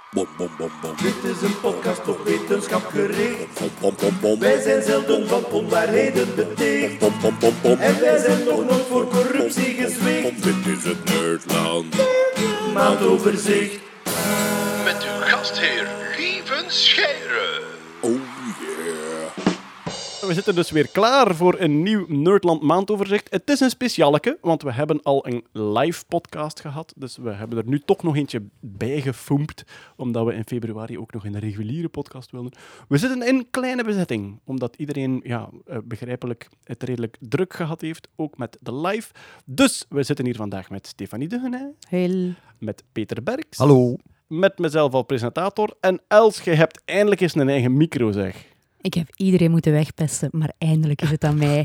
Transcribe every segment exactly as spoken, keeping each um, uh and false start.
Bom, bom, bom, bom. Dit is een podcast op wetenschap gericht. Bom, bom, bom, bom. Wij zijn zelden van onwaarheden beticht. Bom, bom, bom, bom. En wij zijn nog nooit voor corruptie gezwicht. Dit is het Nerdland. Maandoverzicht. Met uw gastheer Lieven Scheire. Oh yeah. We zitten dus weer klaar voor een nieuw Nerdland maandoverzicht. Het is een specialeke, want we hebben al een live podcast gehad. Dus we hebben er nu toch nog eentje bij gefoemd, omdat we in februari ook nog een reguliere podcast wilden. We zitten in kleine bezetting, omdat iedereen ja, begrijpelijk het redelijk druk gehad heeft, ook met de live. Dus we zitten hier vandaag met Stefanie Degenay, Heel. met Peter Berks. Hallo. Met mezelf als presentator. En Els, je hebt eindelijk eens een eigen micro, zeg. Ik heb iedereen moeten wegpesten, maar eindelijk is het aan mij.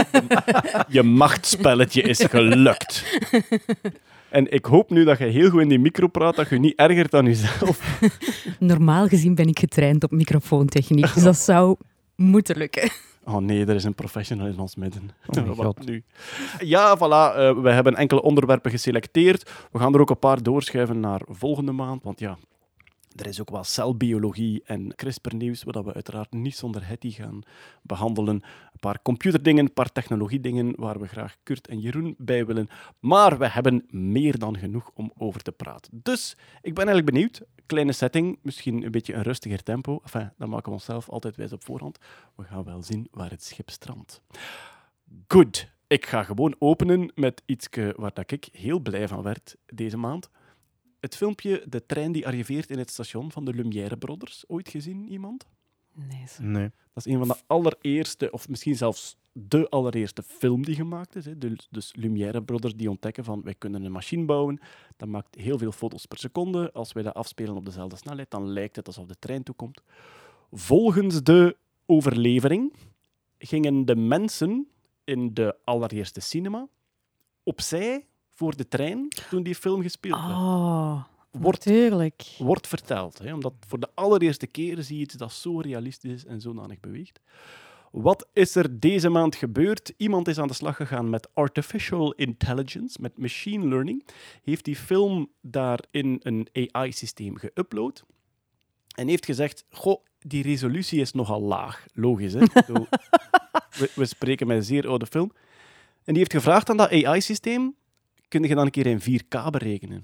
Je machtspelletje is gelukt. En ik hoop nu dat je heel goed in die micro praat, dat je je niet ergert aan jezelf. Normaal gezien ben ik getraind op microfoontechniek, dus dat zou moeten lukken. Oh nee, er is een professional in ons midden. Oh mijn Wat God. nu? Ja, voilà. Uh, we hebben enkele onderwerpen geselecteerd. We gaan er ook een paar doorschuiven naar volgende maand, want ja... Er is ook wel celbiologie en CRISPR-nieuws, wat we uiteraard niet zonder Hetty gaan behandelen. Een paar computerdingen, een paar technologiedingen waar we graag Kurt en Jeroen bij willen. Maar we hebben meer dan genoeg om over te praten. Dus ik ben eigenlijk benieuwd. Kleine setting, misschien een beetje een rustiger tempo. Enfin, dat maken we onszelf altijd wijs op voorhand. We gaan wel zien waar het schip strandt. Goed, ik ga gewoon openen met iets waar dat ik heel blij van werd deze maand. Het filmpje De trein die arriveert in het station van de Lumière Brothers. Ooit gezien, iemand? Nee, zo. Nee. Dat is een van de allereerste, of misschien zelfs de allereerste film die gemaakt is. Hè. Dus, dus Lumière Brothers die ontdekken van, wij kunnen een machine bouwen. Dat maakt heel veel foto's per seconde. Als wij dat afspelen op dezelfde snelheid, dan lijkt het alsof de trein toekomt. Volgens de overlevering gingen de mensen in de allereerste cinema opzij voor de trein toen die film gespeeld werd. Oh, Wordt, natuurlijk. wordt verteld. Hè, omdat voor de allereerste keer zie je iets dat zo realistisch is en zodanig beweegt. Wat is er deze maand gebeurd? Iemand is aan de slag gegaan met artificial intelligence, met machine learning. Heeft die film daar in een A I-systeem geüpload en heeft gezegd, goh, die resolutie is nogal laag. Logisch, hè? Zo, we, we spreken met een zeer oude film. En die heeft gevraagd aan dat A I-systeem, kun je dan een keer in vier K berekenen?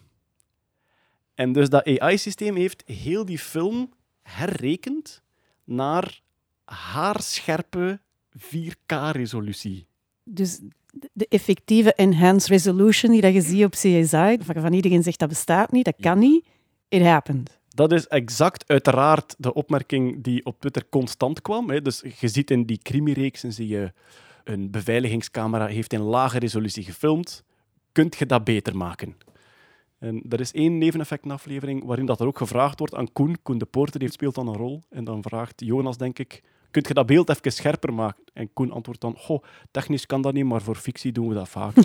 En dus dat A I-systeem heeft heel die film herrekend naar haarscherpe vier K-resolutie. Dus de effectieve enhanced resolution die dat je ziet op C S I, van iedereen zegt dat bestaat niet, dat kan niet, it happened. Dat is exact uiteraard de opmerking die op Twitter constant kwam. Hè. Dus je ziet in die crimireeksen, zie je een beveiligingscamera heeft in lage resolutie gefilmd. Kunt je dat beter maken? En er is één neveneffectenaflevering waarin dat er ook gevraagd wordt aan Koen. Koen de Poorter die speelt dan een rol. En dan vraagt Jonas, denk ik, kunt je dat beeld even scherper maken? En Koen antwoordt dan, goh, technisch kan dat niet, maar voor fictie doen we dat vaak.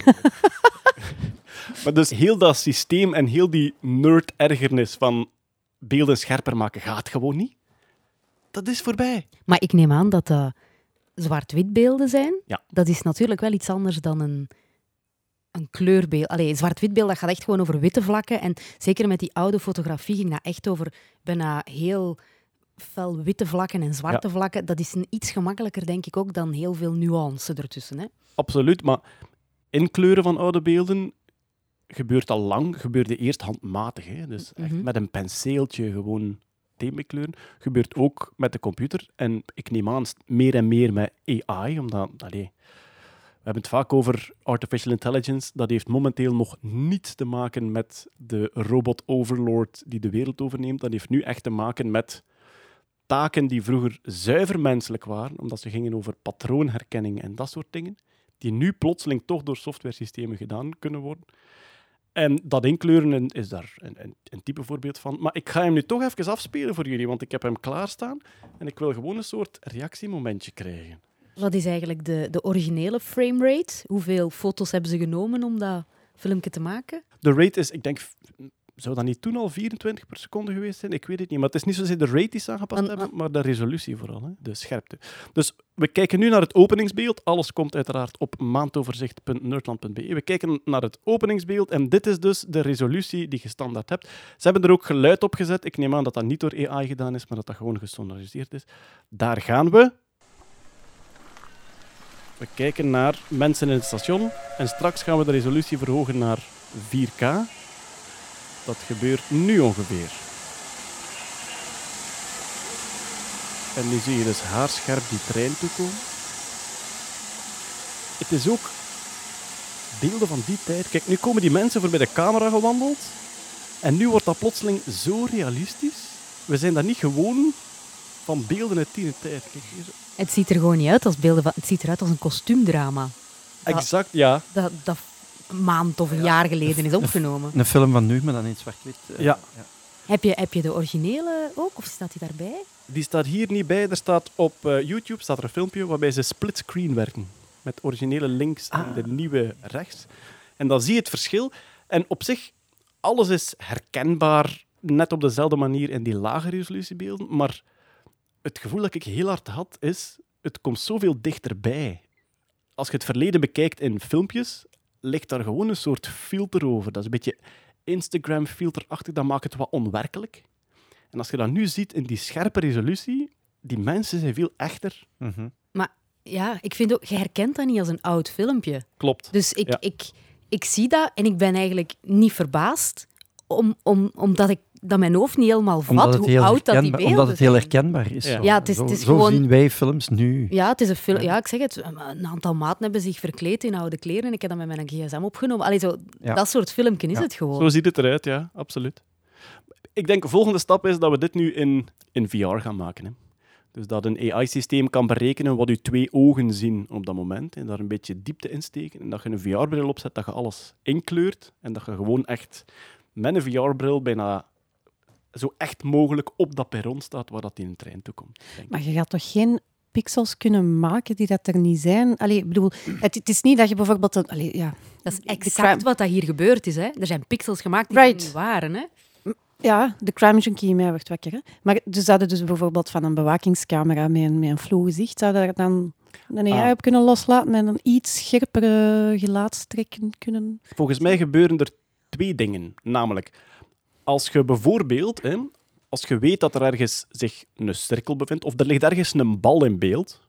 Maar dus heel dat systeem en heel die nerd-ergernis van beelden scherper maken gaat gewoon niet. Dat is voorbij. Maar ik neem aan dat dat zwart-wit beelden zijn. Ja. Dat is natuurlijk wel iets anders dan een, een kleurbeeld. Allee, zwart-wit beeld, dat gaat echt gewoon over witte vlakken. En zeker met die oude fotografie ging dat echt over bijna heel fel witte vlakken en zwarte Ja. vlakken. Dat is een iets gemakkelijker, denk ik ook, dan heel veel nuance ertussen. Hè? Absoluut, maar inkleuren van oude beelden gebeurt al lang, gebeurde eerst handmatig. Hè? Dus echt Mhm. met een penseeltje gewoon themakleuren. Gebeurt ook met de computer. En ik neem aan meer en meer met A I, omdat... Allee, we hebben het vaak over artificial intelligence. Dat heeft momenteel nog niets te maken met de robot-overlord die de wereld overneemt. Dat heeft nu echt te maken met taken die vroeger zuiver menselijk waren, omdat ze gingen over patroonherkenning en dat soort dingen, die nu plotseling toch door softwaresystemen gedaan kunnen worden. En dat inkleuren is daar een, een, een type voorbeeld van. Maar ik ga hem nu toch even afspelen voor jullie, want ik heb hem klaarstaan en ik wil gewoon een soort reactiemomentje krijgen. Wat is eigenlijk de, de originele framerate? Hoeveel foto's hebben ze genomen om dat filmpje te maken? De rate is, ik denk, zou dat niet toen al vierentwintig per seconde geweest zijn? Ik weet het niet. Maar het is niet zozeer de rate die ze aangepast En- hebben, maar de resolutie vooral, hè? De scherpte. Dus we kijken nu naar het openingsbeeld. Alles komt uiteraard op maandoverzicht punt nerdland punt be. We kijken naar het openingsbeeld en dit is dus de resolutie die je standaard hebt. Ze hebben er ook geluid op gezet. Ik neem aan dat dat niet door A I gedaan is, maar dat dat gewoon gestandariseerd is. Daar gaan we. We kijken naar mensen in het station en straks gaan we de resolutie verhogen naar vier K. Dat gebeurt nu ongeveer. En nu zie je dus haarscherp die trein toekomen. Het is ook beelden van die tijd. Kijk, nu komen die mensen voorbij de camera gewandeld. En nu wordt dat plotseling zo realistisch. We zijn dat niet gewoon van beelden uit die tijd. Kijk, hier zo. Het ziet er gewoon niet uit als beelden van... Het ziet eruit als een kostuumdrama. Dat- Exact, ja. Dat, dat een maand of een jaar geleden is opgenomen. Een film van nu, maar dan in zwart-wit. eh, Ja. Heb je, heb je de originele ook, of staat die daarbij? Die staat hier niet bij. Er staat op eh, YouTube staat er een filmpje waarbij ze splitscreen werken. Met originele links en de nieuwe rechts. En dan zie je het verschil. En op zich, alles is herkenbaar, net op dezelfde manier in die lage resolutiebeelden. Maar het gevoel dat ik heel hard had, is, het komt zoveel dichterbij. Als je het verleden bekijkt in filmpjes, ligt daar gewoon een soort filter over. Dat is een beetje Instagram-filterachtig, dat maakt het wat onwerkelijk. En als je dat nu ziet in die scherpe resolutie, die mensen zijn veel echter. mhm. Ja, ik vind ook... Je herkent dat niet als een oud filmpje. Klopt. Dus ik, Ja. ik, ik zie dat en ik ben eigenlijk niet verbaasd, om, om, omdat ik, dat mijn hoofd niet helemaal vat Omdat het hoe heel oud dat die herkenbaar- beelden Omdat het heel zijn. herkenbaar is. Ja. Zo, Ja, het is- zo, het is zo gewoon- zien wij films nu. Ja, het is een film. Ja, ik zeg het. Een aantal maten hebben zich verkleed in oude kleren en ik heb dat met mijn gsm opgenomen. Allee, zo, Ja. dat soort filmpje is Ja. het gewoon. Zo ziet het eruit, ja, absoluut. Ik denk de volgende stap is dat we dit nu in, in V R gaan maken. Hè. Dus dat een A I-systeem kan berekenen wat je twee ogen zien op dat moment. En daar een beetje diepte in steken. En dat je een V R-bril opzet, dat je alles inkleurt. En dat je gewoon echt met een V R-bril bijna zo echt mogelijk op dat perron staat waar dat in een trein toekomt. denk ik. Maar je gaat toch geen pixels kunnen maken die dat er niet zijn? Allee, ik bedoel, het, het is niet dat je bijvoorbeeld... Een, allee, ja. Dat is De exact crime- wat dat hier gebeurd is. Hè. Er zijn pixels gemaakt die Right. er niet waren. Hè. Ja, de crime junkie in mij wordt wakker. Hè? Maar dus zouden dus bijvoorbeeld van een bewakingscamera met een, met een flow gezicht, zou daar dan een A I Ah. op kunnen loslaten en een iets scherpere gelaatstrekken kunnen... Volgens mij gebeuren er twee dingen. Namelijk, als je bijvoorbeeld, hè, als je weet dat er ergens zich een cirkel bevindt, of er ligt ergens een bal in beeld,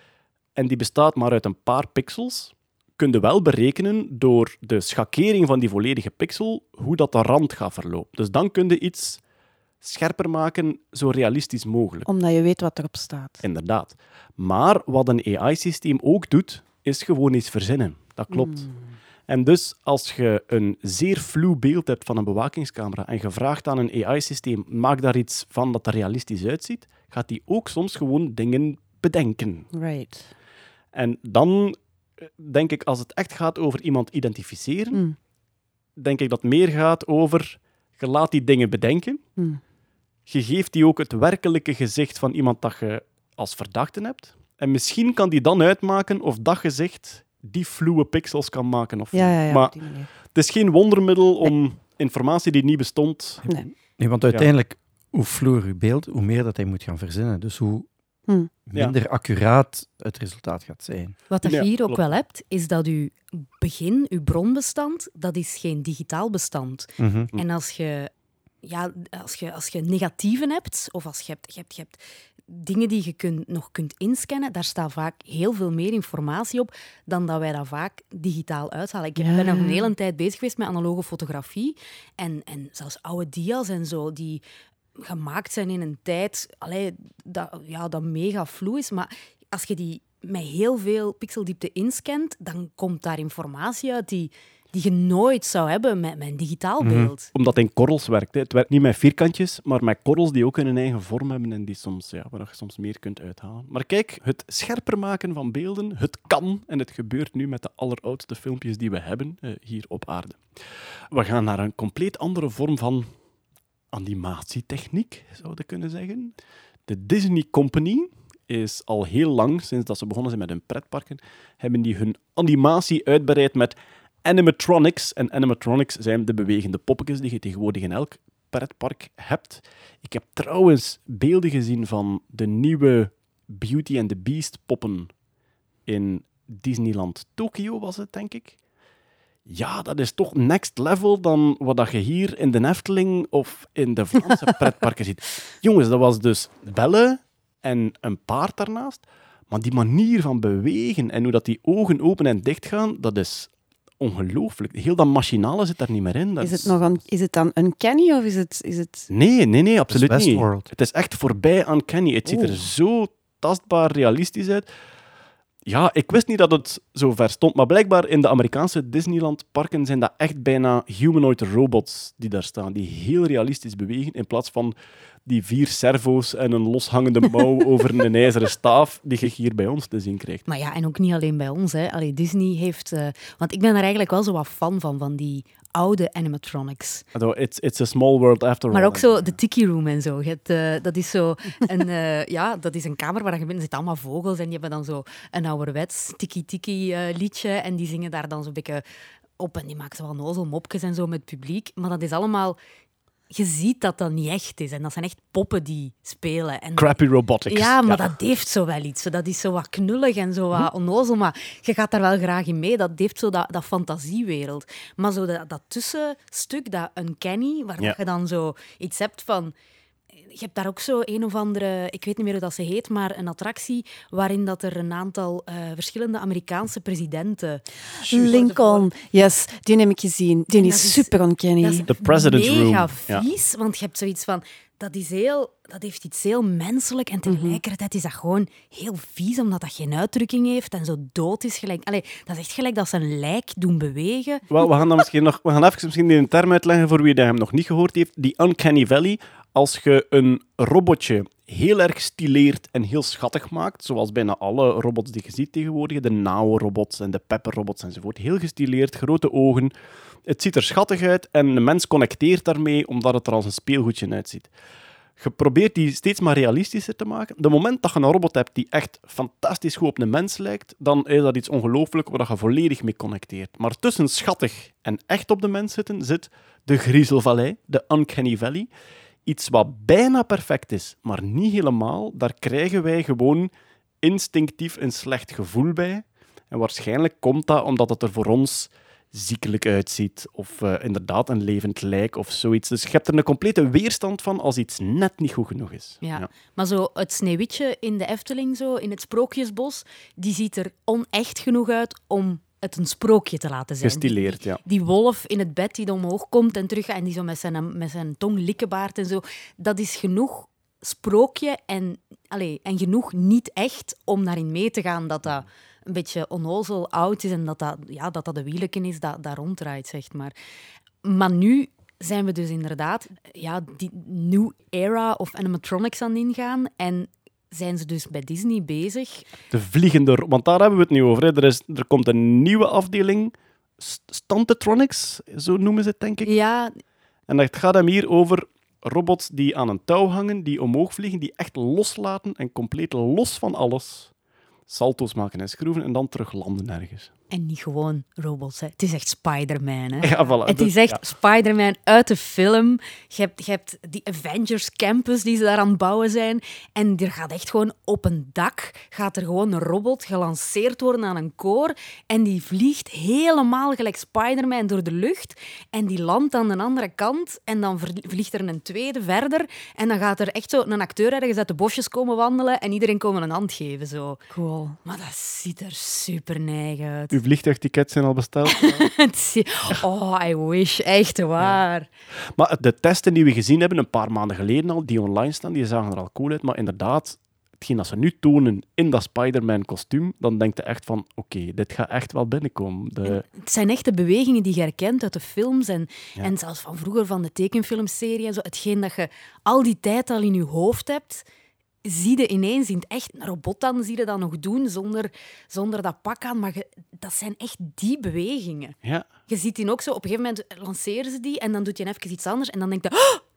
en die bestaat maar uit een paar pixels, kun je wel berekenen door de schakering van die volledige pixel hoe dat de rand gaat verlopen. Dus dan kun je iets scherper maken, zo realistisch mogelijk. Omdat je weet wat erop staat. Inderdaad. Maar wat een A I-systeem ook doet, is gewoon iets verzinnen. Dat klopt. En dus als je een zeer fluw beeld hebt van een bewakingscamera en je vraagt aan een A I-systeem, maak daar iets van dat er realistisch uitziet, gaat die ook soms gewoon dingen bedenken. Right. En dan eh, denk ik, als het echt gaat over iemand identificeren, Mm. denk ik dat het meer gaat over, je laat die dingen bedenken, Mm. je geeft die ook het werkelijke gezicht van iemand dat je als verdachte hebt. En misschien kan die dan uitmaken of dat gezicht die fluwe pixels kan maken. Of Ja, ja, ja. niet. Maar op die manier. het is geen wondermiddel om informatie die niet bestond... Nee. Nee, want uiteindelijk, hoe fluwer je beeld, hoe meer dat hij moet gaan verzinnen. Dus hoe Hm. minder accuraat het resultaat gaat zijn. Wat dat Ja, je hier ook klopt. wel hebt, is dat je begin, je bronbestand, dat is geen digitaal bestand. Mhm. En als je, ja, als je, als je negatieven hebt, of als je hebt, je hebt, je hebt dingen die je kunt, nog kunt inscannen, daar staat vaak heel veel meer informatie op dan dat wij dat vaak digitaal uithalen. Ik Ja. ben nog een hele tijd bezig geweest met analoge fotografie en, en zelfs oude dia's en zo, die gemaakt zijn in een tijd allee, dat, ja, dat mega vloe is. Maar als je die met heel veel pixeldiepte inscant, dan komt daar informatie uit die, die je nooit zou hebben met, met een digitaal beeld. Omdat het in korrels werkt. Hè. Het werkt niet met vierkantjes, maar met korrels die ook hun eigen vorm hebben en die soms, ja, waar je soms meer kunt uithalen. Maar kijk, het scherper maken van beelden, het kan. En het gebeurt nu met de alleroudste filmpjes die we hebben eh, hier op aarde. We gaan naar een compleet andere vorm van animatietechniek, zou je kunnen zeggen. De Disney Company is al heel lang, sinds dat ze begonnen zijn met hun pretparken, hebben die hun animatie uitbreid met animatronics. En animatronics zijn de bewegende poppetjes die je tegenwoordig in elk pretpark hebt. Ik heb trouwens beelden gezien van de nieuwe Beauty and the Beast poppen in Disneyland Tokyo, was het, denk ik. Ja, dat is toch next level dan wat je hier in de Efteling of in de Vlaamse pretparken ziet. Jongens, dat was dus bellen en een paard daarnaast. Maar die manier van bewegen en hoe dat die ogen open en dicht gaan, dat is ongelooflijk. Heel dat machinale zit daar niet meer in. Dat Is het, nog een, is het dan uncanny of is het... Is het... Nee, nee, nee, absoluut niet. Westworld. Het is echt voorbij uncanny. Het ziet er zo tastbaar realistisch uit. Ja, ik wist niet dat het zo ver stond, maar blijkbaar in de Amerikaanse Disneyland-parken zijn dat echt bijna humanoid robots die daar staan, die heel realistisch bewegen, in plaats van die vier servo's en een loshangende mouw over een ijzeren staaf die je hier bij ons te zien krijgt. Maar ja, en ook niet alleen bij ons. Hè. Allee, Disney heeft... Uh, want ik ben er eigenlijk wel zo wat fan van, van die oude animatronics. It's, it's a small world after all. Maar ook zo de Tiki Room en zo. Je hebt, uh, dat is zo een, uh, ja, dat is een kamer waar je binnen zit, allemaal vogels en die hebben dan zo een ouderwets tiki-tiki uh, liedje en die zingen daar dan zo'n beetje op en die maken zo wel nozel mopjes en zo met het publiek. Maar dat is allemaal... Je ziet dat dat niet echt is. En dat zijn echt poppen die spelen. En Crappy robotics. Ja, maar ja. dat heeft zo wel iets. Dat is zo wat knullig en zo wat onnozel. Maar je gaat daar wel graag in mee. Dat heeft zo dat, dat fantasiewereld. Maar zo dat, dat tussenstuk, dat uncanny, waar Ja. je dan zo iets hebt van... Je hebt daar ook zo een of andere... Ik weet niet meer hoe dat ze heet, maar een attractie waarin dat er een aantal uh, verschillende Amerikaanse presidenten... Lincoln, yes, die heb ik gezien. Die is, is- super uncanny. Dat is The President's mega Room. vies, want je hebt zoiets van... Dat, is heel, dat heeft iets heel menselijk en tegelijkertijd is dat gewoon heel vies, omdat dat geen uitdrukking heeft en zo dood is. Gelijk, allee, dat is echt gelijk dat ze een lijk doen bewegen. Wel, we gaan, dan misschien nog, we gaan even misschien een term uitleggen voor wie dat hem nog niet gehoord heeft. Die Uncanny Valley. Als je een robotje heel erg stileert en heel schattig maakt, zoals bijna alle robots die je ziet tegenwoordig, de Nao-robots en de Pepper-robots enzovoort, heel gestileerd, grote ogen. Het ziet er schattig uit en de mens connecteert daarmee omdat het er als een speelgoedje uitziet. Je probeert die steeds maar realistischer te maken. De moment dat je een robot hebt die echt fantastisch goed op een mens lijkt, dan is dat iets ongelooflijk waar je volledig mee connecteert. Maar tussen schattig en echt op de mens zitten, zit de griezelvallei, de Uncanny Valley. Iets wat bijna perfect is, maar niet helemaal. Daar krijgen wij gewoon instinctief een slecht gevoel bij. En waarschijnlijk komt dat omdat het er voor ons ziekelijk uitziet of uh, inderdaad een levend lijk of zoiets. Dus je hebt er een complete weerstand van als iets net niet goed genoeg is. Ja. Maar zo het Sneeuwwitje in de Efteling, zo, in het Sprookjesbos, die ziet er onecht genoeg uit om het een sprookje te laten zijn. Gestileerd, ja. Die wolf in het bed die omhoog komt en terug gaat en die zo met zijn, met zijn tong likkenbaard en zo, dat is genoeg sprookje en, allee, en genoeg niet echt om daarin mee te gaan dat dat een beetje onnozel oud is en dat dat, ja, dat, dat de wieleken is dat, dat ronddraait, zeg maar. Maar nu zijn we dus inderdaad ja, die new era of animatronics aan het ingaan en zijn ze dus bij Disney bezig. De vliegende... ro- Want daar hebben we het nu over. Hè. Er, is, er komt een nieuwe afdeling, St- Stuntetronics, zo noemen ze het, denk ik. Ja, En het gaat hem hier over robots die aan een touw hangen, die omhoog vliegen, die echt loslaten en compleet los van alles salto's maken en schroeven en dan terug landen ergens. en niet gewoon robots. Hè. Het is echt Spider-Man. Hè. Ja, voilà. Het Dus, is echt ja. Spider-Man uit de film. Je hebt, je hebt die Avengers Campus die ze daar aan het bouwen zijn. En er gaat echt gewoon op een dak gaat er gewoon een robot gelanceerd worden aan een koor. En die vliegt helemaal gelijk Spider-Man door de lucht. En die landt aan de andere kant. En dan vliegt er een tweede verder. En dan gaat er echt zo een acteur ergens uit de bosjes komen wandelen. En iedereen komen een hand geven. Zo. Cool. Maar dat ziet er super neig uit. Uw vliegtuigtickets zijn al besteld. Het zie- Oh, I wish. Echt waar. Maar de testen die we gezien hebben, een paar maanden geleden al, die online staan, die zagen er al cool uit. Maar inderdaad, hetgeen dat ze nu tonen in dat Spider-Man-kostuum, dan denkt je echt van, oké, okay, dit gaat echt wel binnenkomen. De... Het zijn echte bewegingen die je herkent uit de films en, Ja. en zelfs van vroeger van de tekenfilmserie en zo. Hetgeen dat je al die tijd al in je hoofd hebt, zie je ineens in het echt. Een robot dan zie je dat nog doen zonder, zonder dat pak aan, maar je, dat zijn echt die bewegingen. Ja. Je ziet die ook zo, op een gegeven moment lanceren ze die en dan doet je even iets anders en dan denk je, oh,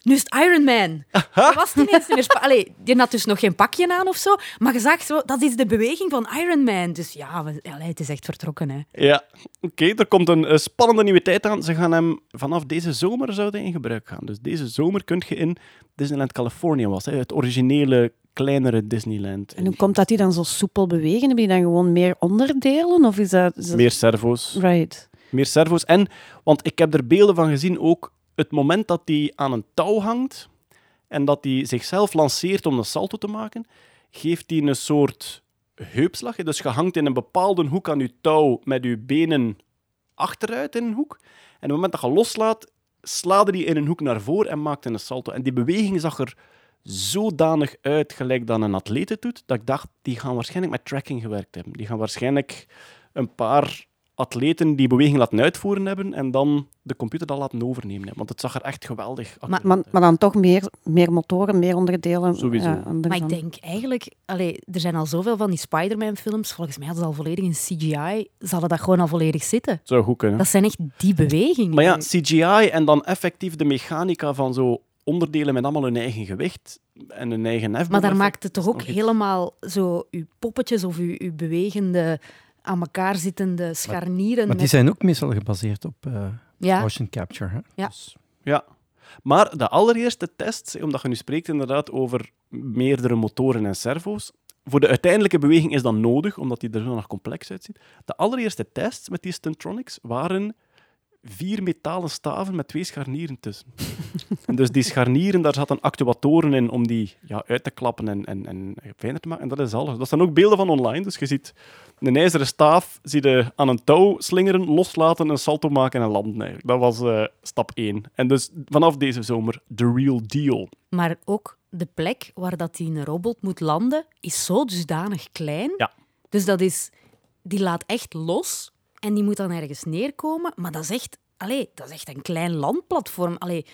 nu is het Iron Man. Dat was het ineens niet meer. Spa- Allee, die had dus nog geen pakje aan of zo, maar je zag zo, dat is de beweging van Iron Man. Dus ja, we, allee, het is echt vertrokken. Hè. Ja, oké. Okay, er komt een uh, spannende nieuwe tijd aan. Ze gaan hem vanaf deze zomer zouden in gebruik gaan. Dus deze zomer kun je in Disneyland California was, hè, het originele kleinere Disneyland. En hoe komt dat die dan zo soepel bewegen? Hebben die dan gewoon meer onderdelen? Of is dat... Is dat... Meer servo's. Right. Meer servo's. En, want ik heb er beelden van gezien ook, het moment dat hij aan een touw hangt en dat hij zichzelf lanceert om een salto te maken, geeft hij een soort heupslag. Dus je hangt in een bepaalde hoek aan je touw met je benen achteruit in een hoek. En op het moment dat je loslaat, slaat hij in een hoek naar voren en maakt een salto. En die beweging zag er zodanig uit, gelijk dat een atleet het doet, dat ik dacht, die gaan waarschijnlijk met tracking gewerkt hebben. Die gaan waarschijnlijk een paar atleten die beweging laten uitvoeren hebben en dan de computer dat laten overnemen hebben. Want het zag er echt geweldig uit. Maar, maar, maar dan toch meer, meer motoren, meer onderdelen. Sowieso. Ja, Maar ik denk eigenlijk... Allee, er zijn al zoveel van die Spider-Man-films. Volgens mij hadden ze al volledig in C G I. Zal dat gewoon al volledig zitten? Zou goed kunnen. Dat zijn echt die bewegingen. Maar ja, C G I en dan effectief de mechanica van zo onderdelen met allemaal hun eigen gewicht en hun eigen hefboom. Maar daar maakt het toch ook nog iets. helemaal zo... Uw poppetjes of uw, uw bewegende, aan elkaar zittende scharnieren. Maar die met- zijn ook meestal gebaseerd op uh, Ja. motion capture. Hè? Ja. Dus, Ja. Maar de allereerste test, omdat je nu spreekt inderdaad over meerdere motoren en servo's, voor de uiteindelijke beweging is dat nodig, omdat die er zo nog complex uitziet. De allereerste tests met die Stuntronics waren vier metalen staven met twee scharnieren tussen. En dus die scharnieren, daar zaten actuatoren in om die ja, uit te klappen en, en, en fijner te maken. En dat is alles. Dat zijn ook beelden van online. Dus je ziet een ijzeren staaf zie je aan een touw slingeren, loslaten, een salto maken en landen. Eigenlijk. Dat was uh, stap één. En dus vanaf deze zomer, the real deal. Maar ook de plek waar dat die een robot moet landen, is zo dusdanig klein. Ja. Dus dat is... Die laat echt los en die moet dan ergens neerkomen. Maar dat is echt... Allee, dat is echt een klein landplatform. Allee,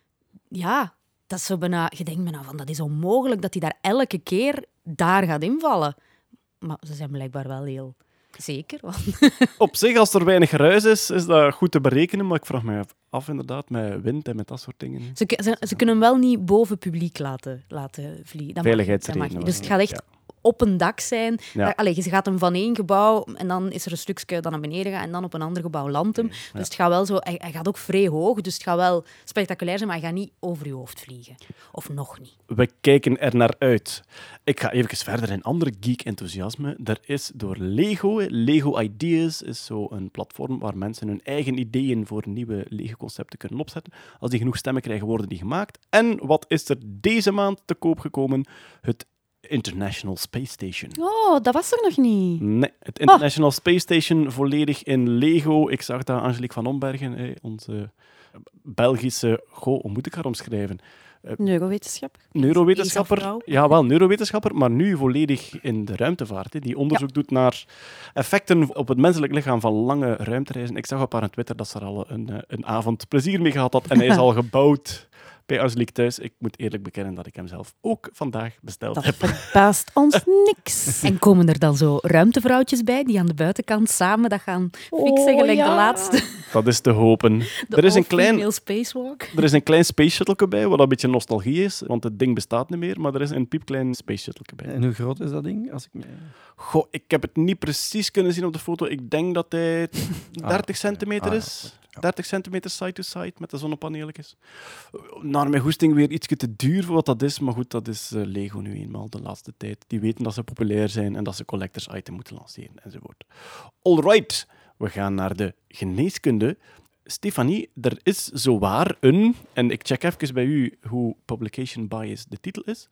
ja, dat is zo bijna... Je denkt bijna van, dat is onmogelijk dat hij daar elke keer daar gaat invallen. Maar ze zijn blijkbaar wel heel zeker. Want... Op zich, als er weinig ruis is, is dat goed te berekenen. Maar ik vraag me af, inderdaad, met wind en met dat soort dingen. Ze, ze, ze kunnen hem wel niet boven publiek laten, laten vliegen. Dat mag niet, dat mag Veiligheidsredenen. niet. Dus het gaat echt op een dak zijn. Ja. Ja. Allee, je gaat hem van één gebouw en dan is er een stukje dat naar beneden gaat en dan op een ander gebouw landt hem. Ja. Dus het gaat wel zo... Hij, hij gaat ook vrij hoog, dus het gaat wel spectaculair zijn, maar hij gaat niet over je hoofd vliegen. Of nog niet. We kijken er naar uit. Ik ga even verder in andere geek-enthousiasme. Er is door Lego, Lego Ideas is zo een platform waar mensen hun eigen ideeën voor nieuwe Lego-concepten kunnen opzetten. Als die genoeg stemmen krijgen, worden die gemaakt. En wat is er deze maand te koop gekomen? Het International Space Station. Oh, dat was er nog niet. Nee, het International Space Station volledig in Lego. Ik zag dat Angelique van Ombergen, hey, onze Belgische... Goh, hoe moet ik haar omschrijven? Neurowetenschapper. Neurowetenschapper. Vrouw. Ja, wel neurowetenschapper, maar nu volledig in de ruimtevaart. Hè, die onderzoek ja. doet naar effecten op het menselijk lichaam van lange ruimtereizen. Ik zag op haar Twitter dat ze er al een, een avond plezier mee gehad had en hij is al gebouwd bij Angelique thuis. Ik moet eerlijk bekennen dat ik hem zelf ook vandaag besteld Dat heb. verbaast ons niks. En komen er dan zo ruimtevrouwtjes bij die aan de buitenkant samen dat gaan fixen, Oh, gelijk ja. de laatste? Dat is te hopen. De Er is, een all-female klein, spacewalk. er is een klein space shuttle bij, wat een beetje nostalgie is, want het ding bestaat niet meer, maar er is een piepklein space shuttle bij. En hoe groot is dat ding? Als ik me... Goh, ik heb het niet precies kunnen zien op de foto. Ik denk dat hij dertig centimeter Ah, ja. is. dertig centimeter side-to-side met de zonnepaneeltjes. Naar mijn goesting weer iets te duur voor wat dat is. Maar goed, dat is uh, Lego nu eenmaal de laatste tijd. Die weten dat ze populair zijn en dat ze collectors item moeten lanceren enzovoort. Alright, we gaan naar de geneeskunde. Stefanie, er is zowaar een, en ik check even bij u hoe publication bias de titel is,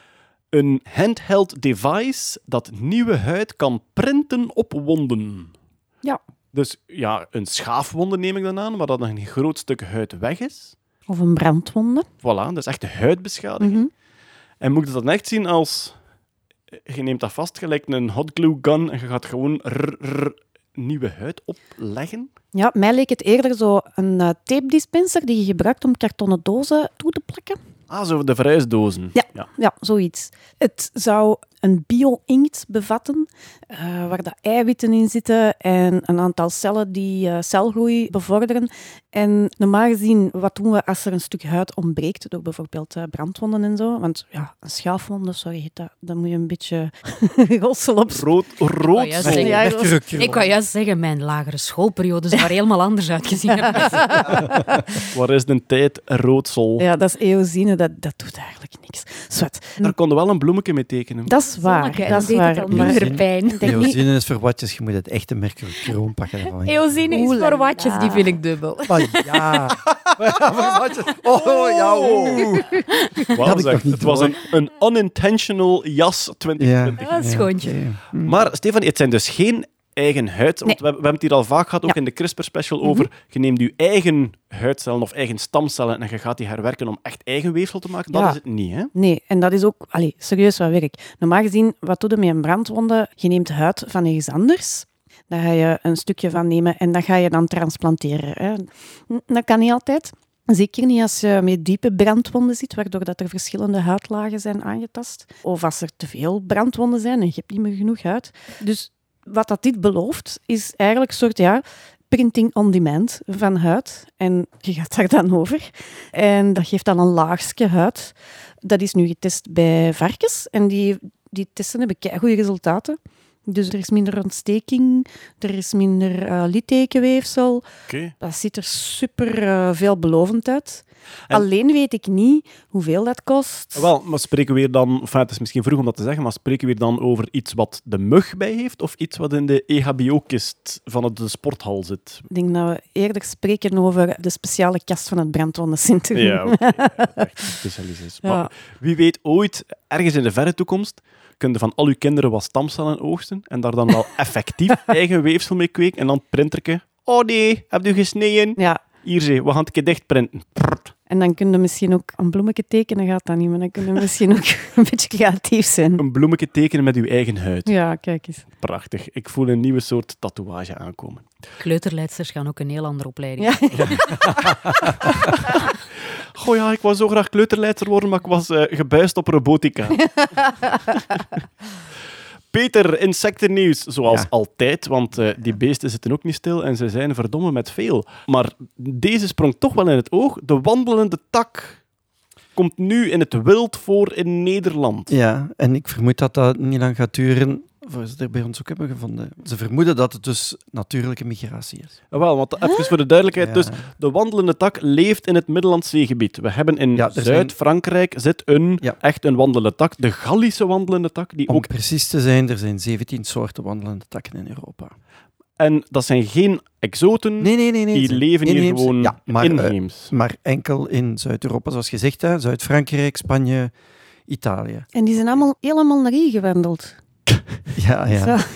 een handheld device dat nieuwe huid kan printen op wonden. Ja. Dus ja, een schaafwonde neem ik dan aan, waar dat een groot stuk huid weg is. Of een brandwonde. Voilà, dat is echt de huidbeschadiging. Mhm. En moet je dat dan echt zien als... Je neemt dat vast gelijk een hot glue gun en je gaat gewoon rrr, rrr, nieuwe huid opleggen. Ja, mij leek het eerder zo een uh, tape dispenser die je gebruikt om kartonnen dozen toe te plakken. Ah, zo de verhuisdozen. Ja. ja. Ja, zoiets. Het zou een bio-inkt bevatten, uh, waar de eiwitten in zitten en een aantal cellen die uh, celgroei bevorderen. En normaal gezien, wat doen we als er een stuk huid ontbreekt, door bijvoorbeeld uh, brandwonden en zo? Want ja, een schaafwonde, sorry, dat, dat moet je een beetje rossel op. Rood, rood. juist zo. zeggen. Ja, Ik wou juist zeggen, mijn lagere schoolperiode is waar helemaal anders uitgezien. Waar is de tijd roodsel? Ja, dat is eosine, dat, dat doet eigenlijk niks. Zwat. Daar kon je wel een bloemetje mee tekenen. Dat is waar, Zonneke, dat is deed het waar. al Maar minder Eosine- pijn. ik denk niet... Eosine is voor watjes, je moet het echte mercurochrome pakken. Daarvan. Eosine is Oeh la voor watjes, la. die vind ik dubbel. Maar ja. Voor watjes. Oh, oh, ja, oh. Wauw, had ik zeg. nog niet Het was door. een, een unintentional jas twintig twintig. Ja, schoontje. oké. Maar Stefanie, het zijn dus geen eigen huid. Want Nee. we, we hebben het hier al vaak gehad, ook Ja. in de CRISPR-special, over je neemt je eigen huidcellen of eigen stamcellen en je gaat die herwerken om echt eigen weefsel te maken. Dat Ja. is het niet, hè? Nee, en dat is ook allee, serieus wat werk. Normaal gezien, wat doe je met een brandwonde? Je neemt huid van ergens anders. Daar ga je een stukje van nemen en dat ga je dan transplanteren. Hè. Dat kan niet altijd. Zeker niet als je met diepe brandwonden zit, waardoor dat er verschillende huidlagen zijn aangetast. Of als er te veel brandwonden zijn en je hebt niet meer genoeg huid. Dus wat dat dit belooft, is eigenlijk een soort ja, printing on demand van huid. En je gaat daar dan over. En dat geeft dan een laagje huid. Dat is nu getest bij varkens. En die, die testen hebben goede resultaten. Dus er is minder ontsteking, er is minder uh, littekenweefsel. Oké. Dat ziet er super uh, veelbelovend uit. En- Alleen weet ik niet hoeveel dat kost. Wel, maar spreken we weer dan... Enfin, het is misschien vroeg om dat te zeggen, maar spreken we weer dan over iets wat de mug bij heeft of iets wat in de E H B O-kist van het- de sporthal zit? Ik denk dat we eerder spreken over de speciale kast van het brandwondencentrum. Ja, oké. Ja, echt specialist. Ja. Maar wie weet, ooit, ergens in de verre toekomst, kun je van al uw kinderen wat stamcellen oogsten en daar dan wel effectief eigen weefsel mee kweken en dan printerke. Oh nee, heb je gesneden? Ja. Hier zie, we gaan het een keer dichtprinten. Prrrt. En dan kun je misschien ook een bloemetje tekenen, gaat dat niet, maar dan kun je misschien ook een beetje creatief zijn. Een bloemetje tekenen met uw eigen huid. Ja, kijk eens. Prachtig. Ik voel een nieuwe soort tatoeage aankomen. Kleuterleidsters gaan ook een heel andere opleiding. Ja. Goh ja, ik wou zo graag kleuterleidster worden, maar ik was uh, gebuist op robotica. Peter, insectennieuws, zoals Ja. altijd, want uh, die beesten zitten ook niet stil en ze zijn verdomme met veel. Maar deze sprong toch wel in het oog. De wandelende tak komt nu in het wild voor in Nederland. Ja, en ik vermoed dat dat niet lang gaat duren voor ze er bij ons ook hebben gevonden. Ze vermoeden dat het dus natuurlijke migratie is. Wel, want even voor de duidelijkheid, Ja. dus de wandelende tak leeft in het Middellandse Zeegebied. We hebben in Ja, er zijn- Zuid-Frankrijk zit een Ja. echt een wandelende tak, de Gallische wandelende tak, die Om ook... precies te zijn, er zijn zeventien soorten wandelende takken in Europa. En dat zijn geen exoten, Nee, nee, nee. nee. die ze- leven hier inheemse- gewoon ja, maar, eh, inheems. maar enkel in Zuid-Europa, zoals gezegd, hè. Zuid-Frankrijk, Spanje, Italië. En die zijn allemaal helemaal naar hier gewandeld. Ja, ja. Zo.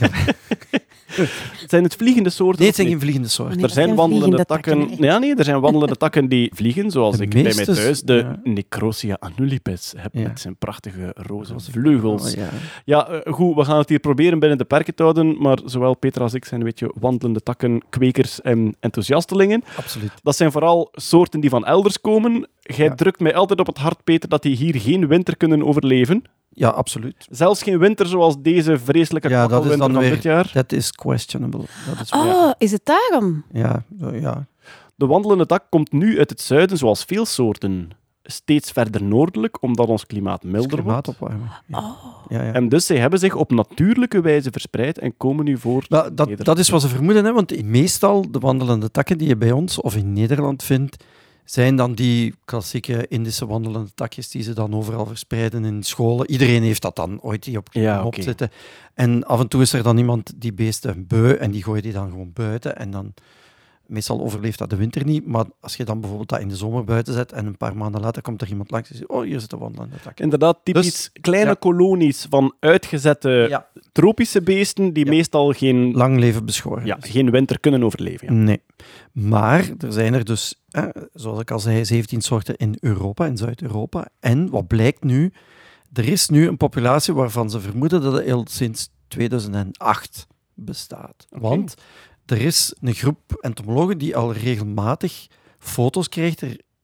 Zijn het vliegende soorten? Nee, het of zijn niet? geen vliegende soorten. Nee, Er dat zijn zijn wandelende vliegende takken. takken, Ja, nee, er zijn wandelende takken die vliegen, zoals De ik bij mij meeste- thuis de ja. Necrosia anulipes heb Ja. met zijn prachtige roze Roze vleugels. Oh, ja. Ja, eh, goed, we gaan het hier proberen binnen de perken te houden, maar zowel Peter als ik zijn, weet je, wandelende takken, kwekers en enthousiastelingen. Absoluut. Dat zijn vooral soorten die van elders komen. Jij Ja. drukt mij altijd op het hart, Peter, dat die hier geen winter kunnen overleven. Ja, absoluut. Zelfs geen winter zoals deze vreselijke Ja, dat is kakkelwinter dan van weer... dit jaar. Dat is questionable. Dat is Oh, is het daarom? Ja, zo, ja. De wandelende tak komt nu uit het zuiden, zoals veel soorten, steeds verder noordelijk, omdat ons klimaat milder wordt. Klimaatopwarming. Ja. Ja, ja. En dus zij hebben zich op natuurlijke wijze verspreid en komen nu voor. Nou, dat, Nederland. dat is wat ze vermoeden, hè, want meestal de wandelende takken die je bij ons of in Nederland vindt, zijn dan die klassieke Indische wandelende takjes die ze dan overal verspreiden in scholen. Iedereen heeft dat dan ooit die op Ja, een mop oké. zitten. En af en toe is er dan iemand die beesten beu en die gooit die dan gewoon buiten. En dan, meestal overleeft dat de winter niet, maar als je dan bijvoorbeeld dat in de zomer buiten zet en een paar maanden later komt er iemand langs en zegt, oh, hier zit een wandelende tak. Inderdaad, typisch Dus, kleine ja. kolonies van uitgezette Ja, tropische beesten die Ja. meestal geen, lang leven beschoren. ja, Dus. geen winter kunnen overleven. Ja. Nee. Maar er zijn er dus, eh, zoals ik al zei, zeventien soorten in Europa, in Zuid-Europa. En wat blijkt nu? Er is nu een populatie waarvan ze vermoeden dat het al sinds tweeduizend acht bestaat. Oké. Want er is een groep entomologen die al regelmatig foto's krijgt er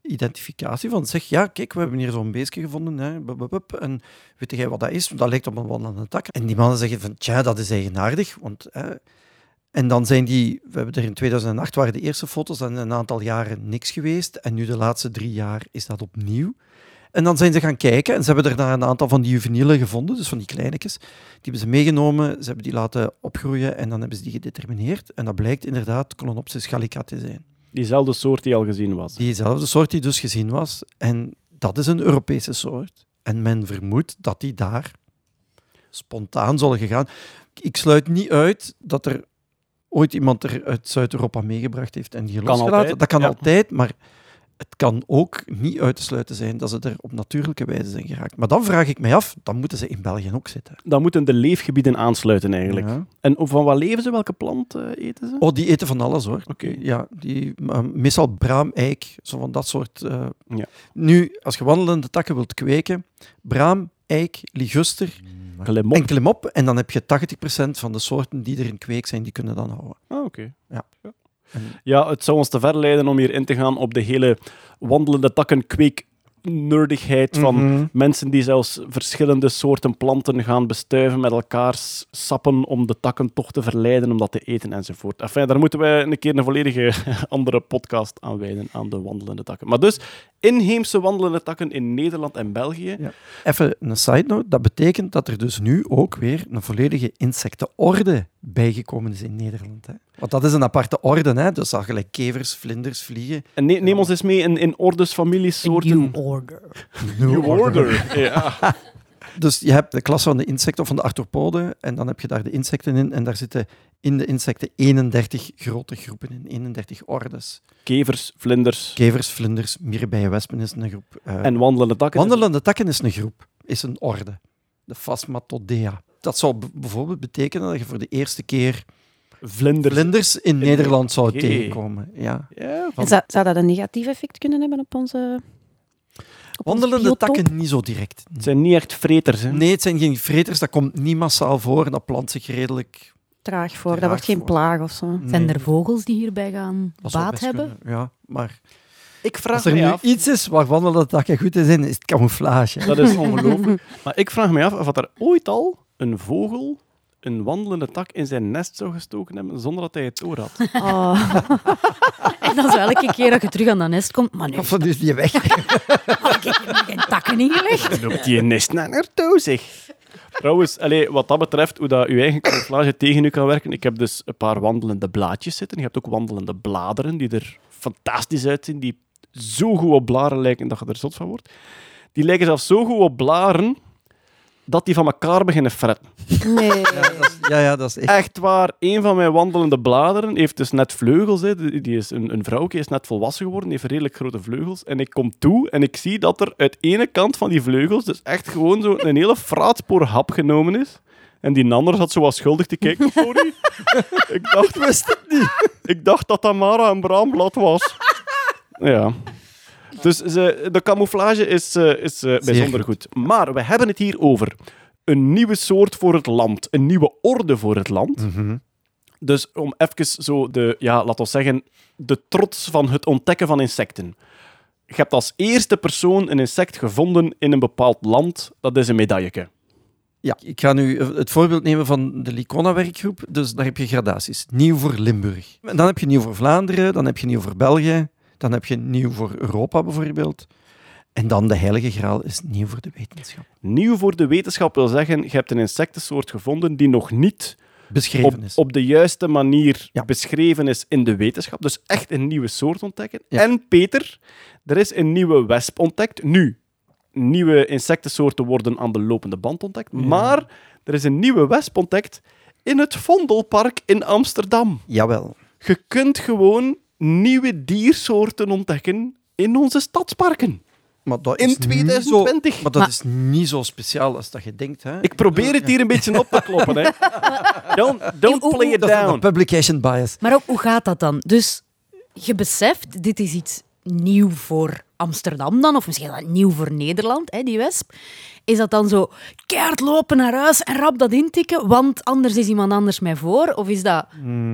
identificatie van zeg, ja, kijk, we hebben hier zo'n beestje gevonden. Hè, bup, bup, bup, en weet jij wat dat is? Dat lijkt op een wandelende tak. En die mannen zeggen van, tja, dat is eigenaardig. Want, hè, en dan zijn die, we hebben er in tweeduizend acht waren de eerste foto's, en een aantal jaren niks geweest. En nu de laatste drie jaar is dat opnieuw. En dan zijn ze gaan kijken en ze hebben er daar een aantal van die juvenielen gevonden, dus van die kleinetjes. Die hebben ze meegenomen, ze hebben die laten opgroeien en dan hebben ze die gedetermineerd. En dat blijkt inderdaad Clonopsis gallica te zijn. Diezelfde soort die al gezien was. Diezelfde soort die dus gezien was. En dat is een Europese soort. En men vermoedt dat die daar spontaan zullen gegaan. Ik sluit niet uit dat er ooit iemand er uit Zuid-Europa meegebracht heeft en die Kan losgelaten. altijd, Dat kan ja. altijd, maar het kan ook niet uit te sluiten zijn dat ze er op natuurlijke wijze zijn geraakt. Maar dan vraag ik mij af, dan moeten ze in België ook zitten. Dan moeten de leefgebieden aansluiten eigenlijk. Ja. En van wat leven ze? Welke plant uh, eten ze? Oh, die eten van alles hoor. Oké. Ja, die, uh, meestal braam, eik, zo van dat soort. Uh... Ja. Nu, als je wandelende takken wilt kweken, braam, eik, liguster Klimop. en klimop, en dan heb je tachtig procent van de soorten die er in kweek zijn, die kunnen dan houden. Ah, oké. Ja. En, Ja, het zou ons te ver leiden om hier in te gaan op de hele wandelende takkenkweek nerdigheid van Mhm. mensen die zelfs verschillende soorten planten gaan bestuiven met elkaars sappen om de takken toch te verleiden om dat te eten enzovoort. Enfin, daar moeten wij een keer een volledige andere podcast aan wijden aan de wandelende takken. Maar dus, inheemse wandelende takken in Nederland en België. Ja. Even een side note, dat betekent dat er dus nu ook weer een volledige insectenorde bijgekomen is in Nederland. Hè. Want dat is een aparte orde, hè. Dus al gelijk kevers, vlinders, vliegen. En ne- neem ons eens mee in, in ordes, families, soorten. New order. New order. Ja. Dus je hebt de klasse van de insecten of van de arthropoden en dan heb je daar de insecten in en daar zitten in de insecten eenendertig grote groepen in, eenendertig ordes. Kevers, vlinders Kevers, vlinders, mierbijen, wespen is een groep. Uh, en wandelende takken. wandelende takken is een groep, is een orde. De Phasmatodea. Dat zou b- bijvoorbeeld betekenen dat je voor de eerste keer Vlinders. vlinders in Nederland zou Oké. tegenkomen. Ja. Ja, En zou, zou dat een negatief effect kunnen hebben op onze op onze Wandelende biotoop? takken niet zo direct. het zijn niet echt vreters. Hè? Nee, het zijn geen vreters, dat komt niet massaal voor en dat plant zich redelijk... Traag voor, Traag dat wordt geen voor. plaag of zo. Zijn Nee, er vogels die hierbij gaan dat zou baat best hebben? kunnen. Ja, maar Ik vraag als er me nu af. iets is waar wandelende takken goed in zijn, is het camouflage. Dat is ongelooflijk. Maar ik vraag me af of er ooit al een vogel een wandelende tak in zijn nest zou gestoken hebben zonder dat hij het door had. Oh. En dan zo elke keer dat je terug aan dat nest komt, maar nee, Of dan is die weg. had ik heb geen takken ingelegd. Dan loopt die nest naar naartoe, zeg. Trouwens, allee, wat dat betreft, hoe dat uw eigen camouflage tegen u kan werken. Ik heb dus een paar wandelende blaadjes zitten. Je hebt ook wandelende bladeren die er fantastisch uitzien, die zo goed op blaren lijken dat je er zot van wordt. Die lijken zelfs zo goed op blaren dat die van elkaar beginnen fretten. Nee. Ja, dat is, ja, ja, dat is echt... Echt waar, een van mijn wandelende bladeren heeft dus net vleugels. Hè. Die die is een, een vrouwtje, is net volwassen geworden, heeft redelijk grote vleugels. En ik kom toe en ik zie dat er uit ene kant van die vleugels dus echt gewoon zo een hele fraatspoor hap genomen is. En die ander zat zo wat schuldig te kijken. Sorry. ik dacht, wist het niet. Ik dacht dat dat Mara een braamblad was. Ja. Dus ze, de camouflage is, uh, is uh, bijzonder goed. goed. Maar we hebben het hier over een nieuwe soort voor het land. Een nieuwe orde voor het land. Mhm. Dus om even zo de, ja, laten we zeggen, de trots van het ontdekken van insecten. Je hebt als eerste persoon een insect gevonden in een bepaald land. Dat is een medailleke. Ja, ik ga nu het voorbeeld nemen van de Licona-werkgroep. Dus daar heb je gradaties. Nieuw voor Limburg. En dan heb je nieuw voor Vlaanderen, dan heb je nieuw voor België, dan heb je nieuw voor Europa bijvoorbeeld. En dan de heilige graal is nieuw voor de wetenschap. Nieuw voor de wetenschap wil zeggen, je hebt een insectensoort gevonden die nog niet Beschreven op, is. op de juiste manier Ja. beschreven is in de wetenschap. Dus echt een nieuwe soort ontdekken. Ja. En Peter, er is een nieuwe wesp ontdekt. Nu, nieuwe insectensoorten worden aan de lopende band ontdekt. Ja. Maar er is een nieuwe wesp ontdekt in het Vondelpark in Amsterdam. Jawel. Je kunt gewoon nieuwe diersoorten ontdekken in onze stadsparken. Maar dat In is tweeduizend niet twintig. Zo, maar dat Maar- is niet zo speciaal als dat je denkt. Hè? Ik probeer het hier een beetje op te kloppen. Hè. Don't, don't Oeh, play oeh, it Dat is een down. publication bias. Maar ook, hoe gaat dat dan? Dus je beseft, dit is iets nieuw voor Amsterdam dan, of misschien is dat nieuw voor Nederland, hè, die wesp. Is dat dan zo keihard lopen naar huis en rap dat intikken, want anders is iemand anders mij voor? Of is dat...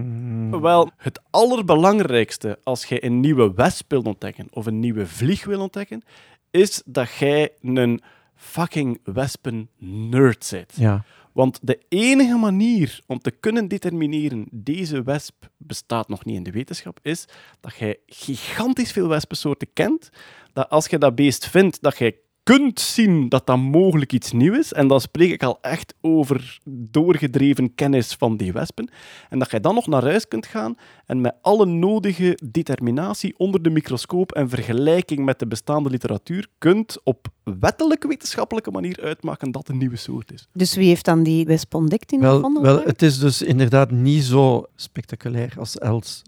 Wel, het allerbelangrijkste als jij een nieuwe wesp wil ontdekken of een nieuwe vlieg wil ontdekken, is dat jij een fucking wespen-nerd bent. Ja. Want de enige manier om te kunnen determineren deze wesp bestaat nog niet in de wetenschap, is dat jij gigantisch veel wespensoorten kent, dat als je dat beest vindt, dat jij kunt zien dat dat mogelijk iets nieuws is, en dan spreek ik al echt over doorgedreven kennis van die wespen, en dat je dan nog naar huis kunt gaan en met alle nodige determinatie onder de microscoop en vergelijking met de bestaande literatuur kunt op wettelijke wetenschappelijke manier uitmaken dat een nieuwe soort is. Dus wie heeft dan die wesp ontdekt in de Wel, Vondelpark? wel, het is dus inderdaad niet zo spectaculair als Els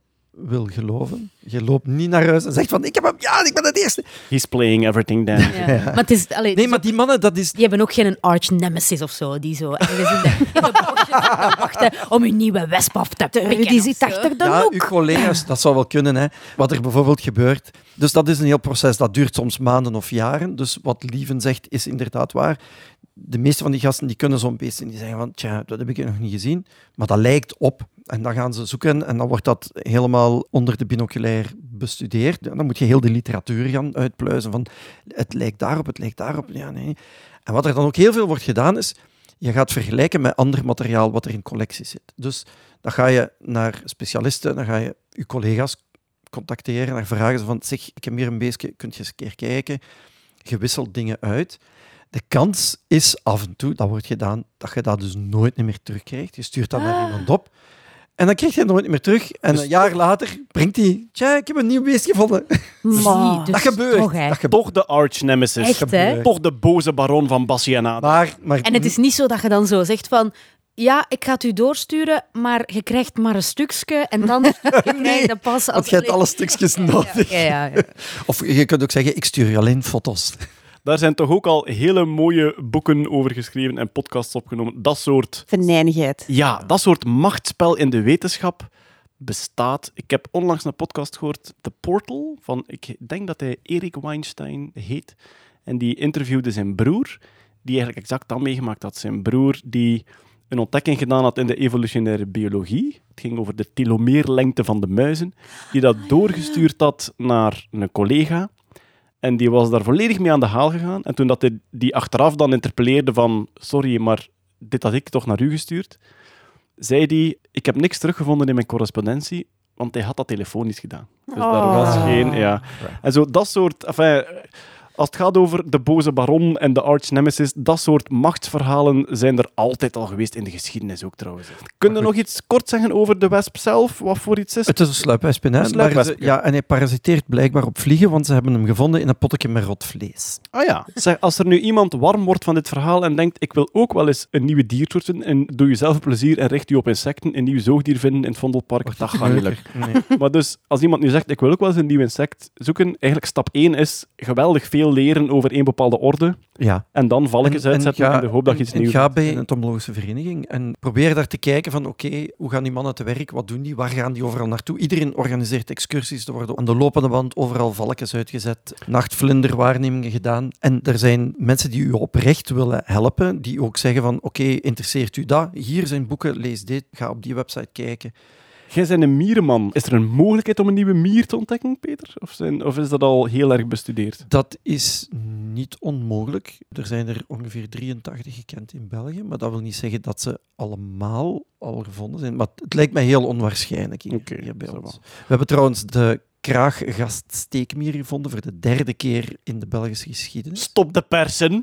wil geloven. Je loopt niet naar huis en zegt van, ik heb hem, ja, ik ben het eerste. He's playing everything down. Ja. Maar het is... Allee, Nee, zo- maar die mannen, dat is... Die hebben ook geen arch nemesis of zo, die zo ergens in de, in de bosjes zitten wachten om hun nieuwe wesp af te pikken. Die of zit zo. achter de Ja, hoek. uw collega's, dat zou wel kunnen, hè. Wat er bijvoorbeeld gebeurt. Dus dat is een heel proces, dat duurt soms maanden of jaren. Dus wat Lieven zegt, is inderdaad waar. De meeste van die gasten die kunnen zo'n beest en die zeggen van, tja, dat heb ik nog niet gezien. Maar dat lijkt op. En dan gaan ze zoeken en dan wordt dat helemaal onder de binoculair bestudeerd. En dan moet je heel de literatuur gaan uitpluizen van, het lijkt daarop, het lijkt daarop. Ja, nee. En wat er dan ook heel veel wordt gedaan is, je gaat vergelijken met ander materiaal wat er in collecties zit. Dus dan ga je naar specialisten, dan ga je je collega's contacteren en dan vragen ze van, zeg, ik heb hier een beestje, kun je eens een keer kijken? Je wisselt dingen uit. De kans is af en toe, dat wordt gedaan, dat je dat dus nooit meer terugkrijgt. Je stuurt dat naar iemand op en dan krijg je het nooit meer terug. En Dus een jaar later brengt hij, tja, ik heb een nieuw beest gevonden. Maar- Dus dat gebeurt. toch, hè. dat gebeurt. Toch de arch nemesis. Echt, hè? Toch de boze baron van Bassianada. Maar, maar, En het is niet zo dat je dan zo zegt van... Ja, ik ga het u doorsturen, maar je krijgt maar een stukje en dan krijg je pas... want je hebt alle stukjes nodig. Ja, ja, ja. Of je kunt ook zeggen, ik stuur je alleen foto's. Daar zijn toch ook al hele mooie boeken over geschreven en podcasts opgenomen. Dat soort, Venijnigheid. ja, dat soort machtsspel in de wetenschap bestaat. Ik heb onlangs een podcast gehoord, The Portal, van, ik denk dat hij Erik Weinstein heet. En die interviewde zijn broer, die eigenlijk exact dat meegemaakt had. Zijn broer die een ontdekking gedaan had in de evolutionaire biologie. Het ging over de telomeerlengte van de muizen. Die dat doorgestuurd had naar een collega. En die was daar volledig mee aan de haal gegaan. En toen dat hij die achteraf dan interpelleerde van sorry, maar dit had ik toch naar u gestuurd, zei hij, ik heb niks teruggevonden in mijn correspondentie, want hij had dat telefonisch gedaan. Dus daar was geen... Ja. En zo dat soort... Enfin, als het gaat over de boze baron en de arch nemesis, dat soort machtsverhalen zijn er altijd al geweest in de geschiedenis ook trouwens. Kun je nog iets kort zeggen over de wesp zelf? Wat voor iets is? Het is een sluipwesp, hè? Een sluipwesp, Maar ze- ja, en hij parasiteert blijkbaar op vliegen, want ze hebben hem gevonden in een potje met rot vlees. Ah ja. Zeg, als er nu iemand warm wordt van dit verhaal en denkt, ik wil ook wel eens een nieuwe diersoort vinden, en doe jezelf een plezier en richt je op insecten, een nieuw zoogdier vinden in het Vondelpark, dat gaat niet lukken. Nee. Maar dus, als iemand nu zegt, ik wil ook wel eens een nieuw insect zoeken, eigenlijk stap één is geweldig veel leren over één bepaalde orde, Ja. en dan valkjes uitzetten in de hoop dat je iets en nieuws ga vindt. bij een entomologische vereniging en probeer daar te kijken van oké, hoe gaan die mannen te werk? Wat doen die? Waar gaan die overal naartoe? Iedereen organiseert excursies. Er worden aan de lopende band overal valkjes uitgezet, nachtvlinderwaarnemingen gedaan. En er zijn mensen die u oprecht willen helpen, die ook zeggen van oké, interesseert u dat? Hier zijn boeken, lees dit, ga op die website kijken. Jij bent een mierenman. Is er een mogelijkheid om een nieuwe mier te ontdekken, Peter? Of, zijn, of is dat al heel erg bestudeerd? Dat is niet onmogelijk. Er zijn er ongeveer drieëntachtig gekend in België, maar dat wil niet zeggen dat ze allemaal al gevonden zijn. Maar het lijkt mij heel onwaarschijnlijk hier, Oké, hier bij zo ons. wel. We hebben trouwens de kraaggaststeekmier gevonden voor de derde keer in de Belgische geschiedenis. Stop de persen.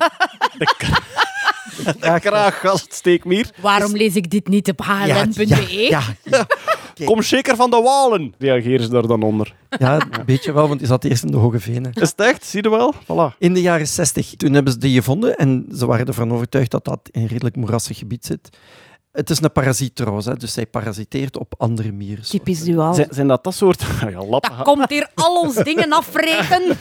De, kra- de kraaggaststeekmier. Waarom lees ik dit niet op h l n punt b e? ja, ja, Kom zeker van de Walen. Reageren ze daar dan onder. ja, weet je wel, want die zat eerst in de Hoge Venen. Is het echt? Zie je wel? Voilà. In de jaren zestig, toen hebben ze die gevonden en ze waren ervan overtuigd dat dat in een redelijk moerassig gebied zit. Het is een parasiet trouwens, hè, dus zij parasiteert op andere mieren. Typisch duaal. Zijn, zijn dat dat soort... Ja, lappen. Dat komt hier al ons dingen afrekenen.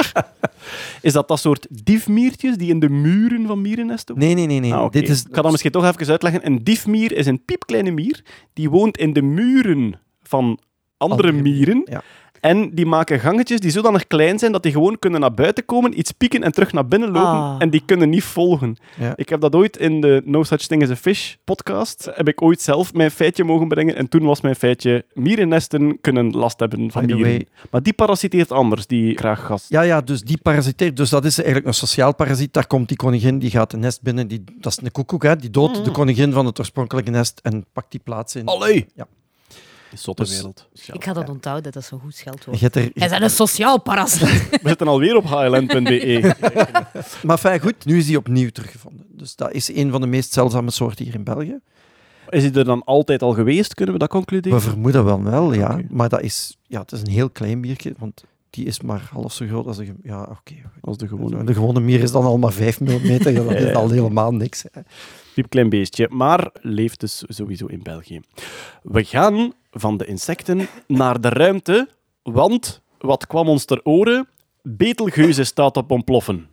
Is dat dat soort diefmiertjes die in de muren van mierennesten wonen? Nee, nee, nee. nee. Ah, oké. Dit is, Ik ga dat misschien toch even uitleggen. Een diefmier is een piepkleine mier die woont in de muren van andere Andere mieren. ja. En die maken gangetjes die zodanig klein zijn dat die gewoon kunnen naar buiten komen, iets pieken en terug naar binnen lopen. Ah. En die kunnen niet volgen. Ja. Ik heb dat ooit in de No Such Thing as a Fish podcast, heb ik ooit zelf mijn feitje mogen brengen. En toen was mijn feitje, mierennesten kunnen last hebben van By the mieren. way. Maar die parasiteert anders, die graaggas. Ja, ja, dus die parasiteert. Dus dat is eigenlijk een sociaal parasiet. Daar komt die koningin, die gaat een nest binnen. Die, dat is een koekoek, hè. Die doodt Mm. de koningin van het oorspronkelijke nest en pakt die plaats in. Allee! Ja. Die zotte Dus- wereld. Ik ga dat onthouden, dat is een goed Je scheldwoord. hebt er, Hij is een sociaal parasiet. We zitten alweer op h l n punt b e. maar fijn, goed, nu is die opnieuw teruggevonden. Dus dat is een van de meest zeldzame soorten hier in België. Is hij er dan altijd al geweest? Kunnen we dat concluderen? We vermoeden wel wel, ja. Oké. Maar dat is, ja, het is een heel klein biertje, want die is maar half zo groot als een... Ja, oké. Als de gewone. De gewone mier is dan al maar vijf millimeter. Ja, dat Ja, is ja. al helemaal niks. Hè. Piepklein beestje, maar leeft dus sowieso in België. We gaan van de insecten naar de ruimte, want wat kwam ons ter oren? Betelgeuze staat op ontploffen.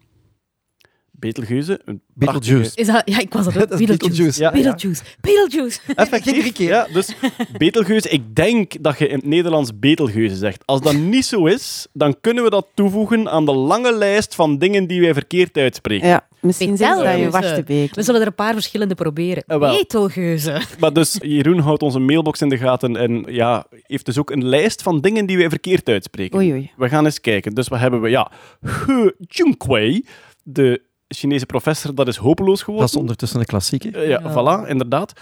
Betelgeuze, een prachtige- Beetlejuice. Is dat, ja, ik was dat ook. Dat is Beetlejuice. Ja, ja. Beetlejuice. Beetlejuice. Effectief, ja. Dus betelgeuze, ik denk dat je in het Nederlands betelgeuze zegt. Als dat niet zo is, dan kunnen we dat toevoegen aan de lange lijst van dingen die wij verkeerd uitspreken. Ja, misschien zeggen ze dat je Betelgeuze. Wachtenbeek. We zullen er een paar verschillende proberen. Eh, wel. Betelgeuze. Maar dus, Jeroen houdt onze mailbox in de gaten en ja, heeft dus ook een lijst van dingen die wij verkeerd uitspreken. Oei, oei. We gaan eens kijken. Dus wat hebben we? Ja, He Junkwei, de Chinese professor, dat is hopeloos geworden. Dat is ondertussen een klassieker. Eh, ja, Ja. voilà, inderdaad.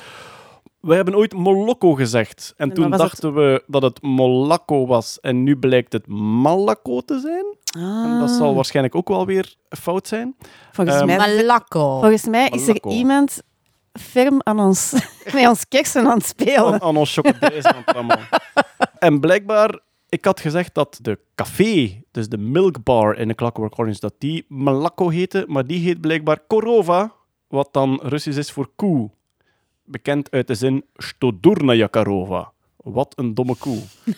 We hebben ooit Molokko gezegd. En En toen wat was dachten we dat het Molakko was. En nu blijkt het Malakko te zijn. En dat zal waarschijnlijk ook wel weer fout zijn. Volgens, Ehm, mij, Malakko. volgens mij is er Malakko. iemand ferm aan ons, met ons kersen aan het spelen. Aan, aan ons chocodijzen aan het allemaal. En blijkbaar, ik had gezegd dat de café, dus de Milk Bar in A Clockwork Orange, dat die Malakko heette, maar die heet blijkbaar Korova, wat dan Russisch is voor koe. Bekend uit de zin Stodurnaja Korova. Wat een domme koe.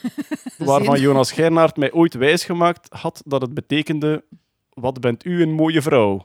Waarvan Jonas Geirnaert mij ooit wijsgemaakt had dat het betekende: wat bent u een mooie vrouw?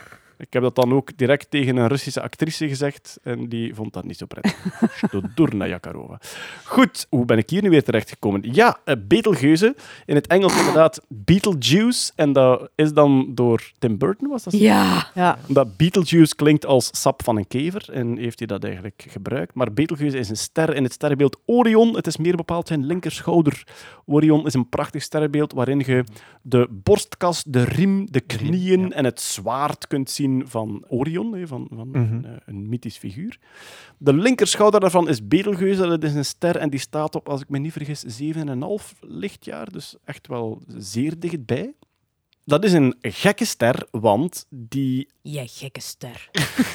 Ik heb dat dan ook direct tegen een Russische actrice gezegd en die vond dat niet zo prettig. Stodurnaja Korova. Goed, hoe ben ik hier nu weer terechtgekomen? Ja, uh, betelgeuze. In het Engels inderdaad Beetlejuice. En dat is dan door Tim Burton, was dat zo? Ja. Ja. Dat Beetlejuice klinkt als sap van een kever en heeft hij dat eigenlijk gebruikt. Maar Betelgeuze is een ster in het sterrenbeeld Orion. Het is meer bepaald zijn linkerschouder. Orion is een prachtig sterrenbeeld waarin je de borstkas, de riem, de knieën en het zwaard kunt zien van Orion, hè, van, van Mhm. een, uh, een mythisch figuur. De linkerschouder daarvan is Betelgeuze. Dat is een ster en die staat op, als ik me niet vergis, zeven komma vijf lichtjaar. Dus echt wel zeer dichtbij. Dat is een gekke ster, want die Jij gekke ster.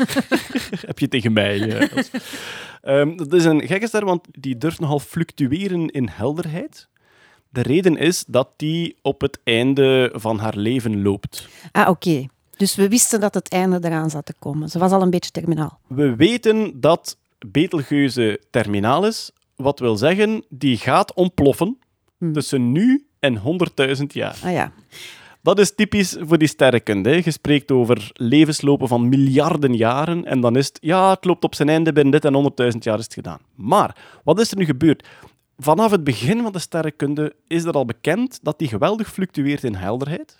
heb je tegen mij. eh, Els. Ehm, dat is een gekke ster, want die durft nogal fluctueren in helderheid. De reden is dat die op het einde van haar leven loopt. Ah, oké. Dus we wisten dat het einde eraan zat te komen. Ze was al een beetje terminaal. We weten dat Betelgeuze terminaal is, wat wil zeggen, die gaat ontploffen Hm. tussen nu en honderdduizend jaar. Ah ja. Dat is typisch voor die sterrenkunde. Hè. Je spreekt over levenslopen van miljarden jaren en dan is het, ja, het loopt op zijn einde binnen dit en honderdduizend jaar is het gedaan. Maar, wat is er nu gebeurd? Vanaf het begin van de sterrenkunde is er al bekend dat die geweldig fluctueert in helderheid.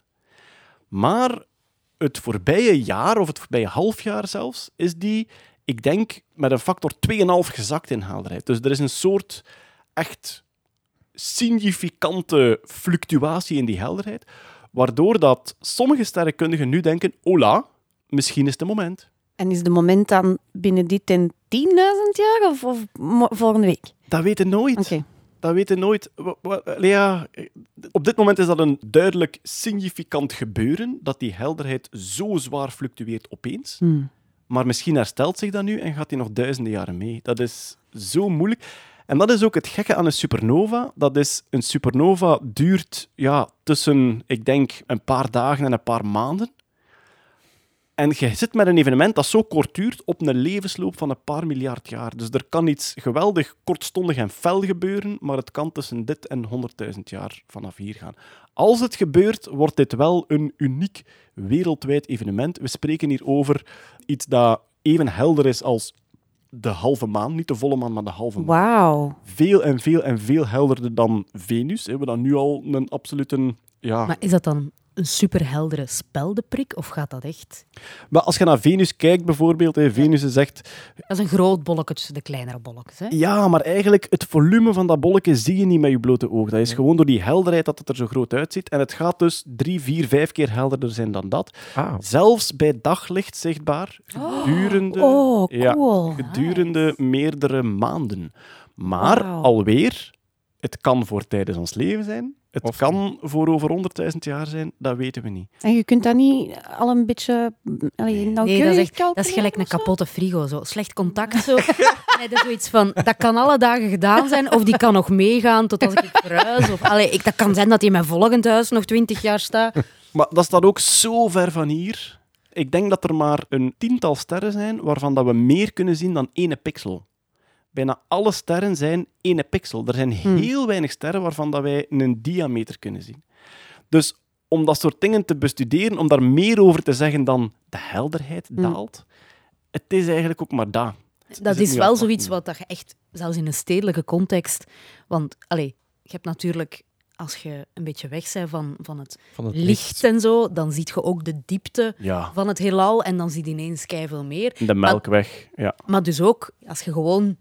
Maar het voorbije jaar, of het voorbije halfjaar zelfs, is die, ik denk, met een factor twee komma vijf gezakt in helderheid. Dus er is een soort echt significante fluctuatie in die helderheid, waardoor dat sommige sterrenkundigen nu denken, hola, misschien is het een moment. En is de moment dan binnen dit en tienduizend jaar of, of mo- volgende week? Dat weten nooit. Oké. Dat weten nooit. Wa- wa- Ja, op dit moment is dat een duidelijk significant gebeuren, dat die helderheid zo zwaar fluctueert opeens. Hmm. Maar misschien herstelt zich dat nu en gaat die nog duizenden jaren mee. Dat is zo moeilijk. En dat is ook het gekke aan een supernova. Dat is, een supernova duurt ja, tussen, ik denk, een paar dagen en een paar maanden. En je zit met een evenement dat zo kort duurt op een levensloop van een paar miljard jaar. Dus er kan iets geweldig kortstondig en fel gebeuren, maar het kan tussen dit en honderdduizend jaar vanaf hier gaan. Als het gebeurt, wordt dit wel een uniek wereldwijd evenement. We spreken hier over iets dat even helder is als de halve maan. Niet de volle maan, maar de halve maan. Wauw. Veel en veel en veel helderder dan Venus. Hebben we dan nu al een absolute... Ja. Maar is dat dan een superheldere speldeprik of gaat dat echt? Maar als je naar Venus kijkt bijvoorbeeld, hè, Venus is echt... Dat is een groot bolletje tussen de kleinere bolletjes. Hè? Ja, maar eigenlijk het volume van dat bolletje zie je niet met je blote oog. Dat is gewoon door die helderheid dat het er zo groot uitziet. En het gaat dus drie, vier, vijf keer helderder zijn dan dat. Ah. Zelfs bij daglicht zichtbaar. Gedurende, Oh, ja, cool. gedurende meerdere maanden. Maar Wauw. alweer, het kan voor tijdens ons leven zijn. Het Of- kan voor over honderdduizend jaar zijn. Dat weten we niet. En je kunt dat niet al een beetje allee, Nee, nauwkeurig dat is, echt, calculeren dat is gelijk een of zo? kapotte frigo. Zo. Slecht contact. Zo. Nee, dat is zoiets van, dat kan alle dagen gedaan zijn, of die kan nog meegaan tot als ik verhuis. Of, allee, ik, dat kan zijn dat die in mijn volgend huis nog twintig jaar staat. Maar dat staat ook zo ver van hier. Ik denk dat er maar een tiental sterren zijn waarvan dat we meer kunnen zien dan ene pixel. Bijna alle sterren zijn ene pixel. Er zijn heel weinig sterren waarvan dat wij een diameter kunnen zien. Dus om dat soort dingen te bestuderen, om daar meer over te zeggen dan de helderheid daalt, het is eigenlijk ook maar dat. Dat het is nu wel afwachten. zoiets wat dat je echt, zelfs in een stedelijke context... Want, allee, je hebt natuurlijk, als je een beetje weg bent van, van het, Van het licht en zo, dan zie je ook de diepte Ja, van het heelal en dan zie je ineens keiveel meer. de Melkweg. Ja. Maar dus ook, als je gewoon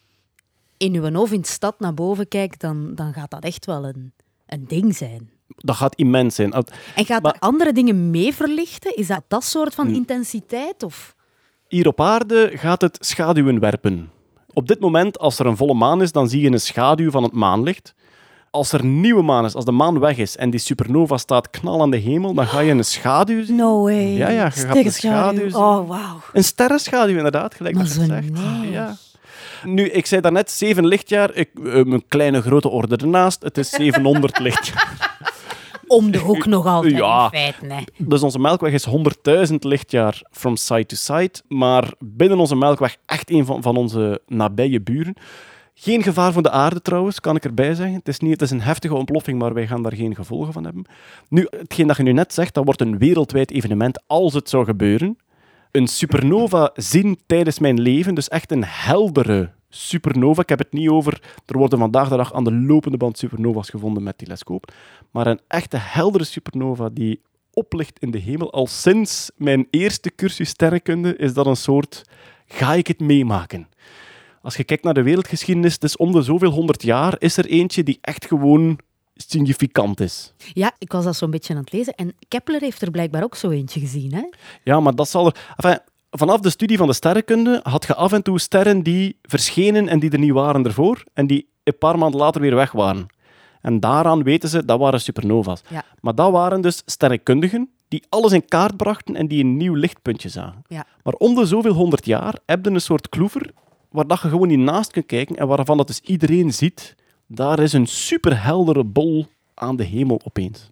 in je hoofd in de stad naar boven kijkt, dan, dan gaat dat echt wel een, een ding zijn. Dat gaat immens zijn. Als- En gaat Maar- dat andere dingen mee verlichten? Is dat dat soort van Hm. intensiteit? Of? Hier op aarde gaat het schaduwen werpen. Op dit moment, als er een volle maan is, dan zie je een schaduw van het maanlicht. Als er een nieuwe maan is, als de maan weg is en die supernova staat knal aan de hemel, dan ga je een schaduw zien. No way. Ja, ja, je gaat een Sterrenschaduw. schaduw zien. Oh, wauw. Een sterrenschaduw, inderdaad, gelijk Maar dat je zo zegt. nee. Ja. Nu, ik zei daarnet zeven lichtjaar. Ik, eh, een kleine grote orde ernaast. Het is zevenhonderd lichtjaar. Om de hoek nog altijd, Ja. in feite. Nee. Dus onze Melkweg is honderdduizend lichtjaar from side to side. Maar binnen onze Melkweg echt een van, van onze nabije buren. Geen gevaar voor de aarde trouwens, kan ik erbij zeggen. Het is, niet, het is een heftige ontploffing, maar wij gaan daar geen gevolgen van hebben. Nu, hetgeen dat je nu net zegt, dat wordt een wereldwijd evenement als het zou gebeuren. Een supernova zien tijdens mijn leven, dus echt een heldere supernova. Ik heb het niet over... Er worden vandaag de dag aan de lopende band supernova's gevonden met telescoop. Maar een echte heldere supernova die oplicht in de hemel. Al sinds mijn eerste cursus sterrenkunde is dat een soort... Ga ik het meemaken? Als je kijkt naar de wereldgeschiedenis, dus om de zoveel honderd jaar is er eentje die echt gewoon significant is. Ja, ik was dat zo'n beetje aan het lezen. En Kepler heeft er blijkbaar ook zo eentje gezien. Hè? Ja, maar dat zal er... Enfin, vanaf de studie van de sterrenkunde had je af en toe sterren die verschenen en die er niet waren ervoor, en die een paar maanden later weer weg waren. En daaraan weten ze, dat waren supernova's. Ja. Maar dat waren dus sterrenkundigen die alles in kaart brachten en die een nieuw lichtpuntje zagen. Ja. Maar om de zoveel honderd jaar heb je een soort kloever waar dat je gewoon niet naast kunt kijken en waarvan dat dus iedereen ziet, daar is een superheldere bol aan de hemel opeens.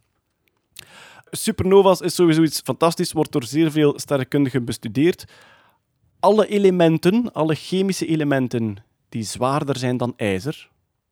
Supernova's is sowieso iets fantastisch, wordt door zeer veel sterrenkundigen bestudeerd. Alle elementen, alle chemische elementen die zwaarder zijn dan ijzer,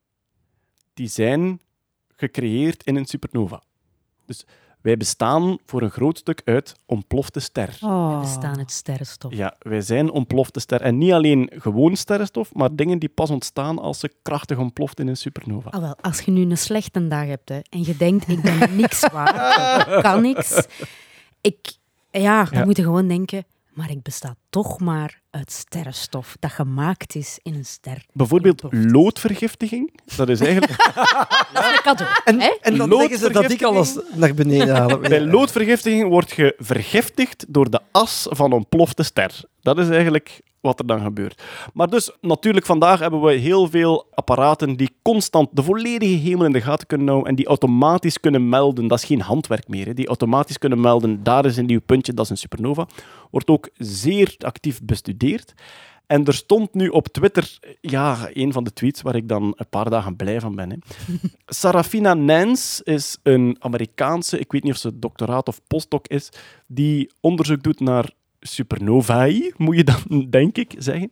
die zijn gecreëerd in een supernova. Dus wij bestaan voor een groot stuk uit ontplofte ster. Oh. We bestaan uit sterrenstof. Ja, wij zijn ontplofte ster. En niet alleen gewoon sterrenstof, maar dingen die pas ontstaan als ze krachtig ontploft in een supernova. Ah, wel, als je nu een slechte dag hebt hè, en je denkt, ik ben niks waard, ik kan niks. Ik, ja, dan Ja. moet je gewoon denken, maar ik besta toch maar uit sterrenstof dat gemaakt is in een ster. Bijvoorbeeld Ontploft. loodvergiftiging. Dat is eigenlijk... Dat is een cadeau. En, hè? en dan zeggen ze dat ik alles naar beneden haal. Bij loodvergiftiging word je vergiftigd door de as van een ontplofte ster. Dat is eigenlijk wat er dan gebeurt. Maar dus, natuurlijk, vandaag hebben we heel veel apparaten die constant de volledige hemel in de gaten kunnen houden en die automatisch kunnen melden. Dat is geen handwerk meer. Hè. Die automatisch kunnen melden, daar is een nieuw puntje, dat is een supernova. Wordt ook zeer actief bestudeerd. En er stond nu op Twitter, ja, een van de tweets waar ik dan een paar dagen blij van ben. Hè. Sarafina Nance is een Amerikaanse, ik weet niet of ze doctoraat of postdoc is, die onderzoek doet naar supernovae, moet je dan, denk ik, zeggen.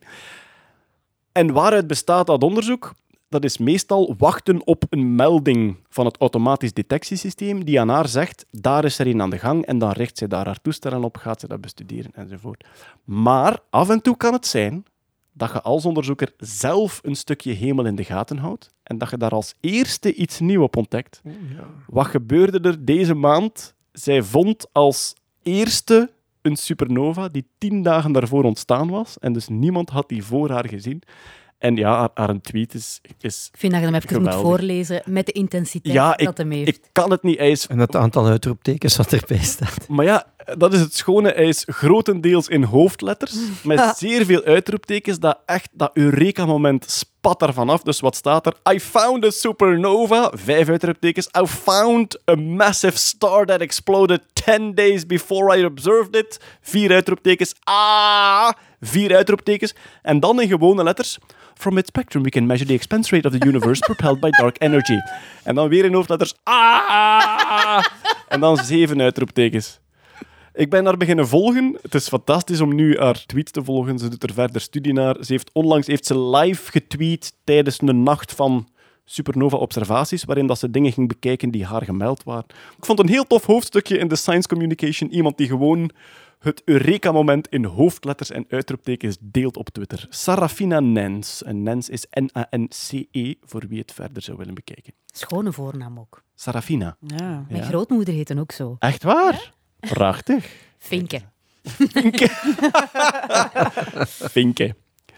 En waaruit bestaat dat onderzoek? Dat is meestal wachten op een melding van het automatisch detectiesysteem die aan haar zegt, daar is er een aan de gang, en dan richt zij daar haar toestellen op, gaat ze dat bestuderen, enzovoort. Maar af en toe kan het zijn dat je als onderzoeker zelf een stukje hemel in de gaten houdt en dat je daar als eerste iets nieuws op ontdekt. Oh, ja. Wat gebeurde er deze maand? Zij vond als eerste een supernova die tien dagen daarvoor ontstaan was en dus niemand had die voor haar gezien. En ja, haar, haar tweet is, is Ik vind dat je hem even geweldig. moet voorlezen met de intensiteit Ja, ik, dat hem heeft. ik kan het niet. Hij is En het aantal uitroeptekens wat erbij staat. Maar ja, dat is het schone. Hij is grotendeels in hoofdletters, met zeer veel uitroeptekens. Dat echt, dat Eureka-moment spat ervan af. Dus wat staat er? I found a supernova. Vijf uitroeptekens. I found a massive star that exploded ten days before I observed it. Vier uitroeptekens. Ah! Vier uitroeptekens. En dan in gewone letters. From its spectrum we can measure the expanse rate of the universe propelled by dark energy. En dan weer in hoofdletters. Ah! En dan zeven uitroeptekens. Ik ben haar beginnen volgen. Het is fantastisch om nu haar tweets te volgen. Ze doet er verder studie naar. Ze heeft onlangs heeft ze live getweet tijdens een nacht van supernova-observaties, waarin dat ze dingen ging bekijken die haar gemeld waren. Ik vond een heel tof hoofdstukje in de Science Communication. Iemand die gewoon het Eureka-moment in hoofdletters en uitroeptekens deelt op Twitter. Sarafina Nens. En Nens is N A N C E, voor wie het verder zou willen bekijken. Schone voornaam ook. Sarafina. Ja. Mijn Ja. grootmoeder heet dan ook zo. Echt waar? Prachtig. Finke. Vinken.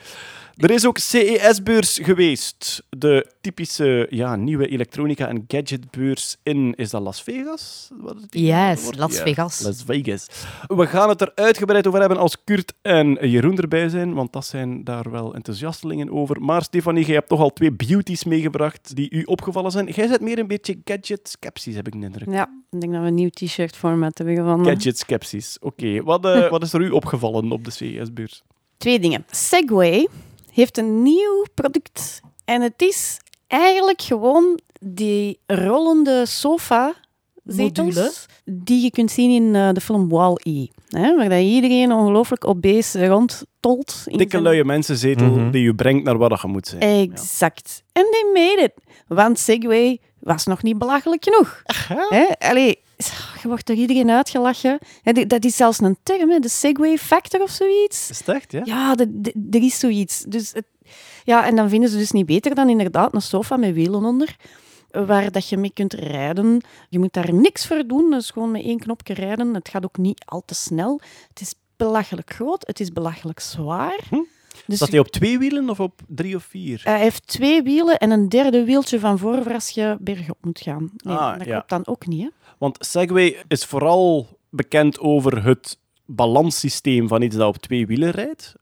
Er is ook C E S-beurs geweest. De typische ja, nieuwe elektronica- en gadgetbeurs in... Is dat Las Vegas? Wat het Yes, wordt? Las Ja, Vegas. Las Vegas. We gaan het er uitgebreid over hebben als Kurt en Jeroen erbij zijn, want dat zijn daar wel enthousiastelingen over. Maar Stefanie, jij hebt toch al twee beauties meegebracht die u opgevallen zijn. Jij bent meer een beetje gadget-skeptisch, heb ik de indruk. Ja, ik denk dat we een nieuw t-shirt-format hebben gevonden. Gadget-skeptisch. Oké. Wat, eh, wat is er u opgevallen op de C E S-beurs? Twee dingen. Segway heeft een nieuw product. En het is eigenlijk gewoon die rollende sofa Module. die je kunt zien in uh, de film Wall-E. Hè, waar dat iedereen ongelooflijk obese rondtolt. in Dikke zijn- luie mensenzetel Mhm. die je brengt naar waar je moet zijn. Exact. En they made it. Want Segway was nog niet belachelijk genoeg. Hè? Allee, je wordt door iedereen uitgelachen. Hè, d- Dat is zelfs een term, hè, de Segway Factor of zoiets. Is het echt, ja? Ja, de- de- er is zoiets. Dus het, ja, en dan vinden ze dus niet beter dan inderdaad een sofa met wielen onder, waar dat je mee kunt rijden. Je moet daar niks voor doen, dus gewoon met één knopje rijden. Het gaat ook niet al te snel. Het is belachelijk groot, het is belachelijk zwaar. Hm? Dus Staat hij op twee wielen of op drie of vier? hij heeft twee wielen en een derde wieltje van voor voor als je bergop moet gaan. Nee, Ah, dat ja. klopt dan ook niet, hè? Want Segway is vooral bekend over het balanssysteem van iets dat op twee wielen rijdt.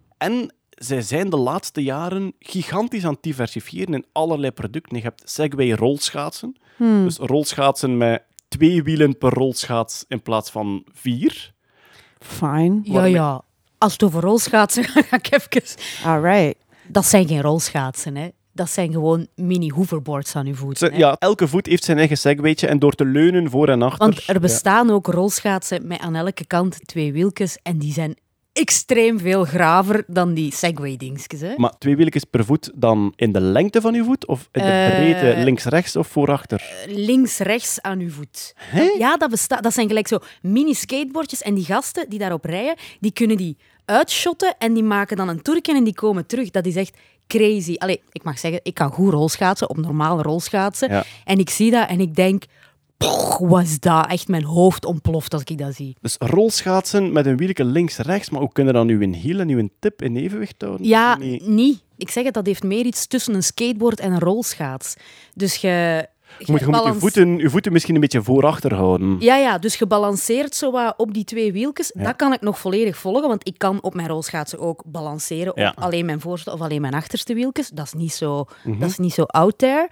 En zij zijn de laatste jaren gigantisch aan het diversifiëren in allerlei producten. Je hebt Segway rolschaatsen. Hmm. Dus rolschaatsen met twee wielen per rolschaats in plaats van vier. Fine. Ja, Waarmee- ja. Als het over rolschaatsen gaat, ga ik even... All right. Dat zijn geen rolschaatsen, hè. Dat zijn gewoon mini-hoverboards aan uw voeten. Ze- hè. ja, elke voet heeft zijn eigen Segwaytje en door te leunen voor en achter... Want er bestaan ook rolschaatsen met aan elke kant twee wieltjes en die zijn extreem veel graver dan die Segway-dingetjes. Hè. Maar twee wieltjes per voet dan in de lengte van je voet? Of in de Eh, breedte links-rechts of voor-achter? Links-rechts aan uw voet. Hè? Ja, dat, bestaat. Dat zijn gelijk zo mini-skateboardjes. En die gasten die daarop rijden, die kunnen die uitshotten en die maken dan een toerken en die komen terug. Dat is echt crazy. Allee, ik mag zeggen, ik kan goed rolschaatsen, op normale rolschaatsen. Ja. En ik zie dat en ik denk, "Poch, wat is dat? Echt mijn hoofd ontploft als ik dat zie. Dus rolschaatsen met een wielke links-rechts, maar hoe kunnen dan uw hiel en uw tip in evenwicht houden? Ja, Nee. niet. Ik zeg het, dat heeft meer iets tussen een skateboard en een rolschaats. Dus je... Je moet, je moet je, balans- voeten, je voeten misschien een beetje voor-achter houden. Ja, ja, dus gebalanceerd zo wat op die twee wieltjes. Ja. Dat kan ik nog volledig volgen, want ik kan op mijn rolschaatsen ook balanceren Ja. op alleen mijn voorste of alleen mijn achterste wieltjes. Dat is niet zo, Mhm. dat is niet zo out there.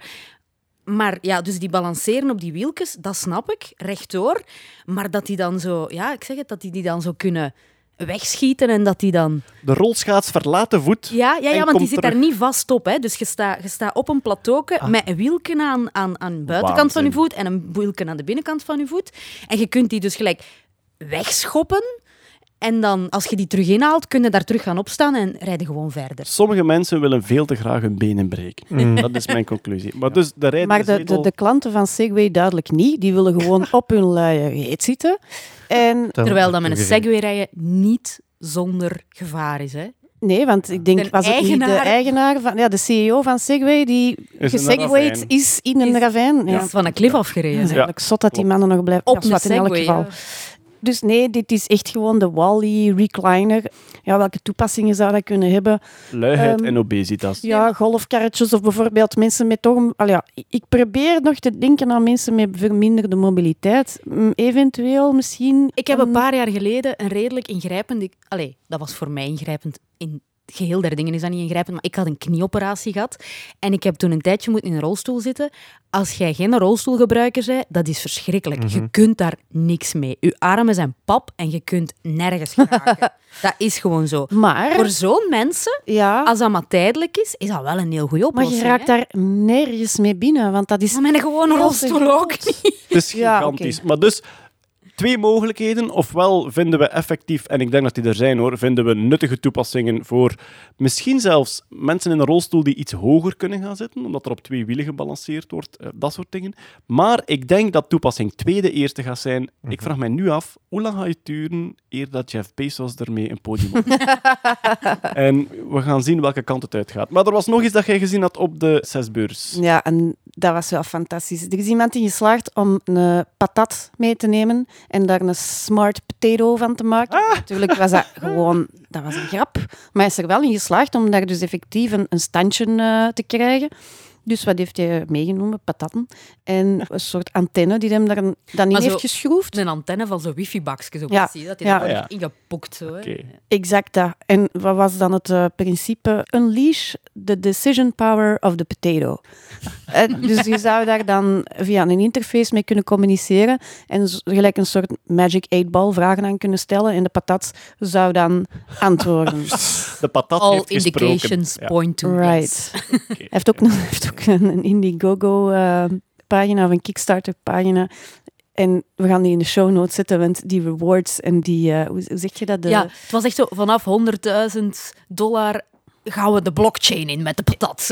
Maar ja, dus die balanceren op die wieltjes, dat snap ik, rechtdoor. Maar dat die dan zo, ja, ik zeg het, dat die die dan zo kunnen wegschieten en dat die dan... De rolschaats verlaat de voet. Ja, ja, en ja want die komt zit terug. daar niet vast op. Hè. Dus je staat je staat op een plateauke Ah. met een wielken aan, aan, aan de buitenkant van je Waanzin. voet en een wielken aan de binnenkant van je voet. En je kunt die dus gelijk wegschoppen. En dan, als je die terug inhaalt, kun je daar terug gaan opstaan en rijden gewoon verder. Sommige mensen willen veel te graag hun benen breken. Dat is mijn conclusie. Maar dus de rijdende Maar de, de, zetel- de klanten van Segway duidelijk niet. Die willen gewoon op hun luie reet zitten. En Terwijl dat met een toegegeven. Segway rijden niet zonder gevaar is. Hè. Nee, want ik denk, De was het niet de eigenaar- eigenaar van... Ja, de C E O van Segway, die Is in een gesegwayed ravijn. is in een Is- ravijn. Ja. Is van een klif Dat afgereden. is hè. eigenlijk zot dat die klopt. mannen nog blijven... Op Ja, een zwart, in elk Segway, geval. ja. Dus nee, dit is echt gewoon de Wall-E recliner. Ja, welke toepassingen zou dat kunnen hebben? Luiheid Ehm, en obesitas. Ja, golfkarretjes of bijvoorbeeld mensen met toch... een- Al ja, ik probeer nog te denken aan mensen met verminderde mobiliteit. Mm, Eventueel misschien... Ik heb een een- paar jaar geleden een redelijk ingrijpende... Allee, dat was voor mij ingrijpend. In het geheel der dingen is dat niet ingrijpend, maar ik had een knieoperatie gehad. En ik heb toen een tijdje moeten in een rolstoel zitten. Als jij geen rolstoelgebruiker bent, dat is verschrikkelijk. Je kunt daar niks mee. Je armen zijn pap en je kunt nergens geraken. Dat is gewoon zo. Maar... Voor zo'n mensen, Ja, als dat maar tijdelijk is, is dat wel een heel goede maar oplossing. je raakt hè? daar nergens mee binnen, want dat is... Maar met een gewone heel rolstoel groot. ook niet. Het is Ja, gigantisch. oké. Maar dus, twee mogelijkheden. Ofwel vinden we effectief, en ik denk dat die er zijn hoor, vinden we nuttige toepassingen voor misschien zelfs mensen in een rolstoel die iets hoger kunnen gaan zitten, omdat er op twee wielen gebalanceerd wordt, eh, dat soort dingen. Maar ik denk dat toepassing twee de eerste gaat zijn. Ik vraag mij nu af, hoe lang gaat het duren eer dat Jeff Bezos ermee een podium op? En we gaan zien welke kant het uitgaat. Maar er was nog iets dat jij gezien had op de zesbeurs. Ja, en dat was wel fantastisch. Er is iemand in geslaagd om een patat mee te nemen en daar een smart potato van te maken. Natuurlijk was dat gewoon... Dat was een grap. Maar hij is er wel in geslaagd om daar dus effectief een, een standje uh, te krijgen. Dus wat heeft hij meegenomen? Patatten. En een soort antenne die hem daar een, dan in Maar zo- heeft geschroefd. Een antenne van zo'n wifi-bakjes. Ja. Ja. Dat hij Ja. er Ja. ingepokt. Zo, hè. Oké. Exact dat. En wat was dan het uh, principe? Unleash the decision power of the potato. uh, dus je zou daar dan via een interface mee kunnen communiceren en zo, gelijk een soort magic eight ball vragen aan kunnen stellen en de patat zou dan antwoorden. De patat All heeft gesproken. indications Ja. point to Right. yes. Hij heeft ook, een- hij heeft ook een, een Indiegogo-pagina of een Kickstarter-pagina. En we gaan die in de show notes zetten, want die rewards en die... uh, hoe, hoe zeg je dat? De, Ja, het was echt zo, vanaf honderdduizend dollar gaan we de blockchain in met de patat.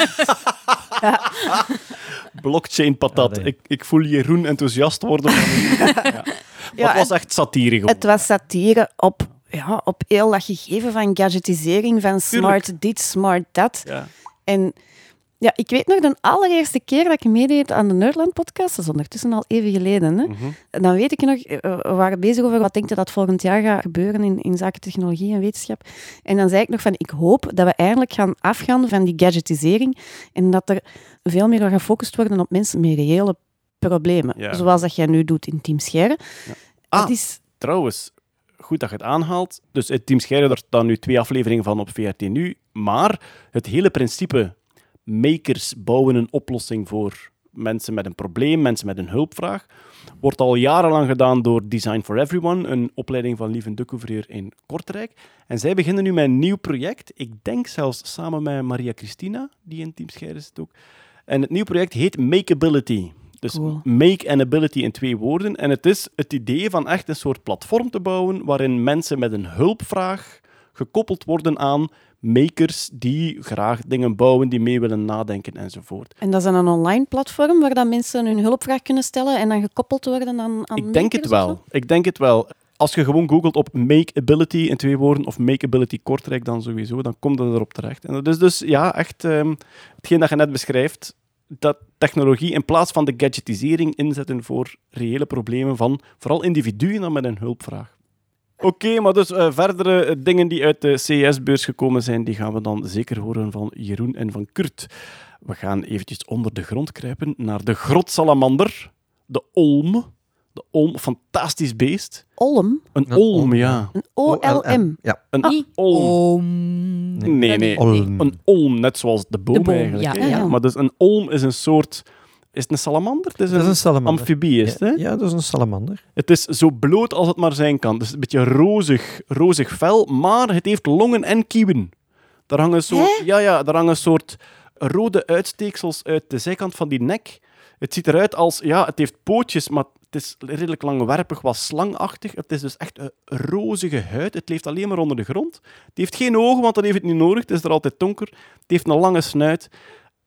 Blockchain patat. Ja, nee. ik, ik voel Jeroen enthousiast worden. Van ja. Maar Ja, het was echt satire gewoon. Het was satire op, ja, op heel dat gegeven van gadgetisering, van smart dit, smart dat. Ja. En ja, ik weet nog de allereerste keer dat ik meedeed aan de Nerdland-podcast, dat is ondertussen al even geleden, hè. Mhm. En dan weet ik nog, eh, we waren bezig over wat denk je dat volgend jaar gaat gebeuren in, in zaken technologie en wetenschap. En dan zei ik nog van, ik hoop dat we eindelijk gaan afgaan van die gadgetisering en dat er veel meer gefocust worden op mensen met reële problemen. Ja. Zoals dat jij nu doet in Team Scheire. Ah. Dat is... Trouwens, goed dat je het aanhaalt. Dus het Team Scheire, daar staan nu twee afleveringen van op V R T Nu. Maar het hele principe, makers bouwen een oplossing voor mensen met een probleem, mensen met een hulpvraag, wordt al jarenlang gedaan door Design for Everyone, een opleiding van Lieven Dukhoevreer in Kortrijk. En zij beginnen nu met een nieuw project. Ik denk zelfs samen met Maria Christina, die in Team Scheire zit ook. En het nieuwe project heet Makeability. Dus Cool. make and ability in twee woorden. En het is het idee van echt een soort platform te bouwen waarin mensen met een hulpvraag gekoppeld worden aan makers die graag dingen bouwen, die mee willen nadenken enzovoort. En dat is dan een online platform waar dan mensen hun hulpvraag kunnen stellen en dan gekoppeld worden aan, aan Ik denk het makers of wel. Ik denk het wel. Als je gewoon googelt op Makeability in twee woorden of Makeability Kortrijk dan sowieso, dan komt dat erop terecht. En dat is dus ja, echt um, hetgeen dat je net beschrijft, dat technologie in plaats van de gadgetisering inzetten voor reële problemen van vooral individuen dan met een hulpvraag. Oké, okay, maar dus uh, verdere uh, dingen die uit de C E S-beurs gekomen zijn, die gaan we dan zeker horen van Jeroen en van Kurt. We gaan eventjes onder de grond kruipen naar de grotsalamander, de olm. De olm, fantastisch beest. Olm? Een Een olm, olm, ja. Een O L M. Ja. Een Niet olm. om... Nee, nee. Olm. Een olm, net zoals de boom, De boom, eigenlijk. ja. hè. Ja, ja. Maar dus een olm is een soort... Is het een salamander? Het is Dat is een, een salamander. amfibie, is het, hè? Ja, ja, dat is een salamander. Het is zo bloot als het maar zijn kan. Dus een beetje rozig, rozig vel, maar het heeft longen en kieuwen. Daar hangen, zo, ja, ja, daar hangen een soort rode uitsteeksels uit de zijkant van die nek. Het ziet eruit als... Ja, het heeft pootjes, maar het is redelijk langwerpig, wat slangachtig. Het is dus echt een rozige huid. Het leeft alleen maar onder de grond. Het heeft geen ogen, want dat heeft het niet nodig. Het is er altijd donker. Het heeft een lange snuit.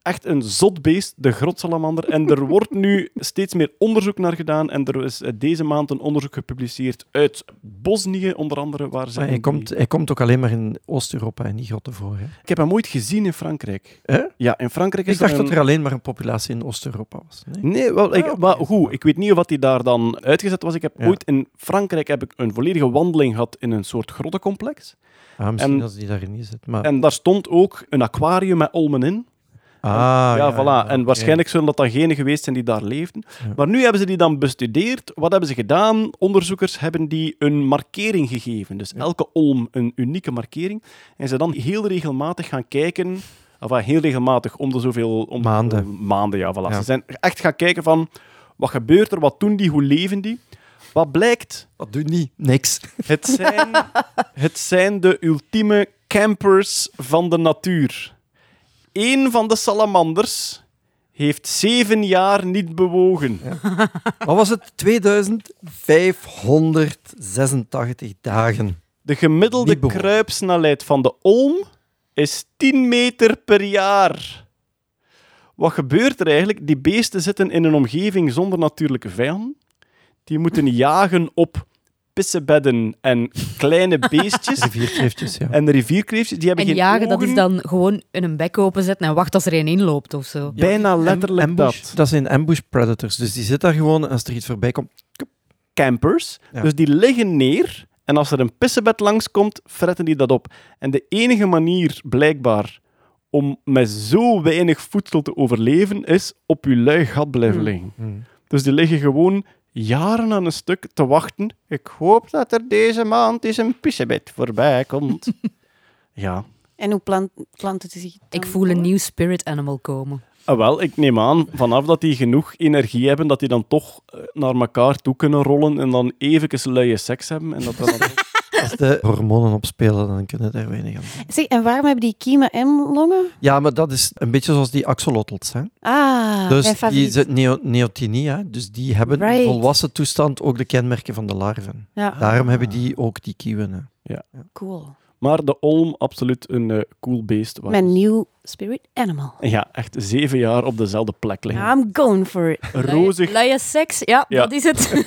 echt een zot beest, de grotsalamander. En er wordt nu steeds meer onderzoek naar gedaan. En er is deze maand een onderzoek gepubliceerd uit Bosnië, onder andere. Waar ze Maar hij, die- komt, hij komt ook alleen maar in Oost-Europa en niet grotten voor. Hè? Ik heb hem ooit gezien in Frankrijk. Hè? Ja, in Frankrijk is Ik dacht er dat een... er alleen maar een populatie in Oost-Europa was. Nee? Nee, wel, ik, Ah, oké. maar goed, ik weet niet of dat hij daar dan uitgezet was. Ik heb Ja. ooit in Frankrijk heb ik een volledige wandeling gehad in een soort grottencomplex. Ah, misschien En- als die daarin niet zit. Maar... En daar stond ook een aquarium met olmen in. ah, ja, voilà. En oké. waarschijnlijk zullen dat dan genen geweest zijn die daar leefden. Ja. Maar nu hebben ze die dan bestudeerd. Wat hebben ze gedaan? Onderzoekers hebben die een markering gegeven. Dus elke olm een unieke markering. En ze dan heel regelmatig gaan kijken... Enfin, heel regelmatig, om de zoveel... Om de Maanden. zoveel maanden, ja, voilà. Ja. Ze zijn echt gaan kijken van... Wat gebeurt er? Wat doen die? Hoe leven die? Wat blijkt? Wat doet niet? Niks. Het zijn, het zijn de ultieme campers van de natuur. Eén van de salamanders heeft zeven jaar niet bewogen. Wat was het? tweeduizendvijfhonderdzesentachtig dagen. De gemiddelde Niet bewogen. kruipsnelheid van de olm is tien meter per jaar. Wat gebeurt er eigenlijk? Die beesten zitten in een omgeving zonder natuurlijke vijanden. Die moeten jagen op pissebedden en kleine beestjes. Rivierkreeftjes, ja. En de rivierkreeftjes, die hebben En geen jagen, dat ogen. is dan gewoon een bek openzetten en wachten als er een inloopt of zo. Bijna letterlijk Ambush, dat. dat zijn ambush predators. Dus die zitten daar gewoon en als er iets voorbij komt... Campers. Ja. Dus die liggen neer en als er een pissebed langskomt, fretten die dat op. En de enige manier, blijkbaar, om met zo weinig voedsel te overleven, is op je lui gat blijven Hmm. liggen. Hmm. Dus die liggen gewoon jaren aan een stuk te wachten. Ik hoop dat er deze maand eens een pissebed voorbij komt. Ja. En hoe plant, plant het zich dan Ik voel een voor? nieuw spirit animal komen. Ah, wel, ik neem aan, vanaf dat die genoeg energie hebben, dat die dan toch eh, naar elkaar toe kunnen rollen en dan even luie seks hebben. En dat dat dan... Als de hormonen opspelen, dan kunnen er weinig aan doen. Zeg, en waarom hebben die kiemen en longen? Ja, maar dat is een beetje zoals die axolotls. Hè? Ah, mijn Dus die favoriet. zit neo, neotinie, hè? Dus die hebben in Right. volwassen toestand ook de kenmerken van de larven. Ja, Daarom hebben die ook die kieuwen. Hè. cool. Maar de olm, absoluut een eh, cool beest. waar Mijn dus- nieuw spirit animal. Ja, echt zeven jaar op dezelfde plek liggen. I'm going for it. Rozig, Luie seks, ja, Ja. dat is het.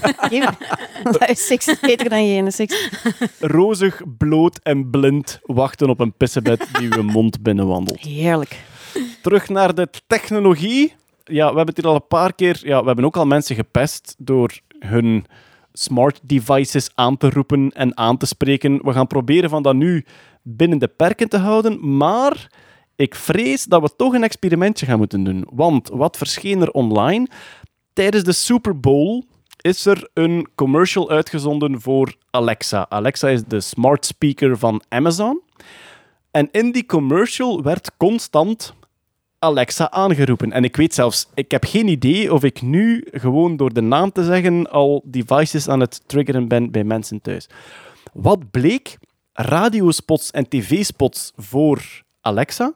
Seks is beter dan geen seks. rozig, bloot en blind wachten op een pissebed die uw mond binnenwandelt. Heerlijk. Terug naar de technologie. Ja, we hebben het hier al een paar keer... Ja, we hebben ook al mensen gepest door hun smart devices aan te roepen en aan te spreken. We gaan proberen van dat nu binnen de perken te houden, maar ik vrees dat we toch een experimentje gaan moeten doen. Want wat verscheen er online? Tijdens de Super Bowl is er een commercial uitgezonden voor Alexa. Alexa is de smart speaker van Amazon. En in die commercial werd constant Alexa aangeroepen. En ik weet zelfs, ik heb geen idee of ik nu gewoon door de naam te zeggen al devices aan het triggeren ben bij mensen thuis. Wat bleek? Radiospots en tv-spots voor Alexa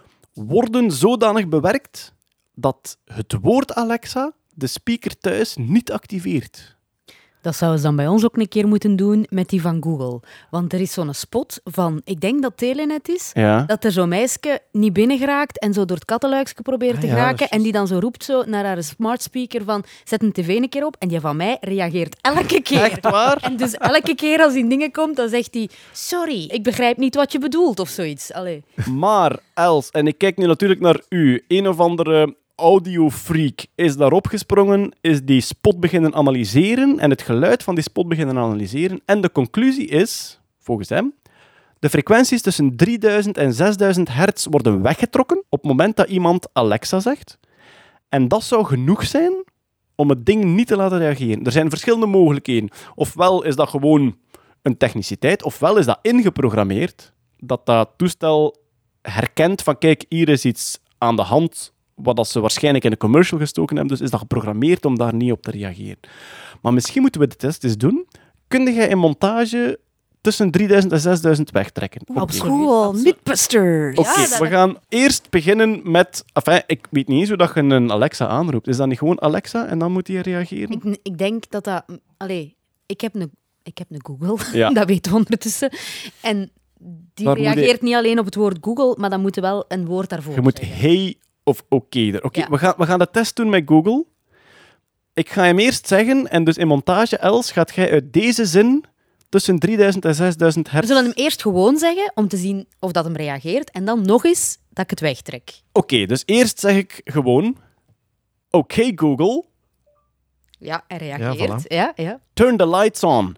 worden zodanig bewerkt dat het woord Alexa de speaker thuis niet activeert. Dat zouden ze dan bij ons ook een keer moeten doen met die van Google. Want er is zo'n spot van, ik denk dat Telenet is, Ja. dat er zo'n meisje niet binnen geraakt en zo door het kattenluikje probeert Ah, te ja, dat geraken. is En die dan zo roept zo naar haar smart speaker van, zet een tv een keer op. En die van mij reageert elke keer. Echt waar? En dus elke keer als die dingen komt, dan zegt hij, sorry, ik begrijp niet wat je bedoelt of zoiets. Allee. Maar Els, en ik kijk nu natuurlijk naar u, een of andere audiofreak is daarop gesprongen, is die spot beginnen analyseren en het geluid van die spot beginnen analyseren. En de conclusie is, volgens hem, de frequenties tussen drieduizend en zesduizend hertz worden weggetrokken op het moment dat iemand Alexa zegt. En dat zou genoeg zijn om het ding niet te laten reageren. Er zijn verschillende mogelijkheden. Ofwel is dat gewoon een techniciteit, ofwel is dat ingeprogrammeerd, dat dat toestel herkent van kijk, hier is iets aan de hand wat dat ze waarschijnlijk in een commercial gestoken hebben, dus is dat geprogrammeerd om daar niet op te reageren. Maar misschien moeten we de test eens doen. Kun jij in montage tussen drieduizend en zesduizend wegtrekken? Oké. Absoluut. Cool. Mythbusters. Oké, Ja, dat- we gaan eerst beginnen met... Enfin, ik weet niet eens hoe dat je een Alexa aanroept. Is dat niet gewoon Alexa en dan moet hij reageren? Ik, ik denk dat dat... Allee, ik heb een, ik heb een Google, Ja. dat weten we ondertussen. En die Maar moet reageert niet alleen op het woord Google, maar dan moet er wel een woord daarvoor Je moet zeggen. Hey of okéder. Oké, Ja. we, gaan, we gaan de test doen met Google. Ik ga hem eerst zeggen, en dus in montage, Els, gaat jij uit deze zin tussen drieduizend en zesduizend We hertz... zullen hem eerst gewoon zeggen, om te zien of dat hem reageert. En dan nog eens dat ik het wegtrek. Oké, dus eerst zeg ik gewoon... Oké, Google, Ja, hij reageert. Ja, voilà. Ja, ja. turn the lights on.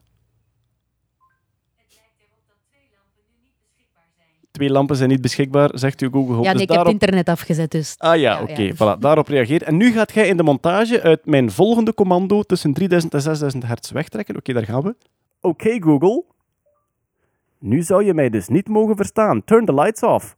Twee lampen zijn niet beschikbaar, zegt uw Google Home. Ja, nee, Dus ik heb daarop... het internet afgezet, dus... Ah ja, Ja, oké, ja. voilà, daarop reageert. En nu gaat jij in de montage uit mijn volgende commando tussen drieduizend en zesduizend hertz wegtrekken. Oké, daar gaan we. Oké, Google. Nu zou je mij dus niet mogen verstaan. Turn the lights off.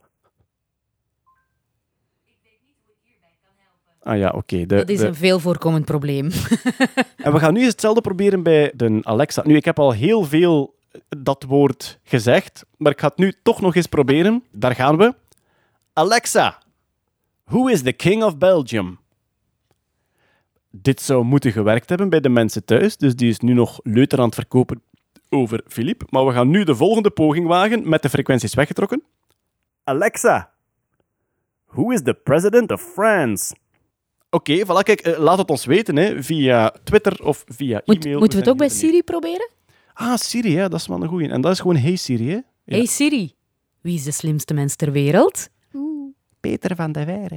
Ah ja, oké. de- Dat is de- een veel voorkomend probleem. En we gaan nu eens hetzelfde proberen bij de Alexa. Nu, ik heb al heel veel dat woord gezegd, maar ik ga het nu toch nog eens proberen. Daar gaan we. Alexa, who is the king of Belgium? Dit zou moeten gewerkt hebben bij de mensen thuis, dus die is nu nog leuter aan het verkopen over Philippe. Maar we gaan nu de volgende poging wagen met de frequenties weggetrokken. Alexa, who is the president of France? Oké, voilà, kijk, eh, laat het ons weten, hè, via Twitter of via Moet, e-mail. moeten we het ook bij zijn heel Siri proberen? benieuwd. Ah, Siri, ja, dat is wel een goeie. En dat is gewoon Hey Siri, hè? Ja. Hey Siri, wie is de slimste mens ter wereld? Peter van der Weijre.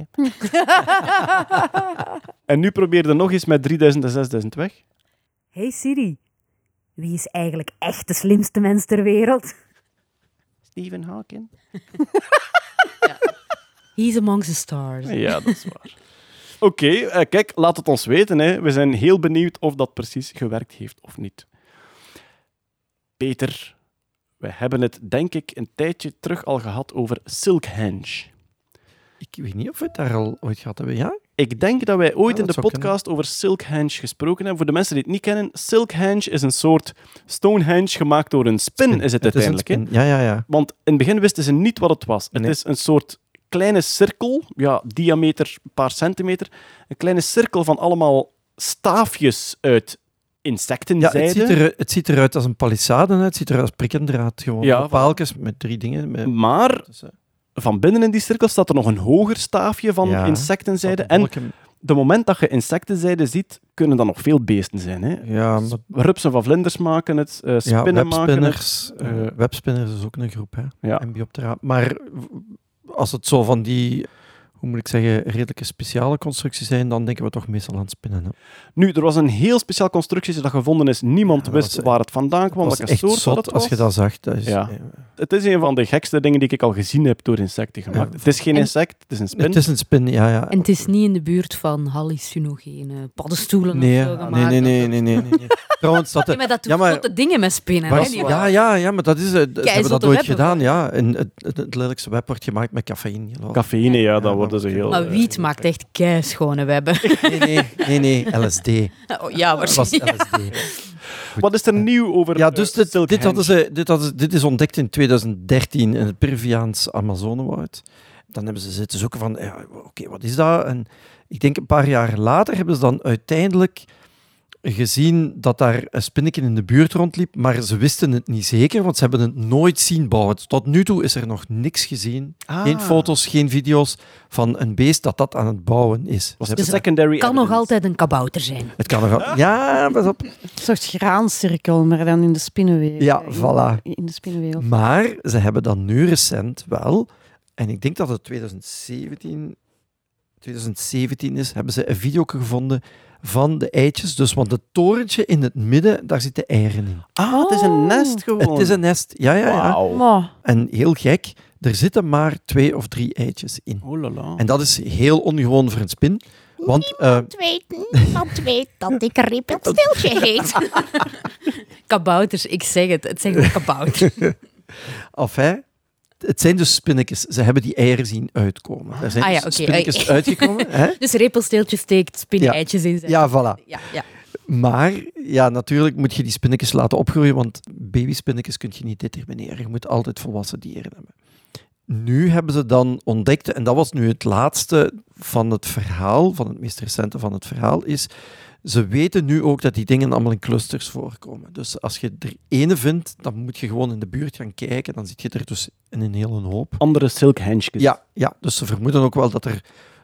En nu probeer je nog eens met drieduizend en zesduizend weg. Hey Siri, wie is eigenlijk echt de slimste mens ter wereld? Stephen Hawking. He's amongst the stars. Ja, dat is waar. Oké, eh, kijk, laat het ons weten. Hè. We zijn heel benieuwd of dat precies gewerkt heeft of niet. Peter, we hebben het denk ik een tijdje terug al gehad over Silkhenge. Ik weet niet of we het daar al ooit gehad hebben, ja? Ik denk dat wij ooit Ja, in de dat zou podcast over Silkhenge gesproken hebben. Voor de mensen die het niet kennen, Silkhenge is een soort Stonehenge gemaakt door een spin, is het is een uiteindelijk. hè? spin. Ja, ja, ja. Want in het begin wisten ze niet wat het was. Het Nee. is een soort kleine cirkel, ja, diameter een paar centimeter, een kleine cirkel van allemaal staafjes uit Ja, insectenzijde. het ziet, er, het ziet eruit als een palissade, hè. Het ziet eruit als prikkendraad. Gewoon Ja, ja, paaltjes met drie dingen. Met, Maar dus, eh, van binnen in die cirkel staat er nog een hoger staafje van Ja, insectenzijde. dat En wolken- de moment dat je insectenzijde ziet, kunnen dat nog veel beesten zijn. Hè? Ja, maar, Rupsen van vlinders maken het, eh, ja, spinnen maken het. webspinners. eh, eh, webspinners is ook een groep, hè. Ja. Ambioptera. Maar als het zo van die, hoe moet ik zeggen, redelijke speciale constructies zijn, dan denken we toch meestal aan spinnen. Hè. Nu, er was een heel speciaal constructie dat gevonden is. Niemand Ja, dat wist was- waar het vandaan kwam, Dat was welke echt soort zot dat het als was. je dat zag. Dat is, Ja. eh, Het is een van de gekste dingen die ik al gezien heb door insecten gemaakt. Ja. Het is geen En- insect, het is een spin. Het is een spin, ja. ja. En het is niet in de buurt van hallucinogene paddenstoelen Nee, of zo nee, gemaakt. nee, nee, nee, nee, nee, nee. Trouwens, dat Nee, maar dat doet Ja, maar- zotte dingen met spinnen. Maar hè, is- niet ja, waar? ja, ja, maar dat is, eh, ze hebben dat zotte ooit webben gedaan, van. ja. En het, het, het lelijkste web wordt gemaakt met cafeïne. geloof ik. Cafeïne, ja, Ja, dan worden ze maar- heel... Maar eh, wiet maakt echt keischone webben. Nee, nee, nee, nee, L S D. Oh, ja, Dat was waarschijnlijk. L S D. Wat is er nieuw over Ja, eh, dus dit, Silkhenge? dit, hadden ze, dit, hadden ze, dit is ontdekt in tweeduizend dertien in het Peruviaans Amazonewoud. Dan hebben ze zitten zoeken van, ja, oké, wat is dat? En ik denk een paar jaar later hebben ze dan uiteindelijk gezien dat daar een spinnetje in de buurt rondliep, maar ze wisten het niet zeker, want ze hebben het nooit zien bouwen. Tot nu toe is er nog niks gezien. Ah. Geen foto's, geen video's van een beest dat dat aan het bouwen is. Ze Was hebben- het secondary Het kan nog evidence. altijd een kabouter zijn. Het kan nog wel. Ja, pas op. Een soort graancirkel, maar dan in de spinnenwereld. Ja, In- voilà. In de spinnenwereld. Maar ze hebben dan nu recent wel, en ik denk dat het twintig zeventien, twintig zeventien is, hebben ze een video gevonden van de eitjes. Dus, want het torentje in het midden, daar zitten eieren in. Ah, het is een nest gewoon. Het is een nest, ja, ja, ja. Wauw. Maar, En heel gek, er zitten maar twee of drie eitjes in. Oh la la. En dat is heel ongewoon voor een spin. Want eh, weet, niemand weet dat ik Rippelstiltje heet. Kabouters, ik zeg het. Het zijn gewoon kabouter. enfin, het zijn dus spinnetjes. Ze hebben die eieren zien uitkomen. Er zijn Ah ja, dus oké. spinnetjes uitgekomen. Hè? Dus repelsteeltje steekt spinneneitjes in zijn. Ja, voilà. Ja, ja. Maar ja, natuurlijk moet je die spinnetjes laten opgroeien, want babyspinnetjes kun je niet determineren. Je moet altijd volwassen dieren hebben. Nu hebben ze dan ontdekt, en dat was nu het laatste van het verhaal, van het meest recente van het verhaal, is ze weten nu ook dat die dingen allemaal in clusters voorkomen. Dus als je er ene vindt, dan moet je gewoon in de buurt gaan kijken, dan zit je er dus in een hele hoop. Andere silkhenges. Ja, ja, dus ze vermoeden ook wel dat er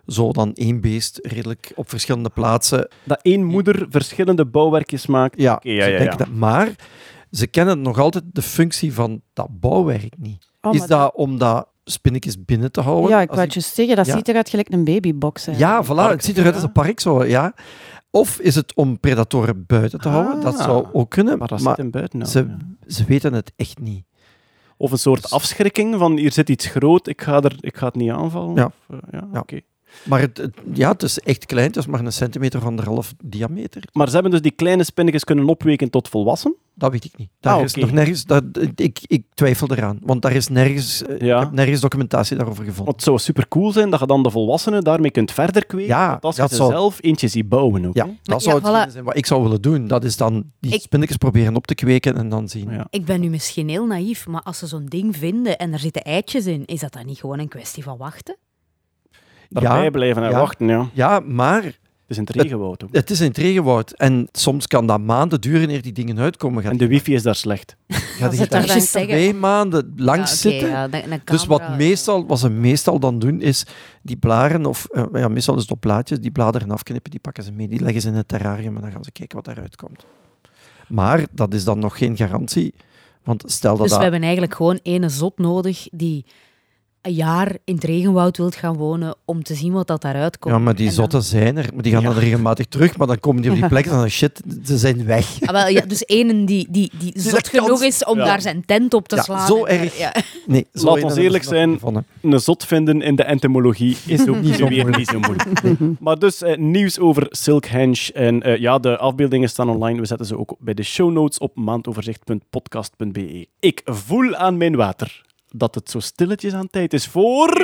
zo dan één beest redelijk op verschillende plaatsen. Dat één moeder verschillende bouwwerkjes maakt. Ja, Oké, ja, ze ja, denken ja. dat. Maar ze kennen nog altijd de functie van dat bouwwerk niet. Oh, Is maar dat om dat spinnetjes binnen te houden? Ja, ik Als wou ik- het juist zeggen, dat Ja. ziet eruit gelijk een babybox. Ja, eigenlijk. voilà, het ziet eruit als een park zo, ja. Of is het om predatoren buiten te houden? Dat Ah. zou ook kunnen, Maar dat maar zit in buiten. nou, ze, ja. ze weten het echt niet. Of een soort afschrikking van hier zit iets groot, ik ga, er, ik ga het niet aanvallen. Ja. Of, uh, ja, Ja. oké. Maar het, het- ja, het is echt klein, het is maar een centimeter of anderhalf diameter. Maar ze hebben dus die kleine spinnetjes kunnen opweken tot volwassen. Dat weet ik niet. Daar Ah, is oké. nog nergens, dat, ik, ik twijfel eraan, want daar is nergens, eh, Ja. ik heb nergens documentatie daarover gevonden. Want het zou super cool zijn dat je dan de volwassenen daarmee kunt verder kweken. Ja, want als je dat ze zou- zelf eentje ziet bouwen ook. Ja, hè. dat ja, zou het voilà. zijn wat ik zou willen doen. Dat is dan die Ik- spinnetjes proberen op te kweken en dan zien. Ja. Ik ben nu misschien heel naïef, maar als ze zo'n ding vinden en er zitten eitjes in, is dat dan niet gewoon een kwestie van wachten? Daarbij blijven en ja. wachten, ja. Ja, maar Het is in het regenwoud ook. het is in het regenwoud en soms kan dat maanden duren eer die dingen uitkomen. Gaat En de wifi is daar slecht. Gaat ze die het daar daar juist zeggen. twee maanden langs Ja, oké, zitten? ja, dan- dan Dus camera- wat, meestal, wat ze meestal dan doen, is die blaren, of uh, ja, meestal is het op plaatjes, die bladeren afknippen, die pakken ze mee, die leggen ze in het terrarium en dan gaan ze kijken wat daaruit komt. Maar dat is dan nog geen garantie, want stel dat Dus we dat... hebben eigenlijk gewoon ene zot nodig die een jaar in het regenwoud wilt gaan wonen om te zien wat dat daaruit komt. Ja, maar die En dan- zotten zijn er, maar die gaan Ja. dan regelmatig terug, maar dan komen die op die plek en dan shit, ze zijn weg. Ah, wel, ja, dus ene die, die, die dat zot kan- genoeg is om Ja. daar zijn tent op te Ja, slaan. zo en- erg. Ja. Nee, zo Laat een ons hebben eerlijk ze nog zijn. gevonden. Een zot vinden in de entomologie is ook niet zo, weer niet zo moeilijk. Maar dus eh, nieuws over Silkhenge. En eh, ja, de afbeeldingen staan online. We zetten ze ook bij de show notes op maandoverzicht punt podcast punt be. Ik voel aan mijn water dat het zo stilletjes aan tijd is voor...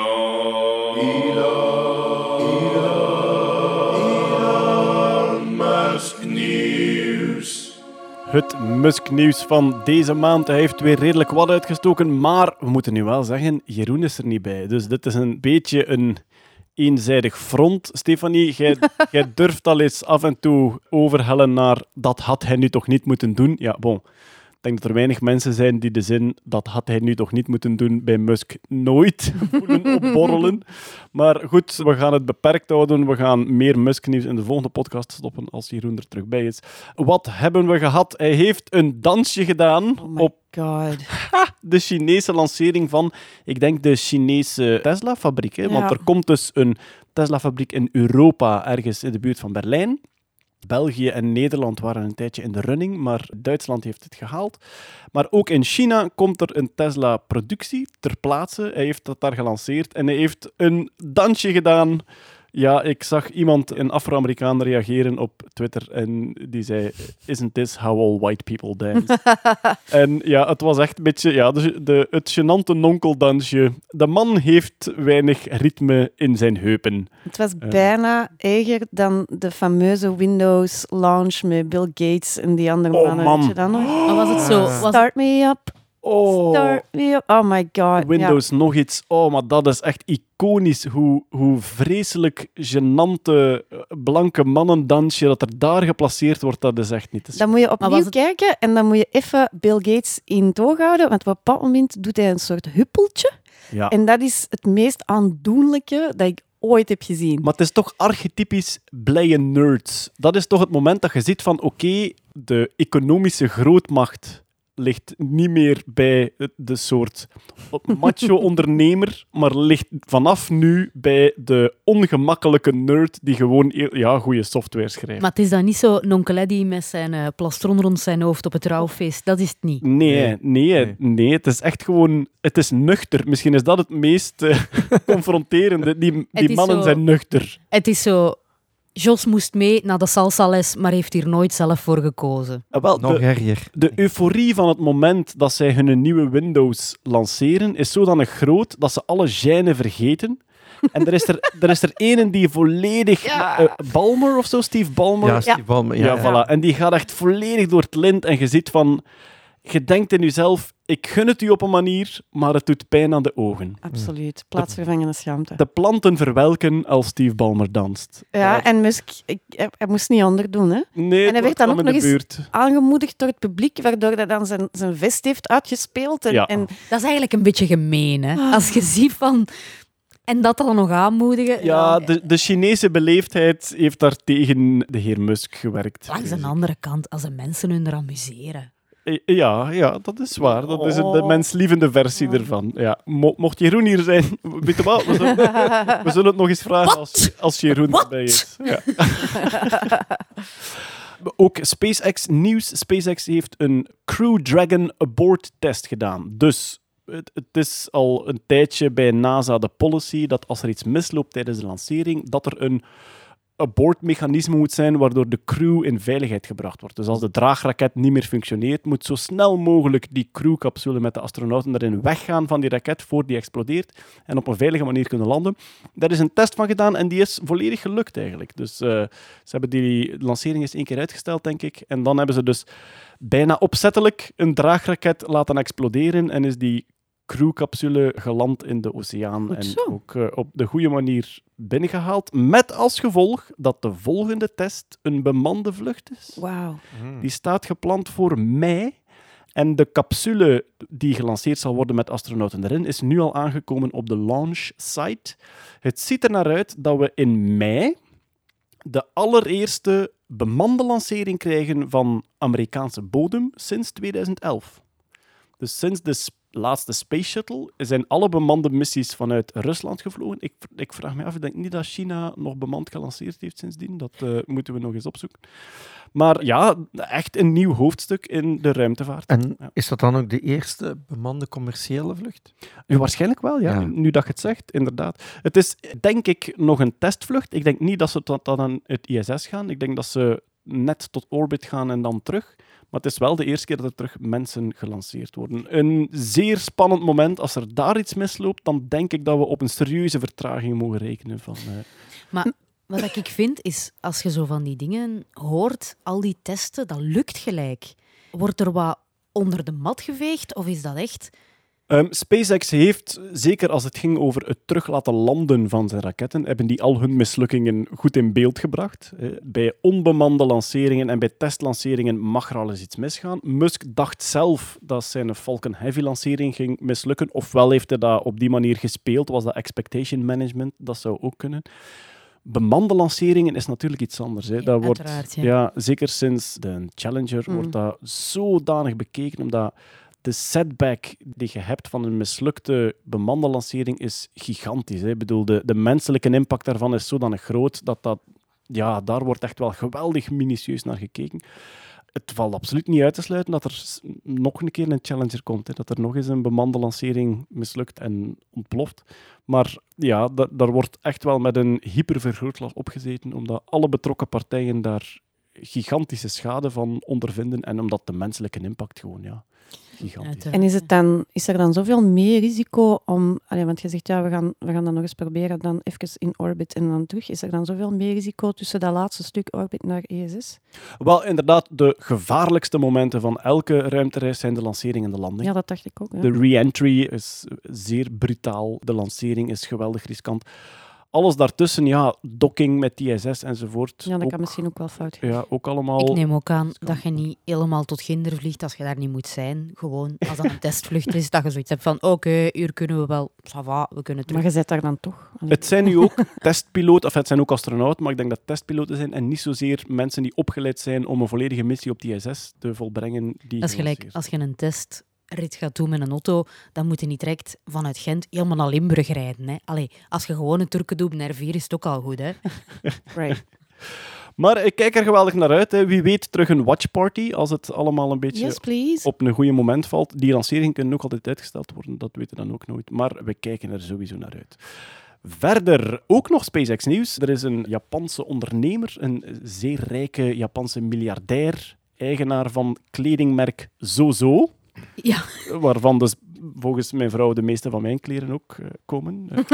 Het Musk-nieuws van deze maand. Hij heeft weer redelijk wat uitgestoken, maar we moeten nu wel zeggen, Jeroen is er niet bij. Dus dit is een beetje een eenzijdig front. Stefanie, jij, jij durft al eens af en toe overhellen naar dat had hij nu toch niet moeten doen. Ja, bon. Ik denk dat er weinig mensen zijn die de zin dat had hij nu toch niet moeten doen bij Musk nooit voelen opborrelen. Maar goed, we gaan het beperkt houden. We gaan meer Musk-nieuws in de volgende podcast stoppen als Jeroen er terug bij is. Wat hebben we gehad? Hij heeft een dansje gedaan Oh my op god. de Chinese lancering van, ik denk, de Chinese Tesla-fabriek. Hè? Want Ja. er komt dus een Tesla-fabriek in Europa, ergens in de buurt van Berlijn. België en Nederland waren een tijdje in de running, maar Duitsland heeft het gehaald. Maar ook in China komt er een Tesla-productie ter plaatse. Hij heeft dat daar gelanceerd en hij heeft een dansje gedaan. Ja, ik zag iemand, een Afro-Amerikaan, reageren op Twitter en die zei, isn't this how all white people dance? En ja, het was echt een beetje ja, de, de, het gênante nonkeldansje. De man heeft weinig ritme in zijn heupen. Het was bijna erger dan de fameuze Windows launch met Bill Gates en die andere Oh, mannen. man. Weet je dat nog? Maar was het zo? Was het- Start me up, Oh, start me up. Oh my god. Windows nog iets. Oh, maar dat is echt iconisch. Hoe, hoe vreselijk gênante eh, blanke mannendansje dat er daar geplaceerd wordt, dat is echt niet te Ja. Dan moet je opnieuw was het- kijken en dan moet je even Bill Gates in het oog houden, want op een bepaald moment doet hij een soort huppeltje. Ja. En dat is het meest aandoenlijke dat ik ooit heb gezien. Maar het is toch archetypisch blije nerds. Dat is toch het moment dat je ziet van oké, de economische grootmacht ligt niet meer bij de soort macho-ondernemer, maar ligt vanaf nu bij de ongemakkelijke nerd die gewoon eer- ja, goede software schrijft. Maar het is dan niet zo Nonkeledi met zijn eh, plastron rond zijn hoofd op het rouwfeest. Dat is het niet. Nee, nee, nee, Nee. het is echt gewoon... Het is nuchter. Misschien is dat het meest eh, confronterende. Die, die is mannen zo- zijn nuchter. Het is zo... Jos moest mee naar de salsa-les, maar heeft hier nooit zelf voor gekozen. Ah, wel, Nog de, erger. de euforie van het moment dat zij hun nieuwe Windows lanceren is zodanig groot dat ze alle gêne vergeten. En er is er, er, is er ene die volledig... Ja. eh, Ballmer of zo, Steve Ballmer? Ja, Steve Ballmer, Ja, ja, voilà. En die gaat echt volledig door het lint en je ziet van... Je denkt in jezelf, ik gun het u op een manier, maar het doet pijn aan de ogen. Absoluut. Plaatsvervangende schaamte. De planten verwelken als Steve Ballmer danst. Ja, en Musk, ik, hij, hij moest niet onderdoen, hè. Nee, En hij het werd dan kwam ook in nog de eens buurt. aangemoedigd door het publiek, waardoor hij dan zijn, zijn vest heeft uitgespeeld. En, Ja. en Dat is eigenlijk een beetje gemeen, hè. Als je ziet van... En dat dan nog aanmoedigen. Ja, de, de Chinese beleefdheid heeft daar tegen de heer Musk gewerkt. Langs de andere kant, als de mensen hun er amuseren. Eh, Ja, ja, dat is waar. Dat is de menslievende versie ervan. Ja. Mo- mocht Jeroen hier zijn, weet je wat? We zullen, we zullen het nog eens vragen als, als Jeroen erbij is. Ja. Ook SpaceX nieuws. SpaceX heeft een Crew Dragon abort test gedaan. Dus het, het is al een tijdje bij NASA de policy dat als er iets misloopt tijdens de lancering, dat er een abortmechanisme moet zijn waardoor de crew in veiligheid gebracht wordt. Dus als de draagraket niet meer functioneert, moet zo snel mogelijk die crewcapsule met de astronauten erin weggaan van die raket voor die explodeert en op een veilige manier kunnen landen. Daar is een test van gedaan en die is volledig gelukt eigenlijk. Dus uh, ze hebben die lancering eens één keer uitgesteld, denk ik. En dan hebben ze dus bijna opzettelijk een draagraket laten exploderen en is die crewcapsule geland in de oceaan Goed en zo. ook uh, op de goede manier binnengehaald. Met als gevolg dat de volgende test een bemande vlucht is. Wauw. Die staat gepland voor mei. En de capsule die gelanceerd zal worden met astronauten erin, is nu al aangekomen op de launch site. Het ziet er naar uit dat we in mei de allereerste bemande lancering krijgen van Amerikaanse bodem sinds tweeduizend elf. Dus sinds de sp- laatste Space Shuttle zijn alle bemande missies vanuit Rusland gevlogen. Ik, ik vraag me af, ik denk niet dat China nog bemand gelanceerd heeft sindsdien. Dat uh, moeten we nog eens opzoeken. Maar ja, echt een nieuw hoofdstuk in de ruimtevaart. En Ja. is dat dan ook de eerste bemande commerciële vlucht? Ja, waarschijnlijk wel, ja. Ja. Nu dat je het zegt, inderdaad. Het is, denk ik, nog een testvlucht. Ik denk niet dat ze tot, tot aan het I S S gaan. Ik denk dat ze net tot orbit gaan en dan terug. Maar het is wel de eerste keer dat er terug mensen gelanceerd worden. Een zeer spannend moment. Als er daar iets misloopt, dan denk ik dat we op een serieuze vertraging mogen rekenen. Van, uh... Maar wat ik vind, is als je zo van die dingen hoort, al die testen, dat lukt gelijk. Wordt er wat onder de mat geveegd, of is dat echt... Um, SpaceX heeft, zeker als het ging over het terug laten landen van zijn raketten, hebben die al hun mislukkingen goed in beeld gebracht. Eh, bij onbemande lanceringen en bij testlanceringen mag er al eens iets misgaan. Musk dacht zelf dat zijn Falcon Heavy-lancering ging mislukken, ofwel heeft hij dat op die manier gespeeld, was dat expectation management, dat zou ook kunnen. Bemande lanceringen is natuurlijk iets anders. Hè. Ja, Dat wordt, uiteraard, ja. ja, zeker sinds de Challenger Mm. wordt dat zodanig bekeken, omdat de setback die je hebt van een mislukte bemande lancering is gigantisch. Hè. Ik bedoel, de, de menselijke impact daarvan is zodanig groot dat dat... Ja, daar wordt echt wel geweldig minutieus naar gekeken. Het valt absoluut niet uit te sluiten dat er s- nog een keer een Challenger komt. Hè. Dat er nog eens een bemande lancering mislukt en ontploft. Maar ja, da- daar wordt echt wel met een hypervergrootglas opgezeten, omdat alle betrokken partijen daar gigantische schade van ondervinden en omdat de menselijke impact gewoon, ja, gigantisch. Uiteraard. En is, het dan, is er dan zoveel meer risico om... Allee, want je zegt, ja, we gaan, we gaan dat nog eens proberen, dan even in orbit en dan terug. Is er dan zoveel meer risico tussen dat laatste stuk orbit naar I S S? Wel, inderdaad, de gevaarlijkste momenten van elke ruimtereis zijn de lancering en de landing. Ja, dat dacht ik ook. Ja. De re-entry is zeer brutaal. De lancering is geweldig riskant. Alles daartussen, ja, docking met I S S enzovoort. Ja, dat ook, kan misschien ook wel fout gaan. Ja, ook allemaal... Ik neem ook aan dat je niet helemaal tot Ginder vliegt als je daar niet moet zijn. Gewoon, als dat een testvlucht is, dat je zoiets hebt van oké, uur kunnen we wel, ça va, we kunnen terug. Maar je zit daar dan toch? Allee. Het zijn nu ook testpiloten, of het zijn ook astronauten, maar ik denk dat testpiloten zijn en niet zozeer mensen die opgeleid zijn om een volledige missie op de I S S te volbrengen. Die Dat is gelijk, gelanceerd als je een testrit gaat doen met een auto, dan moet je niet direct vanuit Gent helemaal naar Limburg rijden. Hè. Allee, als je gewoon een Turken doet naar R vier, is het ook al goed. Hè. Right. Maar ik kijk er geweldig naar uit. Hè. Wie weet terug een watchparty, als het allemaal een beetje Yes, please. op een goede moment valt. Die lanceringen kunnen ook altijd uitgesteld worden, dat weten we dan ook nooit. Maar we kijken er sowieso naar uit. Verder, ook nog SpaceX-nieuws. Er is een Japanse ondernemer, een zeer rijke Japanse miljardair, eigenaar van kledingmerk Zozo, Ja, waarvan dus volgens mijn vrouw de meeste van mijn kleren ook uh, komen. Uh,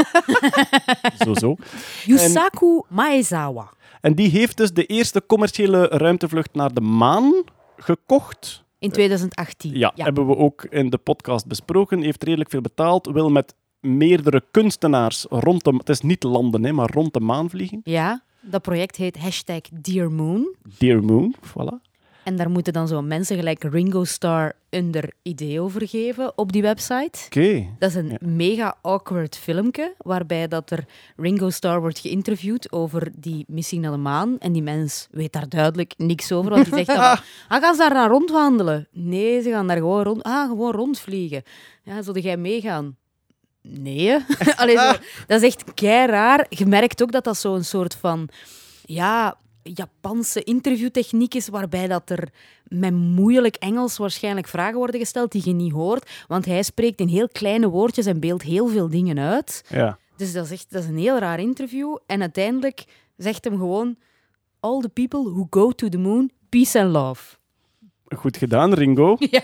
Zozo. Yusaku Maezawa. En die heeft dus de eerste commerciële ruimtevlucht naar de maan gekocht. In tweeduizend achttien. Ja, hebben we ook in de podcast besproken. Heeft redelijk veel betaald. Wil met meerdere kunstenaars rond de... Het is niet landen, hè, maar rond de maan vliegen. Ja, dat project heet hashtag Dear Moon. Dear Moon, voilà. En daar moeten dan zo mensen gelijk Ringo Starr hun er idee over geven op die website. Oké. Okay. Dat is een ja. mega awkward filmpje, waarbij dat er Ringo Starr wordt geïnterviewd over die missie naar de maan. En die mens weet daar duidelijk niks over, want die zegt dan, ah, gaan ze daar naar rondwandelen? Nee, ze gaan daar gewoon rond, ah, gewoon rondvliegen. Ja, zullen jij meegaan? Nee. Allee, zo, dat is echt kei raar. Je merkt ook dat dat zo'n soort van... ja, Japanse interviewtechniek is, waarbij dat er met moeilijk Engels waarschijnlijk vragen worden gesteld die je niet hoort. Want hij spreekt in heel kleine woordjes en beeldt heel veel dingen uit. Ja. Dus dat is, echt, dat is een heel raar interview. En uiteindelijk zegt hem gewoon... All the people who go to the moon, peace and love. Goed gedaan, Ringo. Ja.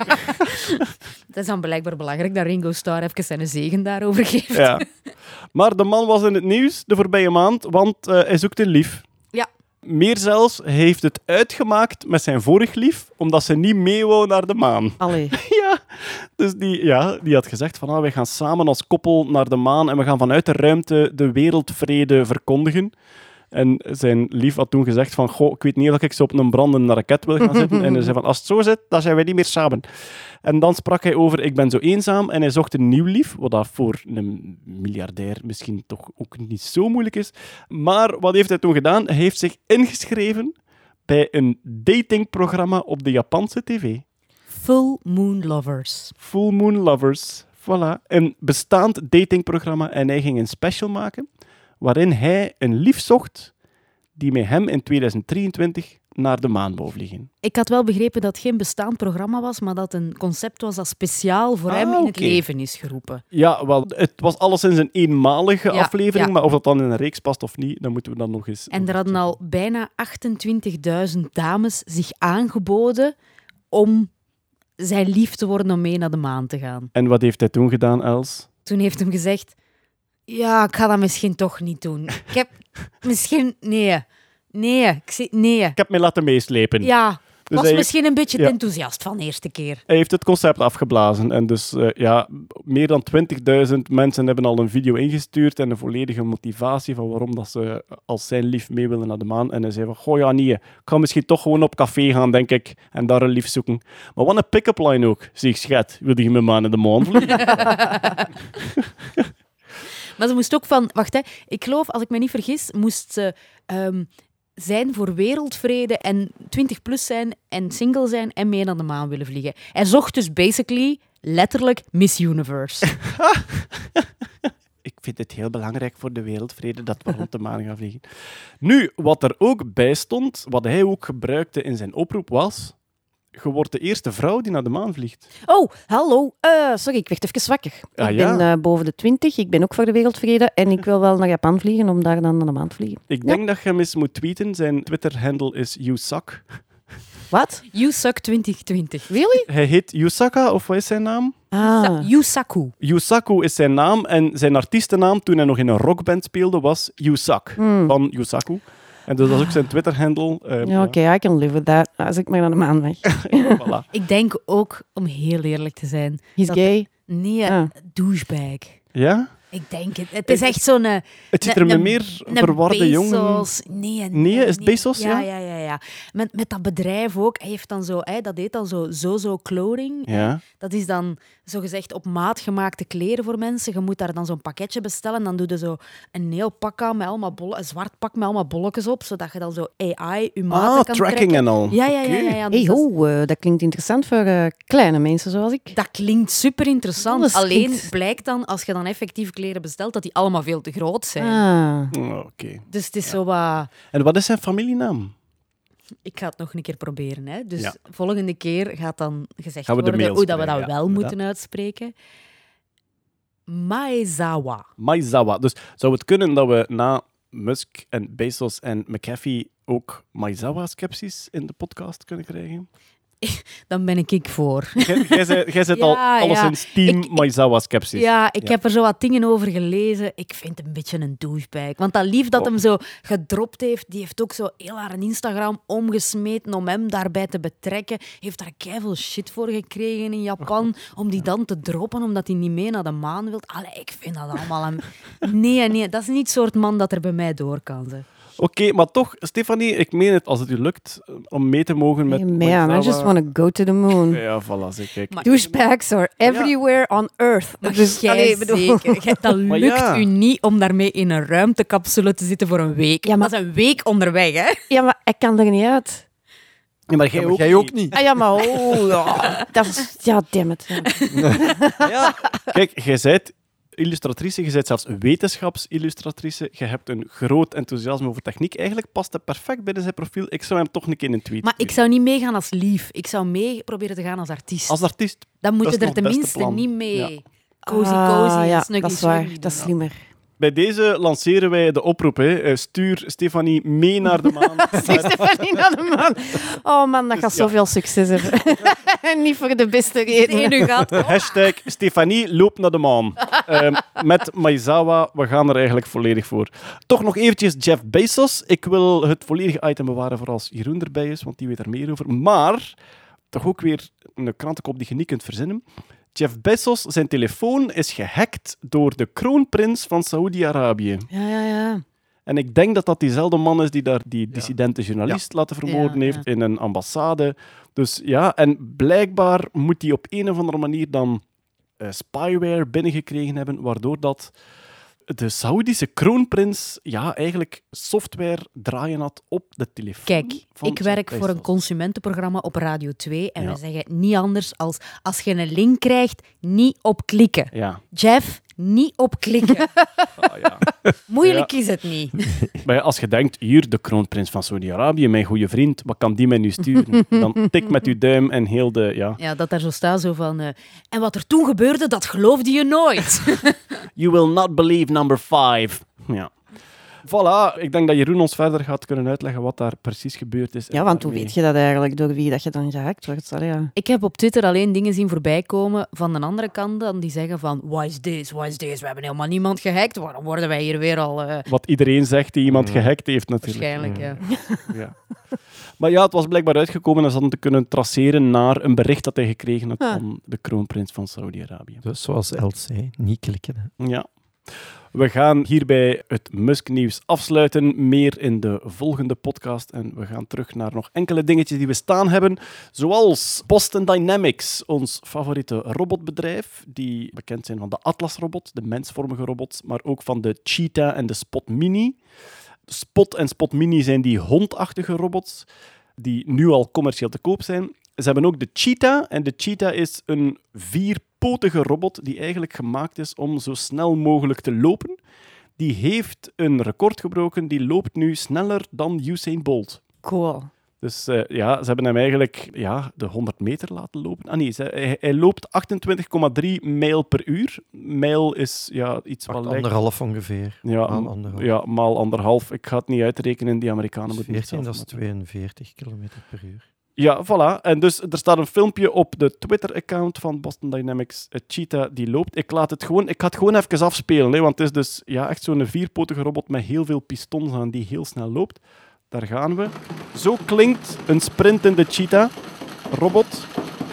Dat is dan blijkbaar belangrijk dat Ringo Starr even zijn zegen daarover geeft. Ja. Maar de man was in het nieuws de voorbije maand, want uh, hij zoekt een lief. Ja. Meer zelfs, hij heeft het uitgemaakt met zijn vorig lief, omdat ze niet mee wou naar de maan. Allee. Ja, dus die, ja, die had gezegd van, ah, wij gaan samen als koppel naar de maan en we gaan vanuit de ruimte de wereldvrede verkondigen. En zijn lief had toen gezegd van, goh, ik weet niet of ik zo op een brandende raket wil gaan zitten. En hij zei van, als het zo zit, dan zijn wij niet meer samen. En dan sprak hij over, ik ben zo eenzaam. En hij zocht een nieuw lief, wat dat voor een miljardair misschien toch ook niet zo moeilijk is. Maar wat heeft hij toen gedaan? Hij heeft zich ingeschreven bij een datingprogramma op de Japanse tv. Full Moon Lovers. Full Moon Lovers. Voilà. Een bestaand datingprogramma. En hij ging een special maken waarin hij een lief zocht die met hem in tweeduizend drieëntwintig naar de maan wou vliegen. Ik had wel begrepen dat het geen bestaand programma was, maar dat het een concept was dat speciaal voor ah, hem in okay. het leven is geroepen. Ja, wel, het was alleszins een eenmalige ja, aflevering, ja. maar of dat dan in een reeks past of niet, dan moeten we dan nog eens... En er hadden al bijna achtentwintigduizend dames zich aangeboden om zijn lief te worden om mee naar de maan te gaan. En wat heeft hij toen gedaan, Els? Toen heeft hem gezegd... Ja, ik ga dat misschien toch niet doen. Ik heb misschien... Nee. Nee. Ik zie... Nee. Ik heb mij laten meeslepen. Ja. Dus was hij misschien een beetje ja. te enthousiast van de eerste keer. Hij heeft het concept afgeblazen. En dus uh, ja, meer dan twintigduizend mensen hebben al een video ingestuurd en een volledige motivatie van waarom dat ze als zijn lief mee willen naar de maan. En hij zei van, goh ja, nee, ik ga misschien toch gewoon op café gaan, denk ik, en daar een lief zoeken. Maar wat een pick-up line ook. Zeg, schat, wil je met mij naar de maan vliegen? Maar ze moest ook van... Wacht, hè. Ik geloof, als ik me niet vergis, moest ze um, zijn voor wereldvrede en twintig plus zijn en single zijn en mee naar de maan willen vliegen. Hij zocht dus basically, letterlijk, Miss Universe. Ik vind het heel belangrijk voor de wereldvrede dat we rond de maan gaan vliegen. Nu, wat er ook bij stond, wat hij ook gebruikte in zijn oproep was... Je wordt de eerste vrouw die naar de maan vliegt. Oh, hallo. Uh, sorry, ik werd even zwakker. Ah, ik ja. ben uh, boven de twintig, ik ben ook voor de wereldvrede en ik wil wel naar Japan vliegen om daar dan naar de maan te vliegen. Ik ja. denk dat je hem eens moet tweeten. Zijn Twitter-handle is YouSuck. Wat? YouSuck twintig twintig. Really? Hij heet Yusaka, of wat is zijn naam? Ah. Yusaku. Yusaku is zijn naam en zijn artiestennaam toen hij nog in een rockband speelde was Yusak, Hmm. van Yusaku. En dus dat is ook zijn Twitter-handle. Uh, Ja, oké, okay, I can live with that. Als ik maar naar de maan weg. Voilà. Ik denk ook, om heel eerlijk te zijn... He's dat- gay. Nee, Ah. douchebag. Ja? Ik denk het. Het is echt zo'n... uh, Het ziet ne- er me ne- meer een verwarde jongen... Bezos. Nee, nee, Nee, is het Bezos, ja? Ja, ja, ja. ja. Met, met dat bedrijf ook. Hij heeft dan zo... Hij, dat heet dan zo Zozo Clothing. Ja. Dat is dan zogezegd op maat gemaakte kleren voor mensen. Je moet daar dan zo'n pakketje bestellen. Dan doe je zo een heel pak aan met allemaal bollen, een zwart pak met allemaal bolletjes op, zodat je dan zo A I je maten Ah, kan tracking trekken. en al. Ja, ja, ja. ja, Oké. ja. Dus Hey dat, is- ho, uh, dat klinkt interessant voor uh, kleine mensen zoals ik. dat klinkt super interessant. Alles Alleen klinkt- blijkt dan, als je dan effectief kleren bestelt, dat die allemaal veel te groot zijn. Ah. Oh, Oké. Dus het is zo wat... En wat is zijn familienaam? Ik ga het nog een keer proberen. Hè. Dus Ja. volgende keer gaat dan gezegd Gaan we de worden mails hoe dat we dat krijgen, wel ja, moeten uitspreken. Maezawa. Maizawa. Dus zou het kunnen dat we na Musk en Bezos en McAfee ook Maizawa-skepsis in de podcast kunnen krijgen? Dan ben ik ik voor. Jij- Jij zit- jij zit Ja, al ja. alleszins team Ik- ik- Maizawa-skepsis. Ja, ik Ja. heb er zo wat dingen over gelezen. Ik vind het een beetje een douchebag. Want dat lief dat Oh. hem zo gedropt heeft, die heeft ook zo heel haar Instagram omgesmeten om hem daarbij te betrekken. Heeft daar keiveel shit voor gekregen in Japan, om die dan te droppen omdat hij niet mee naar de maan wil. Allee, ik vind dat allemaal een... Nee, nee, dat is niet het soort man dat er bij mij door kan. Ze. Oké, maar toch, Stefanie, ik meen het, als het u lukt om mee te mogen met... Hey, man, Maizawa- I just want to go to the moon. Ja, voilà, zeg, kijk. Maar- Douchebags are everywhere on Earth. Maar Dus, jij allee, bedoel- zeker. Jij- Dat Maar lukt ja. u niet om daarmee in een ruimtecapsule te zitten voor een week. Ja, maar- Dat is een week onderweg, hè? Ja, maar ik kan er niet uit. Ja, maar jij, Ja, maar ook, jij ook niet. Ah ja, maar oh, ja. Dat is... Ja, damn it. Ja. Ja. Kijk, jij bent illustratrice, je bent zelfs wetenschapsillustratrice. Je hebt een groot enthousiasme over techniek. Eigenlijk past het perfect binnen zijn profiel. Ik zou hem toch een keer in een tweet Maar ik sturen. zou niet meegaan als lief. Ik zou mee proberen te gaan als artiest. Als artiest. Dan moet dat je is er nog het beste tenminste plan. niet mee Ja. cozy Ah, cozy ja, en snuggly dat is waar. snuggly Dat is doen. slimmer. Bij deze lanceren wij de oproep. Hè. Eh, Stuur Stefanie mee naar de maan. Zeg Stefanie naar de man. Oh man, dat gaat Dus ja. zoveel succes hebben. En niet voor de beste reden. Nee, nu gaat het. Hashtag Stefanie loopt naar de maan. Ehm, met Maizawa, we gaan er eigenlijk volledig voor. Toch nog eventjes Jeff Bezos. Ik wil het volledige item bewaren voor als Jeroen erbij is, want die weet er meer over. Maar, toch ook weer een krantenkop die je niet kunt verzinnen. Jeff Bezos, zijn telefoon is gehackt door de kroonprins van Saoedi-Arabië. Ja, ja, ja. En ik denk dat dat diezelfde man is die daar die dissidente journalist laten vermoorden Ja, heeft ja. in een ambassade. Dus ja, en blijkbaar moet hij op een of andere manier dan eh, spyware binnengekregen hebben, waardoor dat de Saoedische kroonprins ja, eigenlijk software draaien had op de telefoon. Kijk, van ik Jeff werk voor een Bezos. consumentenprogramma op Radio twee en Ja. we zeggen niet anders als als je een link krijgt, niet op klikken. Ja. Jeff, niet op klikken. Ah, ja. Moeilijk is het niet. Maar ja, als je denkt, hier, de kroonprins van Saudi-Arabië, mijn goede vriend, wat kan die mij nu sturen? Dan tik met uw duim en heel de... Ja. Ja, dat daar zo staat, zo van... eh, en wat er toen gebeurde, dat geloofde je nooit. You will not believe number five. Ja. Voilà, ik denk dat Jeroen ons verder gaat kunnen uitleggen wat daar precies gebeurd is. Ja, want hoe weet je dat eigenlijk? Door wie dat je dan gehackt wordt? Allee, ja. Ik heb op Twitter alleen dingen zien voorbij komen van de andere kant dan die zeggen van what is this, what is this, we hebben helemaal niemand gehackt, waarom worden wij hier weer al... eh, Wat iedereen zegt die iemand gehackt heeft natuurlijk. waarschijnlijk, ja. Ja. Maar ja, het was blijkbaar uitgekomen en ze hadden te kunnen traceren naar een bericht dat hij gekregen had Ah. van de kroonprins van Saudi-Arabië. Dus zoals Els zei, niet klikken. Hè. Ja. We gaan hierbij het Musk-nieuws afsluiten. Meer in de volgende podcast. En we gaan terug naar nog enkele dingetjes die we staan hebben. Zoals Boston Dynamics, ons favoriete robotbedrijf. Die bekend zijn van de Atlas-robot, de mensvormige robots. Maar ook van de Cheetah en de Spot Mini. Spot en Spot Mini zijn die hondachtige robots. Die nu al commercieel te koop zijn. Ze hebben ook de Cheetah. En de Cheetah is een vierpotige robot die eigenlijk gemaakt is om zo snel mogelijk te lopen. Die heeft een record gebroken. Die loopt nu sneller dan Usain Bolt. Cool. Dus uh, ja, ze hebben hem eigenlijk ja, de honderd meter laten lopen. Ah nee, ze, hij, hij loopt achtentwintig komma drie mijl per uur. Mijl is ja, iets wat lijkt... Anderhalf ongeveer. Ja, Maal m- anderhalf. ja, maal anderhalf. Ik ga het niet uitrekenen, die Amerikanen moeten het veertien, zelf dat is maken. tweeënveertig kilometer per uur. Ja, voilà. En dus er staat een filmpje op de Twitter-account van Boston Dynamics. Het Cheetah die loopt. Ik laat het gewoon, ik ga het gewoon even afspelen, hè, want het is dus ja, echt zo'n vierpotige robot met heel veel pistons aan die heel snel loopt. Daar gaan we. Zo klinkt een sprintende Cheetah robot.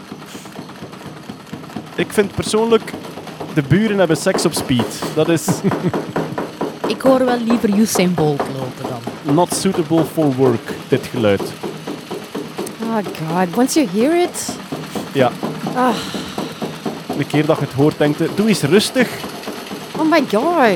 Ik vind persoonlijk, de buren hebben seks op speed. Dat is Ik hoor wel liever Usain Bolt lopen dan. not suitable for work, dit geluid. Oh god, once you hear it... Ja. Ah, De keer dat je het hoort, denkt je, doe eens rustig. oh my god.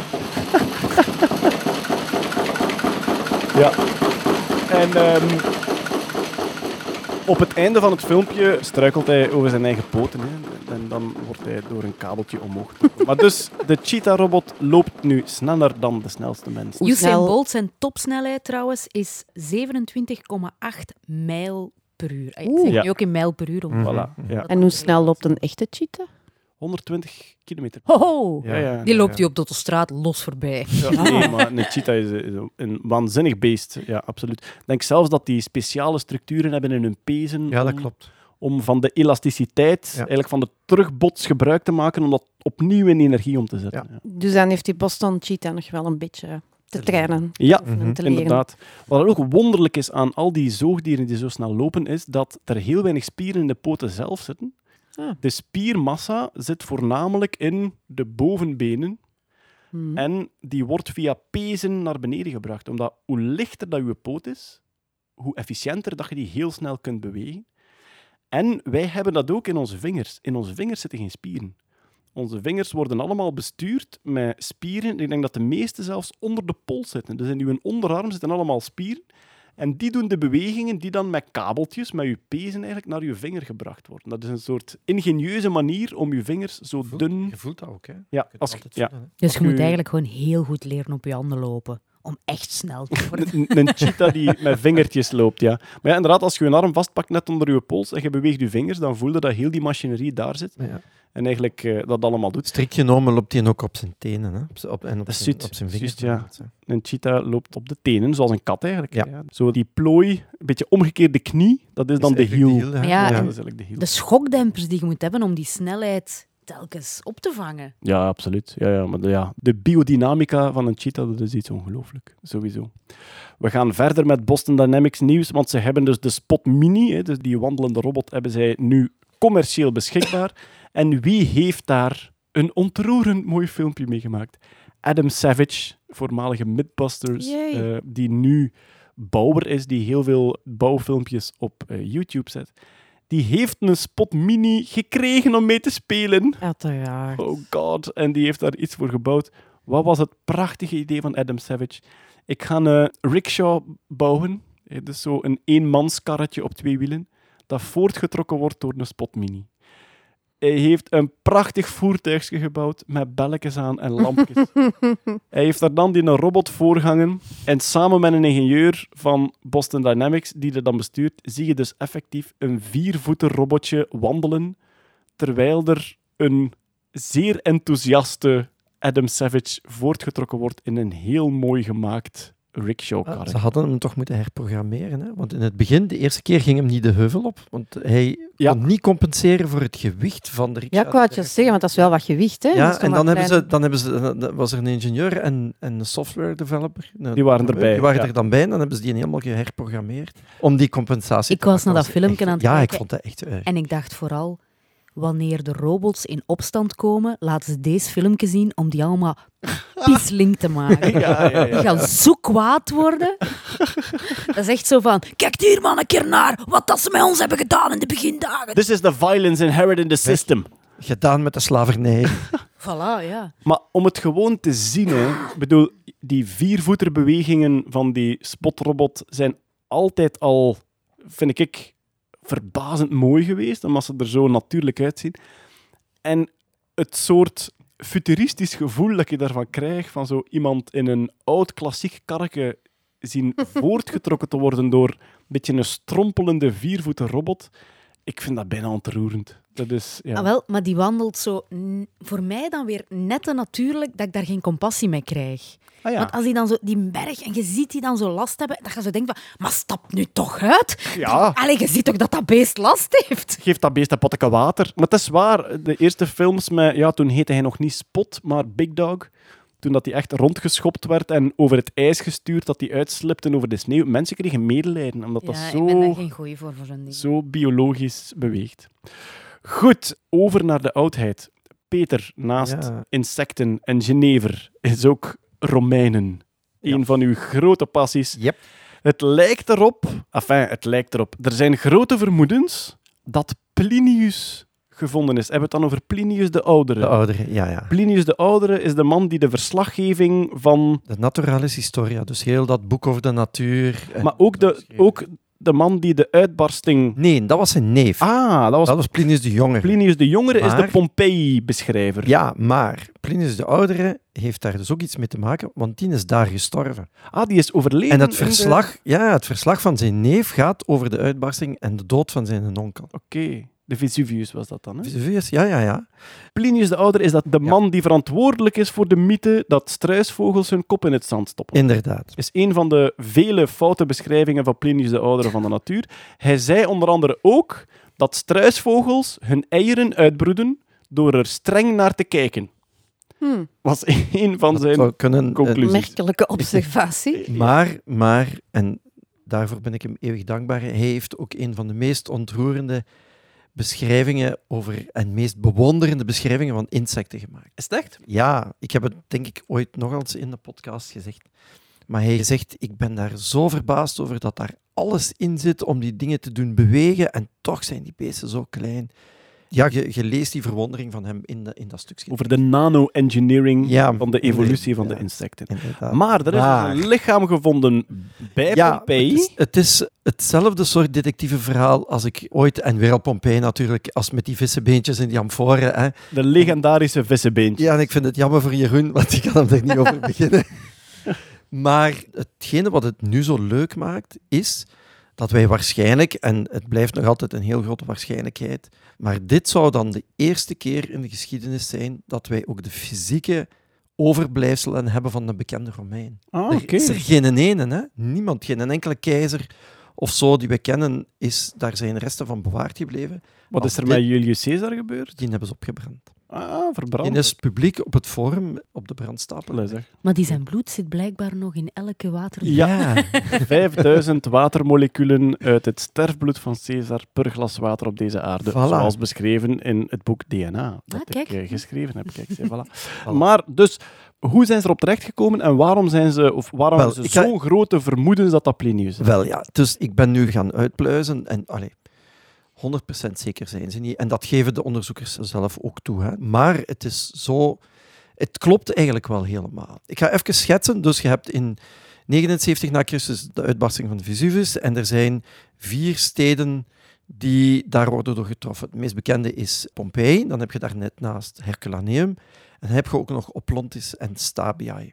Ja. En ehm, op het einde van het filmpje struikelt hij over zijn eigen poten. Hè. En dan wordt hij door een kabeltje omhoog getrokken. Maar dus, de Cheetah-robot loopt nu sneller dan de snelste mens. Hoe Usain snel- Bolt, zijn topsnelheid trouwens, is zevenentwintig komma acht mijl per uur. Ik Oeh. zeg Ja. nu ook in mijl per uur. Om... Voilà. Ja. En hoe snel loopt een echte cheetah? honderdtwintig kilometer. Ho, ho. Ja, ja, Die ja, loopt ja. u op de autostraat los voorbij. Ja, nee, maar een cheetah is, is een waanzinnig beest. Ja, absoluut. Ik denk zelfs dat die speciale structuren hebben in hun pezen. Ja, dat om, klopt. om van de elasticiteit, Ja. eigenlijk van de terugbots gebruik te maken, om dat opnieuw in energie om te zetten. Ja, Dus dan heeft die Boston cheetah nog wel een beetje te trainen. ja Of te leren. inderdaad. Wat er ook wonderlijk is aan al die zoogdieren die zo snel lopen, is dat er heel weinig spieren in de poten zelf zitten. Ah. De spiermassa zit voornamelijk in de bovenbenen. Hmm. En die wordt via pezen naar beneden gebracht. Omdat hoe lichter dat je poot is, hoe efficiënter dat je die heel snel kunt bewegen. En wij hebben dat ook in onze vingers. In onze vingers zitten geen spieren. Onze vingers worden allemaal bestuurd met spieren. Ik denk dat de meeste zelfs onder de pols zitten. Dus in uw onderarm zitten allemaal spieren. En die doen de bewegingen die dan met kabeltjes, met je pezen eigenlijk, naar je vinger gebracht worden. Dat is een soort ingenieuze manier om je vingers zo Voelt- dun... Je voelt dat ook, hè? Ja, Je kunt als, altijd ja. voelen, hè. Dus je Of moet u- eigenlijk gewoon heel goed leren op je handen lopen. Om echt snel te worden. Een, een cheetah die met vingertjes loopt, ja. Maar ja, inderdaad, als je je arm vastpakt net onder je pols en je beweegt je vingers, dan voel je dat heel die machinerie daar zit. Ja. En eigenlijk eh, dat allemaal doet. Strikt genomen loopt hij ook op zijn tenen, hè? Op, z'n- op, en op Dat is zijn, juist, op zijn juist, vingers. ja. bijvoorbeeld, Een cheetah loopt op de tenen, zoals een kat eigenlijk. Ja. Ja. Zo die plooi, een beetje omgekeerde knie, dat is hè. dan de Is eigenlijk hiel. de hiel, Ja, hè. en- Dat is eigenlijk de hiel. De schokdempers die je moet hebben om die snelheid telkens op te vangen. Ja, absoluut. Ja, ja, maar de, ja, de biodynamica van een cheetah, dat is iets ongelooflijk. Sowieso. We gaan verder met Boston Dynamics nieuws, want ze hebben dus de Spot Mini, hè, dus die wandelende robot, hebben zij nu commercieel beschikbaar. En wie heeft daar een ontroerend mooi filmpje mee gemaakt? Adam Savage, voormalige Mythbusters, Yay. eh, die nu bouwer is, die heel veel bouwfilmpjes op eh, YouTube zet. Die heeft een Spot Mini gekregen om mee te spelen. Uiteraard. Oh god, en die heeft daar iets voor gebouwd. Wat was het prachtige idee van Adam Savage? Ik ga een rickshaw bouwen, hè, dus zo een eenmanskarretje op twee wielen, dat voortgetrokken wordt door een Spot Mini. Hij heeft een prachtig voertuigje gebouwd met belletjes aan en lampjes. Hij heeft daar dan die een robot voorgangen en samen met een ingenieur van Boston Dynamics, die er dan bestuurt, zie je dus effectief een viervoeter robotje wandelen, terwijl er een zeer enthousiaste Adam Savage voortgetrokken wordt in een heel mooi gemaakt rickshaw-kar. Ah, ze hadden hem toch moeten herprogrammeren. Hè? Want in het begin, de eerste keer, ging hem niet de heuvel op. Want hij Ja. kon niet compenseren voor het gewicht van de Ja, rickshaw. ik wou het je zeggen, want dat is wel wat gewicht. Hè? Dat Ja, is toch en maar dan, hebben klein- ze, dan, hebben ze, dan was er een ingenieur en, en een software developer. Een Die waren programmeur, erbij, Die waren ja. er dan bij en dan hebben ze die helemaal geherprogrammeerd om die compensatie Ik te was maken. naar dat was filmpje echt- aan het Ja, ik kijken. vond dat echt erg. En ik dacht vooral, wanneer de robots in opstand komen, laten ze deze filmpje zien om die allemaal piesling te maken. Ja, ja, ja. Die gaan zo kwaad worden. Dat is echt zo van, kijk hier man een keer naar wat dat ze met ons hebben gedaan in de begindagen. This is the violence inherent in the system. Gedaan met de slavernij. Voilà, ja. Maar om het gewoon te zien, hè, ik bedoel, die viervoeterbewegingen van die spotrobot zijn altijd al, vind ik, verbazend mooi geweest, omdat ze er zo natuurlijk uitzien. En het soort futuristisch gevoel dat je daarvan krijgt, van zo iemand in een oud klassiek karretje zien voortgetrokken te worden door een beetje een strompelende viervoeter robot, ik vind dat bijna ontroerend. Dat is, ja. Ah, wel, maar die wandelt zo, n- voor mij dan weer net te natuurlijk dat ik daar geen compassie mee krijg. Ah, ja. Want als die dan zo, die berg, en je ziet die dan zo last hebben, dan ga je zo denken van, maar stap nu toch uit? Ja. Allee, je ziet toch dat dat beest last heeft? Geef dat beest een potje water. Maar het is waar, de eerste films met... Ja, toen heette hij nog niet Spot, maar Big Dog. Toen dat hij echt rondgeschopt werd en over het ijs gestuurd, dat hij uitslipte over de sneeuw. Mensen kregen medelijden, omdat dat ja, zo, ik ben daar geen goeie voor, voor zo'n ding. zo biologisch beweegt. Goed, over naar de oudheid. Peter, naast Ja. insecten en Genever, is ook Romeinen. Ja. Een van uw grote passies. Yep. Het lijkt erop, enfin, het lijkt erop. Er zijn grote vermoedens dat Plinius gevonden is. Hebben we het dan over Plinius de Oudere? De oudere, ja, ja. Plinius de Oudere is de man die de verslaggeving van... De Naturalis Historia, dus heel dat boek over de natuur. en- Maar ook de, ook de man die de uitbarsting... Nee, dat was zijn neef. Ah, dat was dat was Plinius de Jongere. Plinius de Jongere, is de Maar- Pompeii-beschrijver. Ja, maar Plinius de Oudere heeft daar dus ook iets mee te maken, want die is daar gestorven. Ah, die is overleden. En het in de- verslag, ja, het verslag van zijn neef gaat over de uitbarsting en de dood van zijn onkel. Oké, de Vesuvius was dat dan, hè? Vesuvius, ja, ja, ja. Plinius de Oudere is dat de man die verantwoordelijk is voor de mythe dat struisvogels hun kop in het zand stoppen. Inderdaad. Is een van de vele foute beschrijvingen van Plinius de Oudere van de natuur. Hij zei onder andere ook dat struisvogels hun eieren uitbroeden door er streng naar te kijken. Hmm, Was een van Dat zijn zou kunnen, eh, conclusies. merkelijke observatie. Maar, maar, en daarvoor ben ik hem eeuwig dankbaar, hij heeft ook een van de meest ontroerende beschrijvingen over en meest bewonderende beschrijvingen van insecten gemaakt. Is het echt? Ja, ik heb het denk ik ooit nog eens in de podcast gezegd. Maar hij zegt, ik ben daar zo verbaasd over dat daar alles in zit om die dingen te doen bewegen en toch zijn die beesten zo klein. Ja, je, je leest die verwondering van hem in, de, in dat stukje. Over de nano-engineering Ja, van de evolutie ja, van de insecten. inderdaad. Maar er is Maar- dus een lichaam gevonden bij Ja, Pompeii. het is, het is hetzelfde soort detectieve verhaal als ik ooit, en weer op Pompeii natuurlijk, als met die vissenbeentjes in die amforen. Hè. De legendarische vissenbeentjes. Ja, en ik vind het jammer voor Jeroen, want ik kan hem er niet over beginnen. Maar hetgene wat het nu zo leuk maakt, is dat wij waarschijnlijk, en het blijft nog altijd een heel grote waarschijnlijkheid, maar dit zou dan de eerste keer in de geschiedenis zijn dat wij ook de fysieke overblijfselen hebben van een bekende Romein. Ah, Er oké. is er geen ene, hè? Niemand, geen enkele keizer of zo die we kennen, is, daar zijn resten van bewaard gebleven. Wat Als is er dit- met Julius Caesar gebeurd? Die hebben ze opgebrand. Ah, verbrand. Die is publiek op het forum op de brandstapel. Allee, zeg. Maar die zijn bloed zit blijkbaar nog in elke water. Ja. vijfduizend watermoleculen uit het sterfbloed van Caesar per glas water op deze aarde. Voilà. Zoals beschreven in het boek D N A, dat Ah, kijk. ik eh, geschreven heb. Kijk, zie, voilà. Maar dus, hoe zijn ze erop terechtgekomen en waarom zijn ze, of waarom Wel, hebben ik ze ga- zo'n grote vermoedens dat dat Plinius is? Wel ja, dus ik ben nu gaan uitpluizen en allee, honderd procent zeker zijn ze niet. En dat geven de onderzoekers zelf ook toe. Hè. Maar het is zo... Het klopt eigenlijk wel helemaal. Ik ga even schetsen. Dus je hebt in negenenzeventig na Christus de uitbarsting van de Vesuvius en er zijn vier steden die daar worden door getroffen. Het meest bekende is Pompeii. Dan heb je daar net naast Herculaneum. En dan heb je ook nog Oplontis en Stabiae.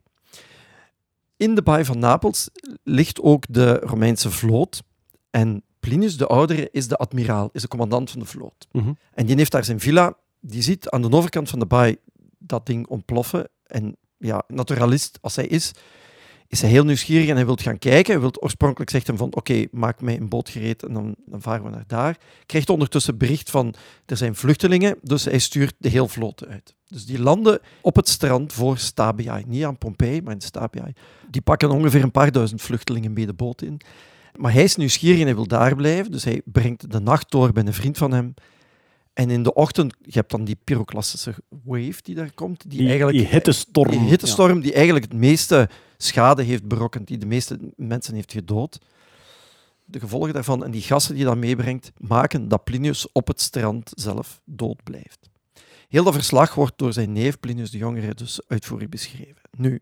In de baai van Napels ligt ook de Romeinse vloot. En Plinius de Oudere is de admiraal, is de commandant van de vloot. Mhm. En die heeft daar zijn villa. Die ziet aan de overkant van de baai dat ding ontploffen. En ja, naturalist als hij is, is hij heel nieuwsgierig en hij wil gaan kijken. Hij wil oorspronkelijk zegt hem van, oké, okay, maak mij een boot gereed en dan, dan varen we naar daar. Krijgt ondertussen bericht van, er zijn vluchtelingen, dus hij stuurt de hele vloot uit. Dus die landen op het strand voor Stabiae. Niet aan Pompeii, maar in Stabiae. Die pakken ongeveer een paar duizend vluchtelingen mee de boot in. Maar hij is nieuwsgierig en hij wil daar blijven, dus hij brengt de nacht door bij een vriend van hem. En in de ochtend, je hebt dan die pyroclastische wave die daar komt. Die, Die, eigenlijk, die hittestorm. die hittestorm die eigenlijk het meeste schade heeft berokkend, die de meeste mensen heeft gedood. De gevolgen daarvan en die gassen die dat meebrengt, maken dat Plinius op het strand zelf dood blijft. Heel dat verslag wordt door zijn neef Plinius de Jongere dus uitvoerig beschreven. Nu,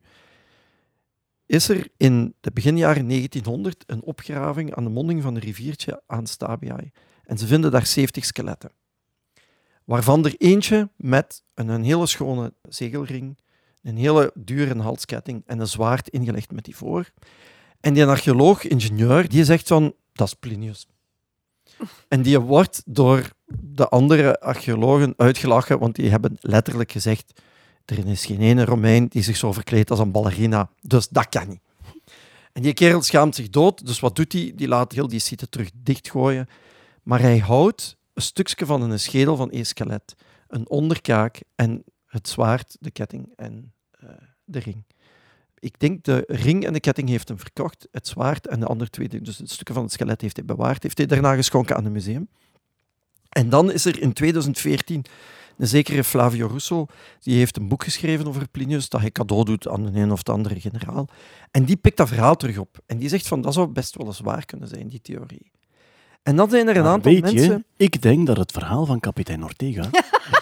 is er in de beginjaren negentienhonderd een opgraving aan de monding van een riviertje aan Stabiae. En ze vinden daar zeventig skeletten. Waarvan er eentje met een, een hele schone zegelring, een hele dure halsketting en een zwaard ingelegd met ivoor. En die archeoloog, ingenieur, die zegt van, dat is Plinius. En die wordt door de andere archeologen uitgelachen, want die hebben letterlijk gezegd, er is geen ene Romein die zich zo verkleedt als een ballerina, dus dat kan niet. En die kerel schaamt zich dood, dus wat doet hij? Die laat heel die site terug dichtgooien. Maar hij houdt een stukje van een schedel van één skelet, een onderkaak en het zwaard, de ketting en uh, de ring. Ik denk de ring en de ketting heeft hem verkocht, het zwaard en de andere twee, dus het stukje van het skelet heeft hij bewaard, heeft hij daarna geschonken aan het museum. En dan is er in tweeduizend veertien een zekere Flavio Russo, die heeft een boek geschreven over Plinius, dat hij cadeau doet aan de een of de andere generaal. En die pikt dat verhaal terug op. En die zegt van, dat zou best wel eens waar kunnen zijn, die theorie. En dan zijn er een Maar aantal weet je, mensen... ik denk dat het verhaal van kapitein Ortega...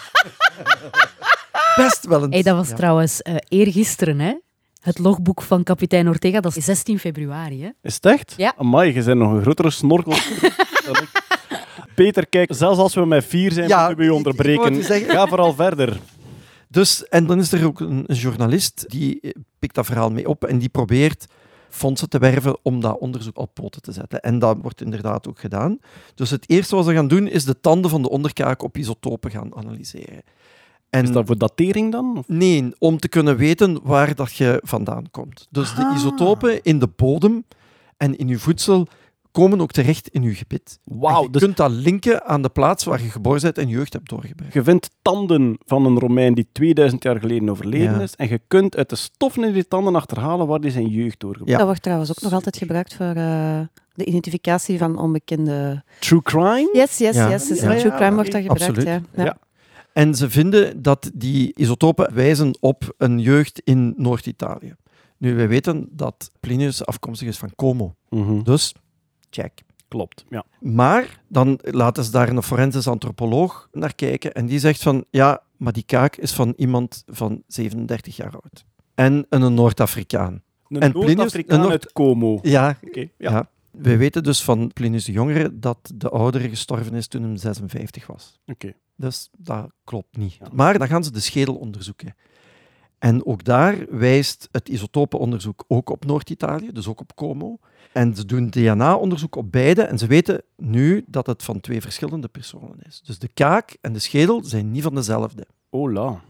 best wel een... Hey, dat was ja. trouwens uh, eergisteren, hè? Het logboek van kapitein Ortega, dat is zestien februari. Hè? Is het echt? Ja. Amai, je bent nog een grotere snorkel dan ik. Peter, kijk, zelfs als we met vier zijn, Ja, moeten we je ik- ik onderbreken. wou het zeggen. Ga vooral verder. Dus, en dan is er ook een, een journalist die eh, pikt dat verhaal mee op en die probeert fondsen te werven om dat onderzoek op poten te zetten. En dat wordt inderdaad ook gedaan. Dus het eerste wat ze gaan doen, is de tanden van de onderkaak op isotopen gaan analyseren. En Is dat voor datering dan? Of? nee, om te kunnen weten waar dat je vandaan komt. Dus de Ah. isotopen in de bodem en in je voedsel komen ook terecht in je gebit. Wauw, En je dus kunt dat linken aan de plaats waar je geboren bent en je jeugd hebt doorgebracht. je vindt tanden van een Romein die tweeduizend jaar geleden overleden Ja. is en je kunt uit de stoffen in die tanden achterhalen waar die zijn jeugd doorgebracht. Ja. Dat wordt trouwens ook nog altijd gebruikt voor uh, de identificatie van onbekende... True crime? Yes, yes, Ja. yes. Dus Ja, in true ja, crime wordt dat gebruikt. absoluut. Ja. Ja. Ja. En ze vinden dat die isotopen wijzen op een jeugd in Noord-Italië. Nu, wij weten dat Plinius afkomstig is van Como. Mhm. Dus, check. Klopt, ja. Maar dan laten ze daar een forensisch antropoloog naar kijken en die zegt van, ja, maar die kaak is van iemand van zevenendertig jaar oud. En een Noord-Afrikaan. Een En Plinius- Noord-Afrikaan een Noord- uit Como. Ja, Oké, ja. ja. Wij weten dus van Plinius de Jongere dat de oudere gestorven is toen hij zesenvijftig was. Oké. Dus dat klopt niet. Ja. Maar dan gaan ze de schedel onderzoeken. En ook daar wijst het isotopenonderzoek ook op Noord-Italië, dus ook op Como. En ze doen D N A-onderzoek op beide en ze weten nu dat het van twee verschillende personen is. Dus de kaak en de schedel zijn niet van dezelfde. Hola.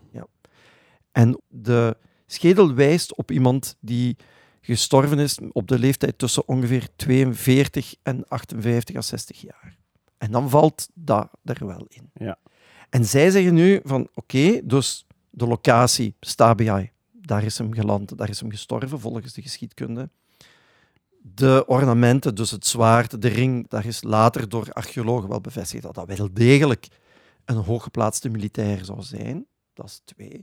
En de schedel wijst op iemand die gestorven is op de leeftijd tussen ongeveer tweeënveertig en achtenvijftig à zestig jaar. En dan valt dat er wel in. Ja. En zij zeggen nu van, oké, dus de locatie, Stabiae, daar is hem geland, daar is hem gestorven, volgens de geschiedkunde. De ornamenten, dus het zwaard, de ring, daar is later door archeologen wel bevestigd dat dat wel degelijk een hooggeplaatste militair zou zijn. Dat is twee.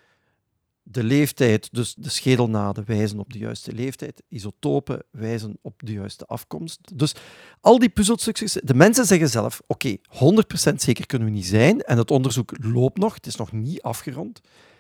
De leeftijd, dus de schedelnaden wijzen op de juiste leeftijd. Isotopen wijzen op de juiste afkomst. Dus al die puzzelstukjes... De mensen zeggen zelf, oké, okay, honderd procent zeker kunnen we niet zijn en het onderzoek loopt nog, het is nog niet afgerond.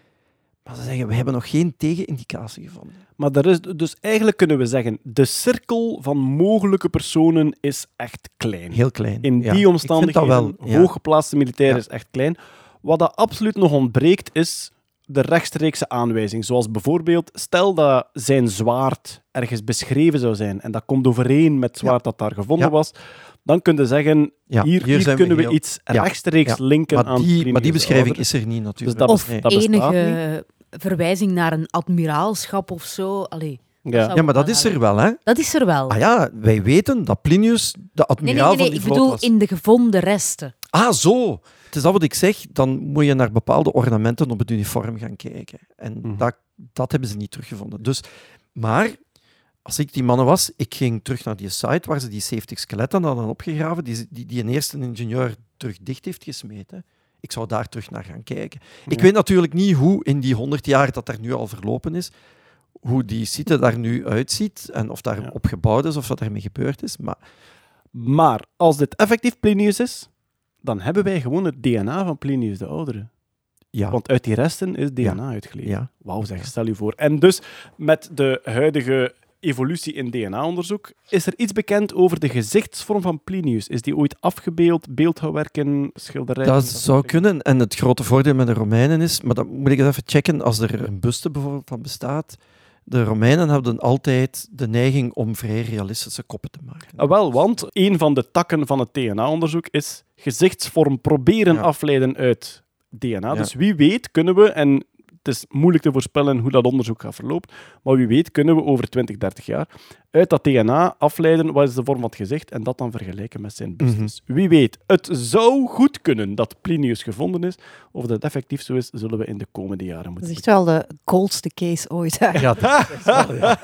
Maar ze zeggen, we hebben nog geen tegenindicatie gevonden. Maar er is, dus eigenlijk kunnen we zeggen, de cirkel van mogelijke personen is echt klein. Heel klein. In Ja, die ik omstandigheden, vind dat wel, ja. hooggeplaatste militair Ja. is echt klein. Wat dat absoluut nog ontbreekt, is de rechtstreekse aanwijzing. Zoals bijvoorbeeld, stel dat zijn zwaard ergens beschreven zou zijn en dat komt overeen met het zwaard dat daar gevonden Ja. was, dan kun je zeggen, Ja, hier, hier, zijn we kunnen we heel- iets Ja. rechtstreeks Ja. linken Maar aan die, Plinius maar die de beschrijving Oudere. is er niet natuurlijk. Dus dat Of bes- dat bestaat enige verwijzing naar een admiraalschap of zo. Allee, Ja. zou Ja, maar wel dat is hebben. er wel, hè? Dat is er wel. Ah ja, wij weten dat Plinius de nee, nee, admiraal nee, nee, van die ik vloot bedoel was. in de gevonden resten. Ah, zo. Het is dat wat ik zeg. Dan moet je naar bepaalde ornamenten op het uniform gaan kijken. En Mhm. dat, dat hebben ze niet teruggevonden. Dus, maar als ik die mannen was, ik ging terug naar die site waar ze die zeventig skeletten hadden opgegraven, die, die, die een eerste ingenieur terug dicht heeft gesmeten. Ik zou daar terug naar gaan kijken. Ik Ja. weet natuurlijk niet hoe in die honderd jaar dat daar nu al verlopen is, hoe die site daar nu uitziet en of daar Ja. op gebouwd is of wat daarmee gebeurd is. Maar Maar als dit effectief Plinius is, dan hebben wij gewoon het D N A van Plinius de Oudere. ja, Want uit die resten is D N A Ja. uitgeleverd. ja. Wauw, zeg, stel je voor. En dus, met de huidige evolutie in D N A-onderzoek, is er iets bekend over de gezichtsvorm van Plinius? Is die ooit afgebeeld, beeldhouwwerken, schilderijen? Dat zou kunnen. En het grote voordeel met de Romeinen is, maar dat moet ik eens even checken, als er een buste bijvoorbeeld van bestaat. De Romeinen hadden altijd de neiging om vrij realistische koppen te maken. Ah, wel, want een van de takken van het D N A-onderzoek is gezichtsvorm proberen Ja. afleiden uit D N A. Ja. Dus wie weet kunnen we, en het is moeilijk te voorspellen hoe dat onderzoek gaat verlopen, maar wie weet kunnen we over twintig, dertig jaar uit dat D N A afleiden wat is de vorm van het gezicht en dat dan vergelijken met zijn bustes. Wie weet, het zou goed kunnen dat Plinius gevonden is. Of dat effectief zo is, zullen we in de komende jaren Dat moeten is echt wel de coldste case ooit. hè. Ja, dat is wel, ja.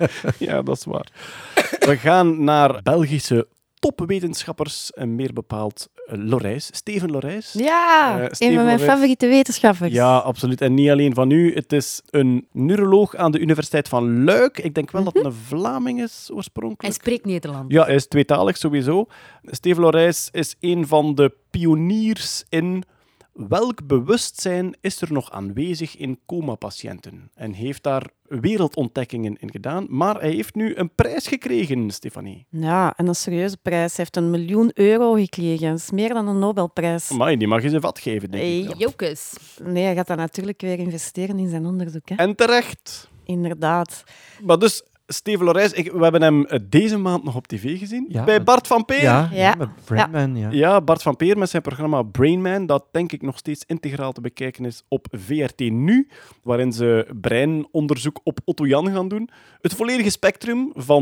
Ja, dat is waar. We gaan naar Belgische topwetenschappers, en meer bepaald uh, Lorijs. Steven Lorijs. Ja, Eh, een Steven van mijn Lorijs. favoriete wetenschappers. Ja, absoluut. En niet alleen van u. Het is een neuroloog aan de Universiteit van Luik. Ik denk wel dat het een Vlaming is, Hij oorspronkelijk. spreekt Nederlands. Ja, hij is tweetalig sowieso. Steven Lorijs is een van de pioniers in welk bewustzijn is er nog aanwezig in coma-patiënten. En heeft daar wereldontdekkingen in gedaan. Maar hij heeft nu een prijs gekregen, Stefanie. Ja, en een serieuze prijs. Hij heeft een miljoen euro gekregen. Dat is meer dan een Nobelprijs. Amai, die mag je zijn vat geven, denk ik. Hey, Jokus. Nee, hij gaat dan natuurlijk weer investeren in zijn onderzoek. Hè? En terecht. Inderdaad. Maar dus, Steven Lorijs, ik, we hebben hem eh, deze maand nog op tv gezien. Ja, bij met- Bart van Peer. Ja, Ja. met Brainman, ja. Ja, Bart van Peer met zijn programma Brainman, dat denk ik nog steeds integraal te bekijken is op V R T Nu, waarin ze breinonderzoek op Otto Jan gaan doen. Het volledige spectrum van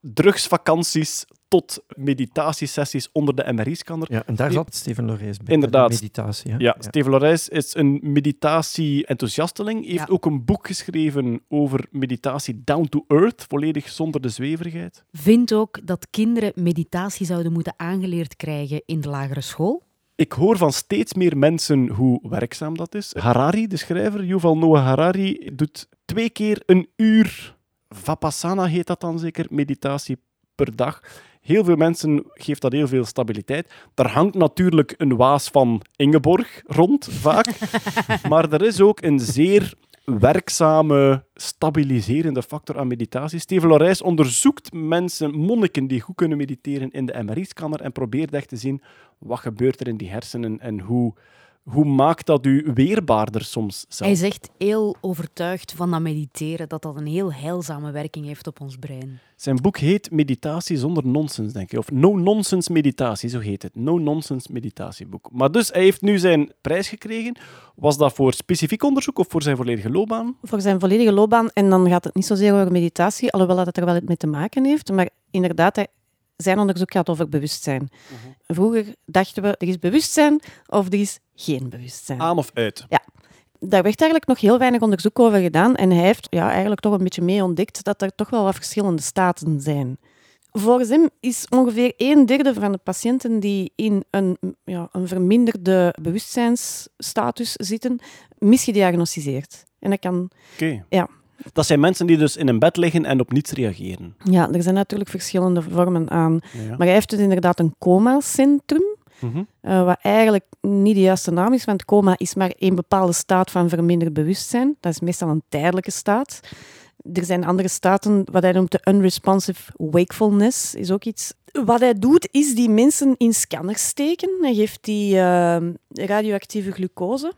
drugsvakanties tot meditatiesessies onder de M R I-scanner. Ja, en daar zat Steven Lorijs bij. Inderdaad. De meditatie. Hè? Ja, Steven Lorijs is een meditatie-enthousiasteling. Hij heeft Ja. ook een boek geschreven over meditatie down to earth, volledig zonder de zweverigheid. Vind ook dat kinderen meditatie zouden moeten aangeleerd krijgen in de lagere school. Ik hoor van steeds meer mensen hoe werkzaam dat is. Harari, de schrijver, Yuval Noah Harari, doet twee keer een uur Vipassana, heet dat dan zeker, meditatie per dag. Heel veel mensen geeft dat heel veel stabiliteit. Daar hangt natuurlijk een waas van Ingeborg rond, vaak. Maar er is ook een zeer werkzame, stabiliserende factor aan meditatie. Steven Lorijs onderzoekt mensen, monniken die goed kunnen mediteren in de M R I-scanner en probeert echt te zien wat gebeurt er in die hersenen en hoe, hoe maakt dat u weerbaarder soms zelf. Hij is echt heel overtuigd van dat mediteren, dat dat een heel heilzame werking heeft op ons brein. Zijn boek heet Meditatie zonder nonsens, denk ik. Of No-Nonsense Meditatie, zo heet het. No-Nonsense Meditatieboek. Maar dus, hij heeft nu zijn prijs gekregen. Was dat voor specifiek onderzoek of voor zijn volledige loopbaan? Voor zijn volledige loopbaan. En dan gaat het niet zozeer over meditatie, alhoewel dat het er wel iets mee te maken heeft. Maar inderdaad, hij- zijn onderzoek gaat over bewustzijn. Vroeger dachten we, er is bewustzijn of er is geen bewustzijn. Aan of uit? Daar werd eigenlijk nog heel weinig onderzoek over gedaan. En hij heeft ja, eigenlijk toch een beetje mee ontdekt dat er toch wel wat verschillende staten zijn. Volgens hem is ongeveer een derde van de patiënten die in een, ja, een verminderde bewustzijnsstatus zitten, misgediagnosticeerd. En dat kan... Oké. Ja. Dat zijn mensen die dus in een bed liggen en op niets reageren. Ja, er zijn natuurlijk verschillende vormen aan. Ja. Maar hij heeft dus inderdaad een coma-centrum. Mhm. Uh, wat eigenlijk niet de juiste naam is, want coma is maar een bepaalde staat van verminderd bewustzijn. Dat is meestal een tijdelijke staat. Er zijn andere staten, wat hij noemt de unresponsive wakefulness, is ook iets. Wat hij doet, is die mensen in scanners steken. Hij geeft die uh, radioactieve glucose.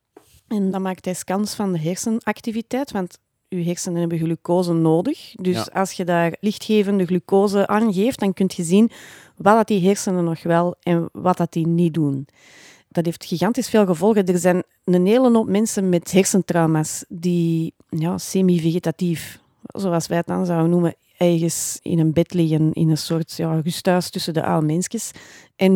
En dan maakt hij scans van de hersenactiviteit, want uw hersenen hebben glucose nodig. Dus Ja. als je daar lichtgevende glucose aan geeft, dan kun je zien wat dat die hersenen nog wel en wat dat die niet doen. Dat heeft gigantisch veel gevolgen. Er zijn een hele hoop mensen met hersentrauma's die ja, semi-vegetatief, zoals wij het dan zouden noemen, ergens in een bed liggen, in een soort ja, rusthuis tussen de oude mensjes. En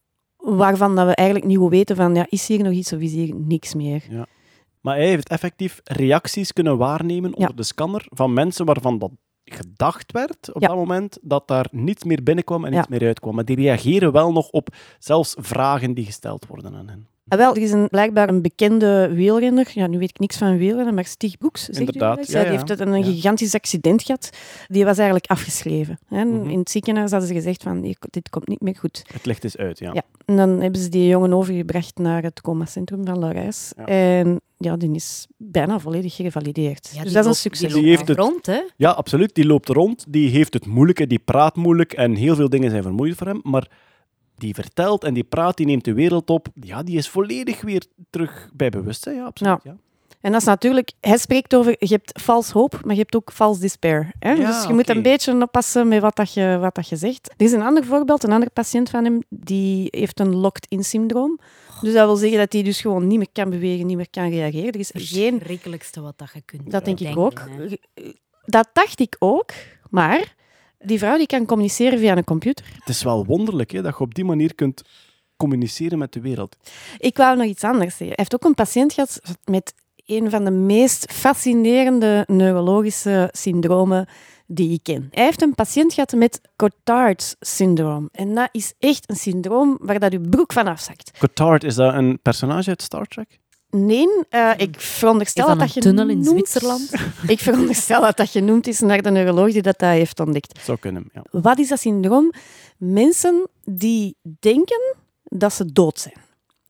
waarvan dat we eigenlijk niet goed weten van, ja, is hier nog iets of is hier niks meer. Ja. Maar hij heeft effectief reacties kunnen waarnemen onder Ja. de scanner van mensen waarvan dat gedacht werd op Ja. dat moment dat daar niets meer binnenkwam en Ja. niets meer uitkwam. Maar die reageren wel nog op zelfs vragen die gesteld worden aan hen. Ah, wel, er is een, blijkbaar een bekende wielrenner, ja, nu weet ik niks van wielrennen, maar Stig Boeks, zegt u Inderdaad, dat eens? ja, Die ja. heeft het een Ja. gigantisch accident gehad. Die was eigenlijk afgeschreven. Hè. Mhm. In het ziekenhuis hadden ze gezegd van, hier- dit komt niet meer goed. Het licht is uit, ja. Ja. En dan hebben ze die jongen overgebracht naar het comacentrum van Lorijs. Ja. En ja, die is bijna volledig gerevalideerd. Ja, dus die dat is een loopt- succes. Die Die loopt heeft wel het- rond, hè? Ja, absoluut. Die loopt rond, die heeft het moeilijk, die praat moeilijk en heel veel dingen zijn vermoeiend voor hem. Maar die vertelt en die praat, die neemt de wereld op. Ja, die is volledig weer terug bij bewustzijn. Ja, absoluut. Ja. En dat is natuurlijk... Hij spreekt over... Je hebt vals hoop, maar je hebt ook vals despair. Hè? Ja, dus je moet oké. een beetje oppassen met wat, dat je, wat dat je zegt. Er is een ander voorbeeld. Een andere patiënt van hem, die heeft een locked-in-syndroom. Dus dat wil zeggen dat hij dus gewoon niet meer kan bewegen, niet meer kan reageren. Er is Het geen... verschrikkelijkste wat dat je kunt Dat denk ik denken, ook. hè. Dat dacht ik ook, maar die vrouw die kan communiceren via een computer. Het is wel wonderlijk hè, dat je op die manier kunt communiceren met de wereld. Ik wou nog iets anders zeggen. Hij heeft ook een patiënt gehad met een van de meest fascinerende neurologische syndromen die ik ken. Hij heeft een patiënt gehad met Cotard's syndroom. En dat is echt een syndroom waar dat je broek van afzakt. Cotard, is dat een personage uit Star Trek? Nee, uh, ik veronderstel Is dat dat, een dat tunnel je in noemt- Zwitserland? Ik veronderstel dat dat genoemd is naar de neuroloog die dat, dat heeft ontdekt. Zou kunnen, ja. Wat is dat syndroom? Mensen die denken dat ze dood zijn.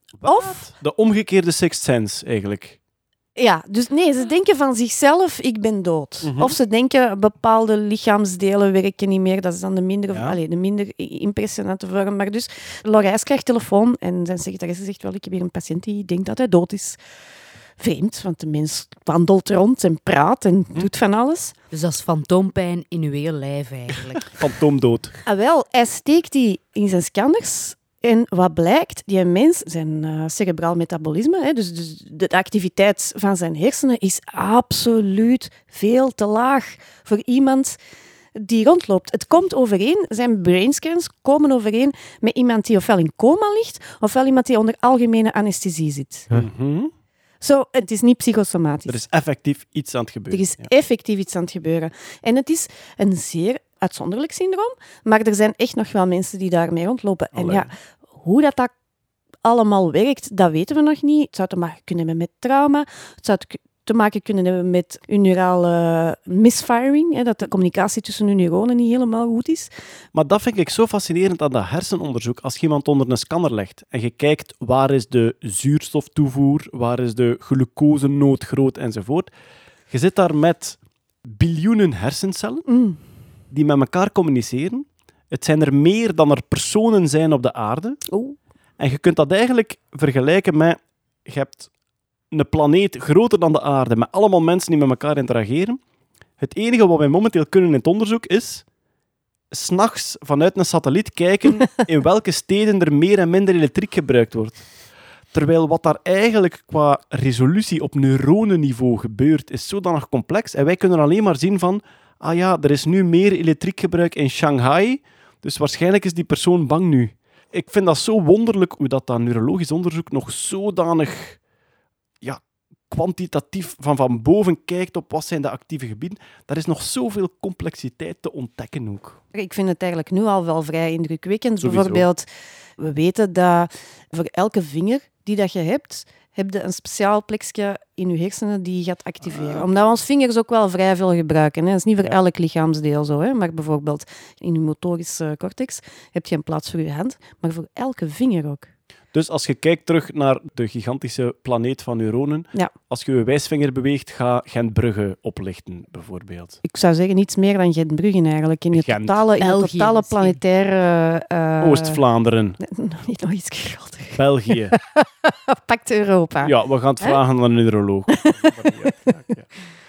Of, De omgekeerde Sixth Sense, eigenlijk. ja, dus nee, ze denken van zichzelf, ik ben dood. Mhm. Of ze denken, bepaalde lichaamsdelen werken niet meer. Dat is dan de minder, Ja. allee, de minder impressionante vorm. Maar dus, Lorijs krijgt telefoon en zijn secretaresse zegt wel, ik heb hier een patiënt die denkt dat hij dood is. Vreemd, want de mens wandelt rond en praat en doet van alles. Dus dat is fantoompijn in uw heel lijf eigenlijk. Fantoomdood. Ah, wel, hij steekt die in zijn scanners. En wat blijkt, die mens, zijn uh, cerebraal metabolisme, hè, dus, dus de activiteit van zijn hersenen, is absoluut veel te laag voor iemand die rondloopt. Het komt overeen, zijn brainscans komen overeen met iemand die ofwel in coma ligt, ofwel iemand die onder algemene anesthesie zit. Mhm. Zo, het is niet psychosomatisch. Er is effectief iets aan het Er gebeuren. is Ja. effectief iets aan het gebeuren. En het is een zeer uitzonderlijk syndroom, maar er zijn echt nog wel mensen die daarmee rondlopen. En Allee. ja, hoe dat, dat allemaal werkt, dat weten we nog niet. Het zou te maken kunnen hebben met trauma. Het zou te te maken kunnen hebben met een neurale misfiring, hè, dat de communicatie tussen de neuronen niet helemaal goed is. Maar dat vind ik zo fascinerend aan dat hersenonderzoek. Als je iemand onder een scanner legt en je kijkt waar is de zuurstoftoevoer, waar is de glucosenood groot enzovoort. Je zit daar met biljoenen hersencellen Mm. die met elkaar communiceren. Het zijn er meer dan er personen zijn op de aarde. Oeh. En je kunt dat eigenlijk vergelijken met... Je hebt een planeet groter dan de aarde, met allemaal mensen die met elkaar interageren. Het enige wat wij momenteel kunnen in het onderzoek is 's nachts vanuit een satelliet kijken in welke steden er meer en minder elektriek gebruikt wordt. Terwijl wat daar eigenlijk qua resolutie op neuronenniveau gebeurt, is zodanig complex. En wij kunnen alleen maar zien van, ah ja, er is nu meer elektriekgebruik in Shanghai, dus waarschijnlijk is die persoon bang nu. Ik vind dat zo wonderlijk hoe dat, dat neurologisch onderzoek nog zodanig ja, kwantitatief van, van boven kijkt op wat zijn de actieve gebieden. Daar is nog zoveel complexiteit te ontdekken ook. Ik vind het eigenlijk nu al wel vrij indrukwekkend. Sowieso. Bijvoorbeeld, we weten dat voor elke vinger die dat je hebt, heb je een speciaal plekje in je hersenen die gaat activeren. Omdat we ons vingers ook wel vrij veel gebruiken. Hè. Dat is niet voor Ja. elk lichaamsdeel zo. Hè. Maar bijvoorbeeld in je motorische cortex heb je een plaats voor je hand, maar voor elke vinger ook. Dus als je kijkt terug naar de gigantische planeet van neuronen, Ja. als je je wijsvinger beweegt, ga Gent-Brugge oplichten, bijvoorbeeld. Ik zou zeggen niets meer dan Gent-Brugge eigenlijk. In het Gent. totale, in het België totale misschien. planetaire... eh, Oost-Vlaanderen, nog niet nog iets groter. België. Pakt Europa. Ja, we gaan het vragen aan een neuroloog. Oké,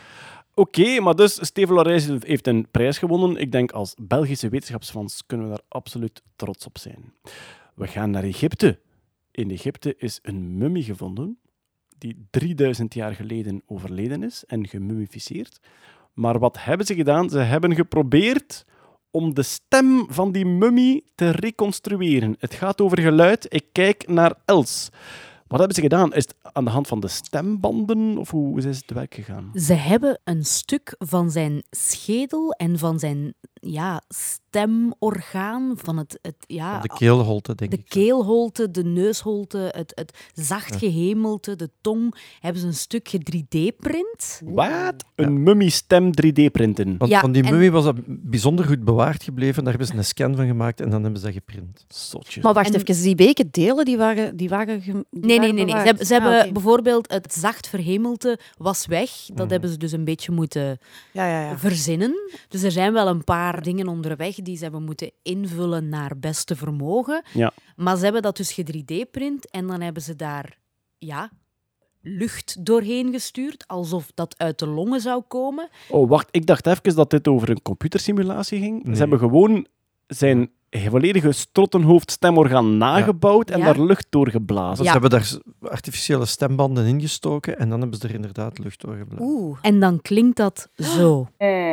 okay, maar dus Steven Larijs heeft een prijs gewonnen. Ik denk als Belgische wetenschapsfans kunnen we daar absoluut trots op zijn. We gaan naar Egypte. In Egypte is een mummie gevonden die drieduizend jaar geleden overleden is en gemummificeerd. Maar wat hebben ze gedaan? Ze hebben geprobeerd om de stem van die mummie te reconstrueren. Het gaat over geluid. Ik kijk naar Els. Wat hebben ze gedaan? Is het aan de hand van de stembanden of hoe is het te werk gegaan? Ze hebben een stuk van zijn schedel en van zijn ja, stemorgaan, van het, het, ja, De keelholte, denk de ik. keelholte, de neusholte, het, het zacht gehemelte, de tong, hebben ze een stukje drie D-print. Wat? Een mummiestem drie D-printen. Want Ja, van die en- mummie was dat bijzonder goed bewaard gebleven. Daar hebben ze een scan van gemaakt en dan hebben ze dat geprint. Zotje. Maar wacht En- even, die weken delen, die waren, die waren, gem- die Nee, nee, waren nee. nee. Ze bewaard. hebben, ze Ah, hebben oké. bijvoorbeeld het zacht verhemelte was weg. Dat hebben ze dus een beetje moeten Ja, ja, ja. verzinnen. Dus er zijn wel een paar dingen onderweg die ze hebben moeten invullen naar beste vermogen. Ja. Maar ze hebben dat dus ge drie D-print en dan hebben ze daar ja, lucht doorheen gestuurd, alsof dat uit de longen zou komen. Oh, wacht. Ik dacht even dat dit over een computersimulatie ging. Nee. Ze hebben gewoon zijn volledige strottenhoofd-stemorgaan nagebouwd en Ja. daar lucht door geblazen. Dus Ja. ze hebben daar s- artificiële stembanden ingestoken en dan hebben ze er inderdaad lucht door geblazen. Oeh. En dan klinkt dat zo.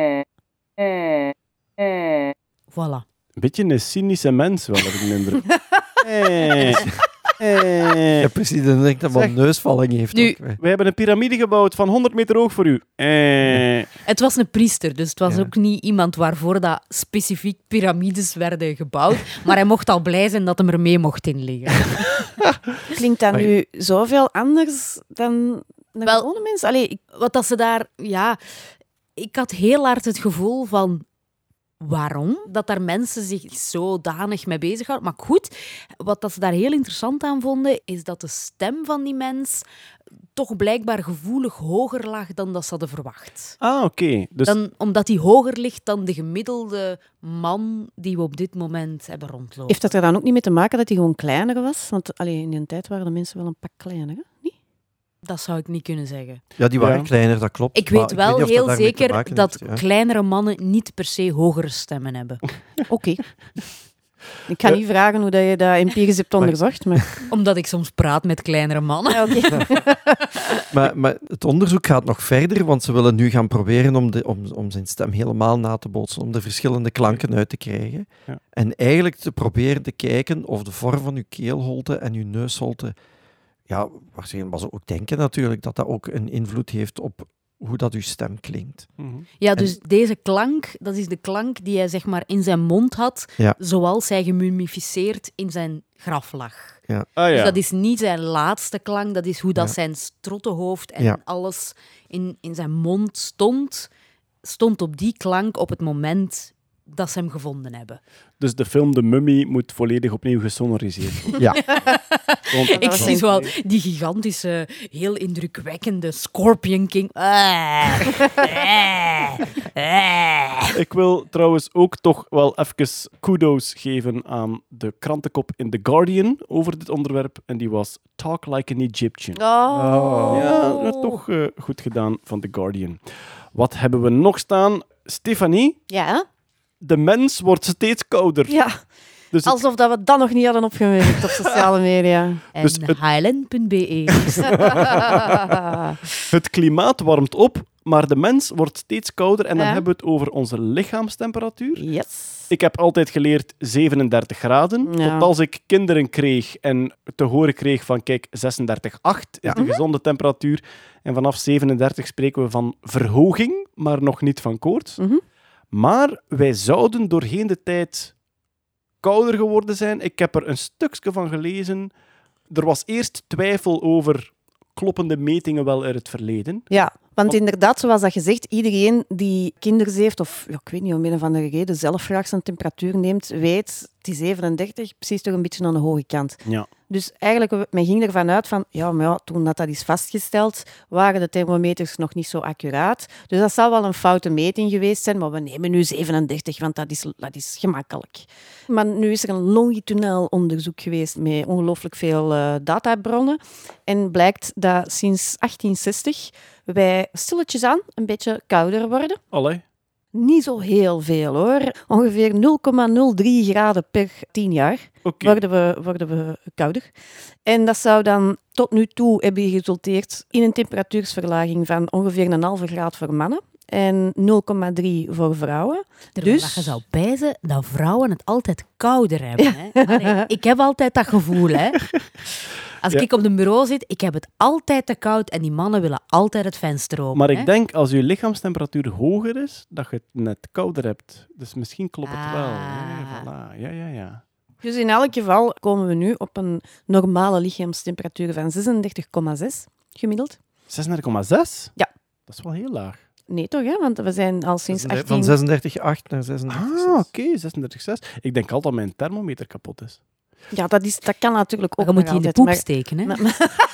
Voilà. Een beetje een cynische mens wel, heb ik de indruk. Eh, eh. Ja, precies. Dan denk ik dat Zeg. wel neusvalling heeft. Nu- ook, hè. We hebben een piramide gebouwd van honderd meter hoog voor u. Eh. Het was een priester, dus het was Ja. ook niet iemand waarvoor dat specifiek piramides werden gebouwd. Maar hij mocht al blij zijn dat hem er mee mocht in liggen. Klinkt dat Maar- nu zoveel anders dan een Wel- gewone mens? Allee, ik- Wat dat ze daar... Ja, ik had heel hard het gevoel van... Waarom? Dat daar mensen zich zodanig mee bezighouden. Maar goed, wat dat ze daar heel interessant aan vonden, is dat de stem van die mens toch blijkbaar gevoelig hoger lag dan dat ze hadden verwacht. Ah, oké. Dus Dan, omdat die hoger ligt dan de gemiddelde man die we op dit moment hebben rondlopen. heeft dat er dan ook niet mee te maken dat hij gewoon kleiner was? Want allee, in die tijd waren de mensen wel een pak kleiner, hè? Niet? Dat zou ik niet kunnen zeggen. Ja, die waren Ja. kleiner, dat klopt. Ik maar weet wel niet of dat heel daarmee te zeker maken dat heeft, ja. kleinere mannen niet per se hogere stemmen hebben. Oké. Ik ga niet vragen hoe dat je dat empirisch hebt onderzocht, maar... Omdat ik soms praat met kleinere mannen. Ja, oké. Maar, maar het onderzoek gaat nog verder, want ze willen nu gaan proberen om, de, om, om zijn stem helemaal na te bootsen, om de verschillende klanken uit te krijgen. Ja. En eigenlijk te proberen te kijken of de vorm van uw keelholte en uw neusholte, ja, waarschijnlijk, maar ze ook denken natuurlijk dat dat ook een invloed heeft op hoe dat uw stem klinkt. Mhm. Ja, dus deze klank, dat is de klank die hij zeg maar in zijn mond had, Ja. zoals hij gemummificeerd in zijn graf lag. Ah, ja. Dus dat is niet zijn laatste klank, dat is hoe dat Ja. zijn strottenhoofd en Ja. alles in, in zijn mond stond, stond op die klank op het moment dat ze hem gevonden hebben. Dus de film De Mummy moet volledig opnieuw gesonoriseerd worden. Ja. Want- Ik was zie een- zo al die gigantische, heel indrukwekkende Scorpion King. Ah, ah, ah. Ik wil trouwens ook toch wel even kudos geven aan de krantenkop in The Guardian over dit onderwerp. En die was Talk Like an Egyptian. Oh. Ja, dat is toch eh, goed gedaan van The Guardian. Wat hebben we nog staan? Stefanie, Ja, de mens wordt steeds kouder. ja. Dus het- Alsof dat we dat nog niet hadden opgemerkt op sociale media. En Dus het- highland punt b e. het klimaat warmt op, maar de mens wordt steeds kouder. En dan Ja. hebben we het over onze lichaamstemperatuur. Yes. Ik heb altijd geleerd zevenendertig graden. Ja. Tot als ik kinderen kreeg en te horen kreeg van kijk, zesendertig komma acht is de gezonde temperatuur. En vanaf zevenendertig spreken we van verhoging, maar nog niet van koorts. Mhm. Maar wij zouden doorheen de tijd kouder geworden zijn. Ik heb er een stukje van gelezen. Er was eerst twijfel over kloppende metingen wel uit het verleden. Ja, want inderdaad, zoals dat gezegd, iedereen die kinderen heeft, of ja, ik weet niet, om een of andere reden zelf graag zijn temperatuur neemt, weet, die zevenendertig, precies toch een beetje aan de hoge kant. Ja. Dus eigenlijk, men ging ervan uit van, ja, maar ja, toen dat, dat is vastgesteld, waren de thermometers nog niet zo accuraat. Dus dat zal wel een foute meting geweest zijn, maar we nemen nu zevenendertig, want dat is, dat is gemakkelijk. Maar nu is er een longitudinaal onderzoek geweest met ongelooflijk veel uh, databronnen. En blijkt dat sinds achttien zestig wij stilletjes aan een beetje kouder worden. Allee. Niet zo heel veel hoor. Ongeveer nul komma nul drie graden per tien jaar Oké. worden, we, worden we kouder. En dat zou dan tot nu toe hebben geresulteerd in een temperatuursverlaging van ongeveer een halve graad voor mannen en nul komma drie voor vrouwen. Terwijl Dus- dat je zou pijzen dat vrouwen het altijd kouder hebben. Hè? Allee, ik heb altijd dat gevoel. Hè? Als Ja. ik op een bureau zit, ik heb het altijd te koud en die mannen willen altijd het venster open. Maar hè? ik denk, als je lichaamstemperatuur hoger is, dat je het net kouder hebt. Dus misschien klopt het wel. Hè? Ah. Voilà. Ja, ja, ja. Dus in elk geval komen we nu op een normale lichaamstemperatuur van zesendertig komma zes gemiddeld. zesendertig komma zes? Ja. Dat is wel heel laag. Nee toch, hè? Want we zijn al sinds Van achttien... zesendertig komma acht naar zesendertig komma zes. Ah, oké, zesendertig komma zes. Ik denk altijd dat mijn thermometer kapot is. Ja, dat, is, dat kan natuurlijk ook Maar je moet nog die in de altijd, poep maar- steken. Hè? maar- maar-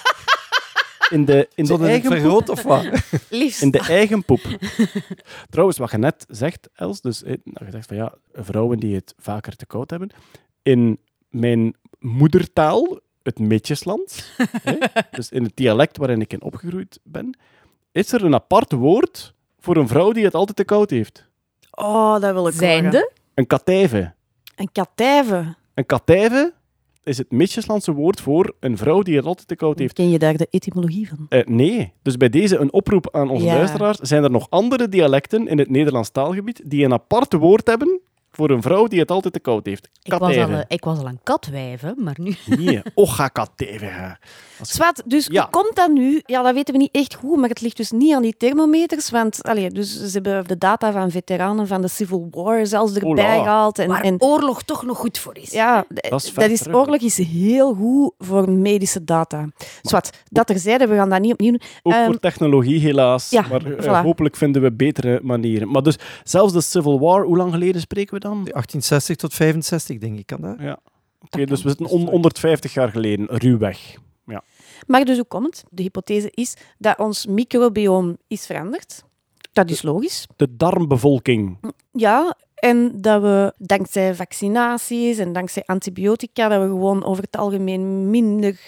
In de, in de Zodat het eigen poep. vergroot of wat? Liefst. In de eigen poep. Trouwens, wat je net zegt, Els, dus eh, je zegt van ja, vrouwen die het vaker te koud hebben. In mijn moedertaal, het Meetjesland, hè, dus in het dialect waarin ik in opgegroeid ben, is er een apart woord voor een vrouw die het altijd te koud heeft. Oh, dat wil ik horen. Zijnde? Een katijve. Een katijve. Een katijve is het Meetjeslandse woord voor een vrouw die het altijd te koud heeft. Ken je daar de etymologie van? Eh, nee. Dus bij deze een oproep aan onze Ja. luisteraars. Zijn er nog andere dialecten in het Nederlands taalgebied die een apart woord hebben voor een vrouw die het altijd te koud heeft? Ik was, al, Katijve. eh, ik was al aan katwijven, maar nu... Nee, ocha katijve. ja. Als- Zwat, dus Ja. hoe komt dat nu? Ja, dat weten we niet echt goed, maar het ligt dus niet aan die thermometers, want allee, dus ze hebben de data van veteranen van de Civil War zelfs erbij Ola. gehaald. En, Waar en, oorlog toch nog goed voor is. ja, d- Dat is ver dat is, terug. oorlog is heel goed voor medische data. Zwat, dat terzijde, we gaan dat niet opnieuw doen. Ook Ehm, voor technologie, helaas. ja, maar eh, voilà. hopelijk vinden we betere manieren. Maar dus, zelfs de Civil War, hoe lang geleden spreken we dan? achttienzestig tot vijfenzestig, denk ik. Kan dat? Ja. Oké, dus we zitten on- honderdvijftig jaar geleden, ruwweg. Maar dus hoe komt het? De hypothese is dat ons microbioom is veranderd. Dat is logisch. De darmbevolking. Ja, en dat we dankzij vaccinaties en dankzij antibiotica, dat we gewoon over het algemeen minder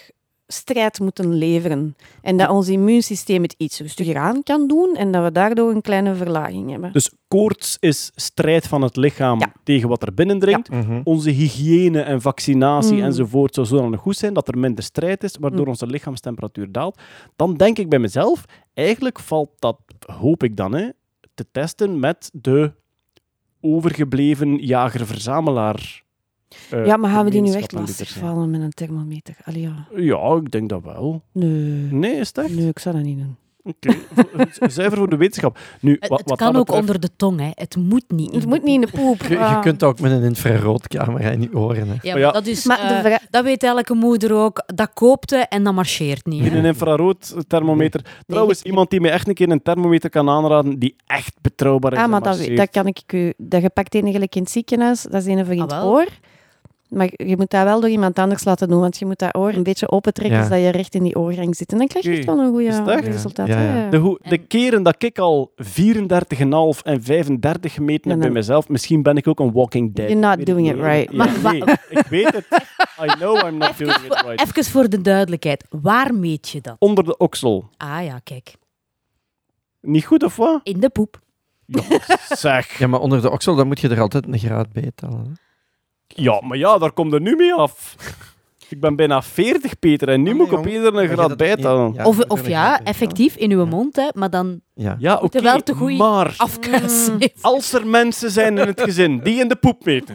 strijd moeten leveren. En dat ons immuunsysteem het iets rustiger aan kan doen en dat we daardoor een kleine verlaging hebben. Dus koorts is strijd van het lichaam Ja. tegen wat er binnendringt. Mhm. Onze hygiëne en vaccinatie Mm. enzovoort zou zodanig goed zijn dat er minder strijd is, waardoor Mm. onze lichaamstemperatuur daalt. Dan denk ik bij mezelf, eigenlijk valt dat, hoop ik dan, hè, te testen met de overgebleven jager-verzamelaar. eh, Ja, maar gaan we die nu echt gemeenschap en wie er zijn. lastigvallen met een thermometer? Allee, ja. Ja, ik denk dat wel. Nee. Nee, is het echt? Nee, ik zou dat niet doen. Oké, Voor- zuiver voor de wetenschap. Nu, Het, wat, het wat kan dat ook betreft- onder de tong, hè. Het moet niet. in Het de moet niet in de poep. Je, je Ah. kunt ook met een infraroodcamera in je oren. Hè. Ja, Maar ja, maar dat, is, Maar de eh, vra- dat weet elke moeder ook. Dat koopte en dat marcheert niet. In Hè. een infrarood thermometer. Trouwens, iemand die mij echt een keer een thermometer kan aanraden die echt betrouwbaar is. Ah, en maar dat, marcheert. dat kan ik u... Dat je pakt een gelijk in het ziekenhuis, dat is een voor in Ah, het wel. oor. Maar je moet dat wel door iemand anders laten doen, want je moet dat oor een beetje opentrekken, Ja. zodat je recht in die oorgang zit. En dan krijg je Oké. echt wel een goede Is het echt? goed resultaat. Ja, ja. hè. De, hoe- de keren dat ik al vierendertig komma vijf en vijfendertig gemeten heb Nee, bij nee. mezelf, misschien ben ik ook een walking dead. You're not Ik weet doing het it niet. right. Ja, Maar wa- nee, ik weet het. I know I'm not doing it right. Even voor de duidelijkheid. Waar meet je dat? Onder de oksel. Ah ja, kijk. Niet goed of wat? In de poep. Ja, zeg. Ja, maar onder de oksel dan moet je er altijd een graad bij tellen. Hè. Ja, maar ja, daar komt er nu mee af. Ik ben bijna veertig, Peter, en nu Ah, moet ik jong. opeens er Maar een je graad dat bij niet- tellen. ja, of je of er een ja, graad bij effectief in uw Ja. mond, hè, maar dan tellen. Ja. Ja, oké, wel te goeie maar afkuisen. als er mensen zijn in het gezin die in de poep meten,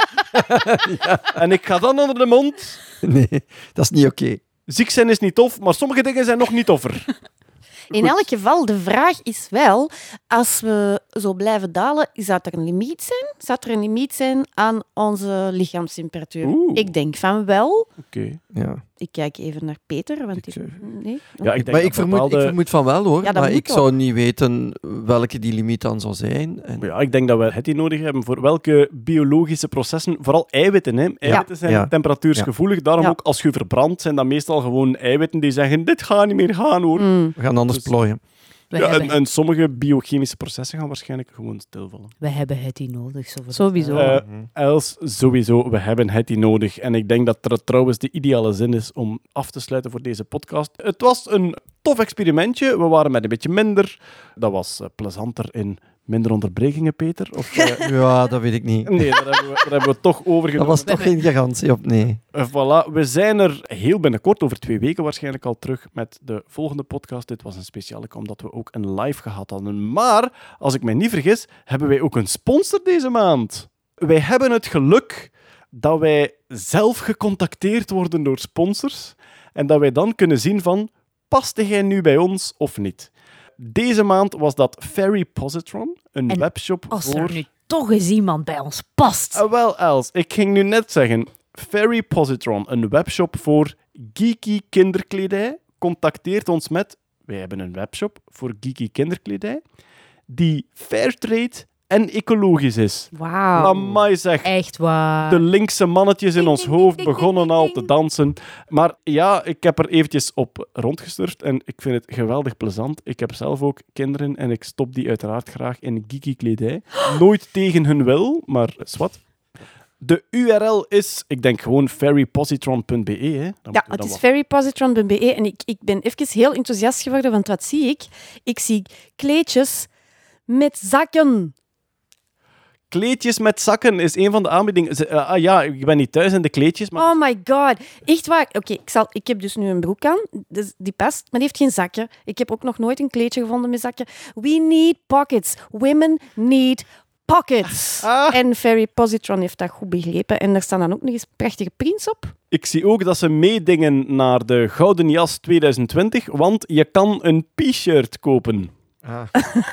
en ik ga dan onder de mond, Nee, dat is niet oké. ziek zijn is niet tof, maar sommige dingen zijn nog niet toffer. In Goed. elk geval, de vraag is wel, als we zo blijven dalen, zou er een limiet zijn? Zou er een limiet zijn aan onze lichaamstemperatuur? Oeh. Ik denk van wel. Oké. Ja. Ik kijk even naar Peter, want Ik, ik... eh, Nee? Ja, ik denk Maar dat ik vermoed, bepaalde- ik vermoed van wel hoor, Ja, dat maar moet ik ook. zou niet weten welke die limiet dan zou zijn. En... Ja, ik denk dat we het hier nodig hebben voor welke biologische processen, vooral eiwitten. Hè. Eiwitten zijn Ja. temperatuursgevoelig, daarom Ja. ook als je verbrandt, zijn dat meestal gewoon eiwitten die zeggen, dit gaat niet meer gaan hoor. Mm. We gaan anders Dus- plooien. We, Ja, en, hebben, en sommige biochemische processen gaan waarschijnlijk gewoon stilvallen. we hebben het hier nodig. Zo voor Sowieso. de- Eh, Els, sowieso, we hebben het hier nodig. En ik denk dat er trouwens de ideale zin is om af te sluiten voor deze podcast. Het was een tof experimentje. We waren met een beetje minder. Dat was eh, plezanter in minder onderbrekingen, Peter. Of, eh, Ja, dat weet ik niet. nee, daar hebben, we, daar hebben we toch over Dat gedaan. was toch geen garantie op nee. Uh, voilà, we zijn er heel binnenkort, over twee weken waarschijnlijk al terug met de volgende podcast. Dit was een speciale, omdat we ook een live gehad hadden. Maar, als ik mij niet vergis, hebben wij ook een sponsor deze maand. Wij hebben het geluk dat wij zelf gecontacteerd worden door sponsors en dat wij dan kunnen zien van, paste jij nu bij ons of niet? Deze maand was dat Fairy Positron, een En webshop Als voor... er nu toch eens iemand bij ons past. Ah, wel, Els, ik ging nu net zeggen. Fairy Positron, een webshop voor geeky kinderkledij, contacteert ons met... Wij hebben een webshop voor geeky kinderkledij die fairtrade en ecologisch is. Wauw. Amai zeg. Echt waar. De linkse mannetjes in ons hoofd begonnen al te dansen. Maar ja, ik heb er eventjes op rondgesurfd en ik vind het geweldig plezant. Ik heb zelf ook kinderen en ik stop die uiteraard graag in geeky kledij. Nooit tegen hun wil, maar zwart. De U R L is, ik denk gewoon fairypositron punt b e. Hè. Dan Ja, moeten we het dan is wat- fairypositron punt b e en ik, ik ben even heel enthousiast geworden, want wat zie ik? Ik zie kleedjes met zakken. Kleedjes met zakken is een van de aanbiedingen. Ze- uh, ah ja, ik ben niet thuis in de kleedjes, maar... Oh my god. Echt waar. Oké, ik zal. ik heb dus nu een broek aan, dus die past, maar die heeft geen zakken. Ik heb ook nog nooit een kleedje gevonden met zakken. We need pockets. Women need pockets. Ah. En Fairy Positron heeft dat goed begrepen. En er staan dan ook nog eens prachtige prints op. Ik zie ook dat ze meedingen naar de Gouden Jas twintig twintig, want je kan een t-shirt kopen. Ah.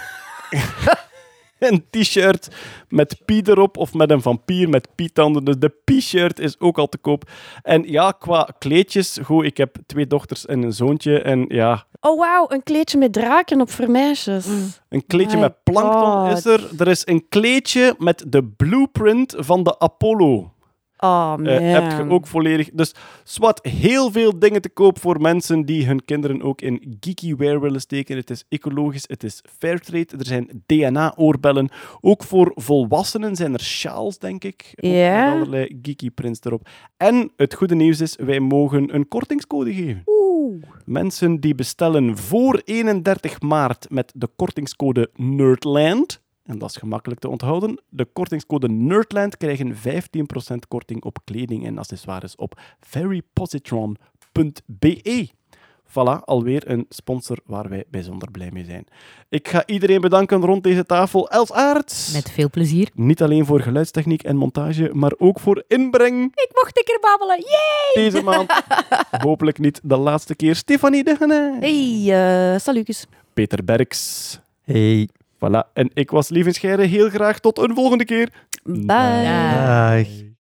Een t-shirt met Pie erop of met een vampier met Pie-tanden. Dus de Pie-shirt is ook al te koop. En ja, qua kleedjes, goed, ik heb twee dochters en een zoontje. En ja, Oh wauw, een kleedje met draken op voor meisjes. een kleedje My met plankton God. is er. Er is een kleedje met de blueprint van de Apollo. Oh, man. Uh, heb je ook volledig... Dus zwart, heel veel dingen te koop voor mensen die hun kinderen ook in geeky wear willen steken. Het is ecologisch, het is fairtrade. Er zijn D N A-oorbellen. Ook voor volwassenen zijn er sjaals, denk ik. Ja. Met allerlei geeky prints erop. En het goede nieuws is, wij mogen een kortingscode geven. Oeh. Mensen die bestellen voor eenendertig maart met de kortingscode Nerdland... En dat is gemakkelijk te onthouden. De kortingscode Nerdland krijgen vijftien procent korting op kleding en accessoires op fairypositron punt b e. Voilà, alweer een sponsor waar wij bijzonder blij mee zijn. Ik ga iedereen bedanken rond deze tafel. Els Aerts. Met veel plezier. Niet alleen voor geluidstechniek en montage, maar ook voor inbreng. Ik mocht een keer babbelen. Yay! Deze maand. Hopelijk niet de laatste keer. Stefanie Degene. Hey, uh, salutjes. Peter Berks. Hey. Voilà, en ik was Lieven Scheire. Heel graag tot een volgende keer. Bye. Dag.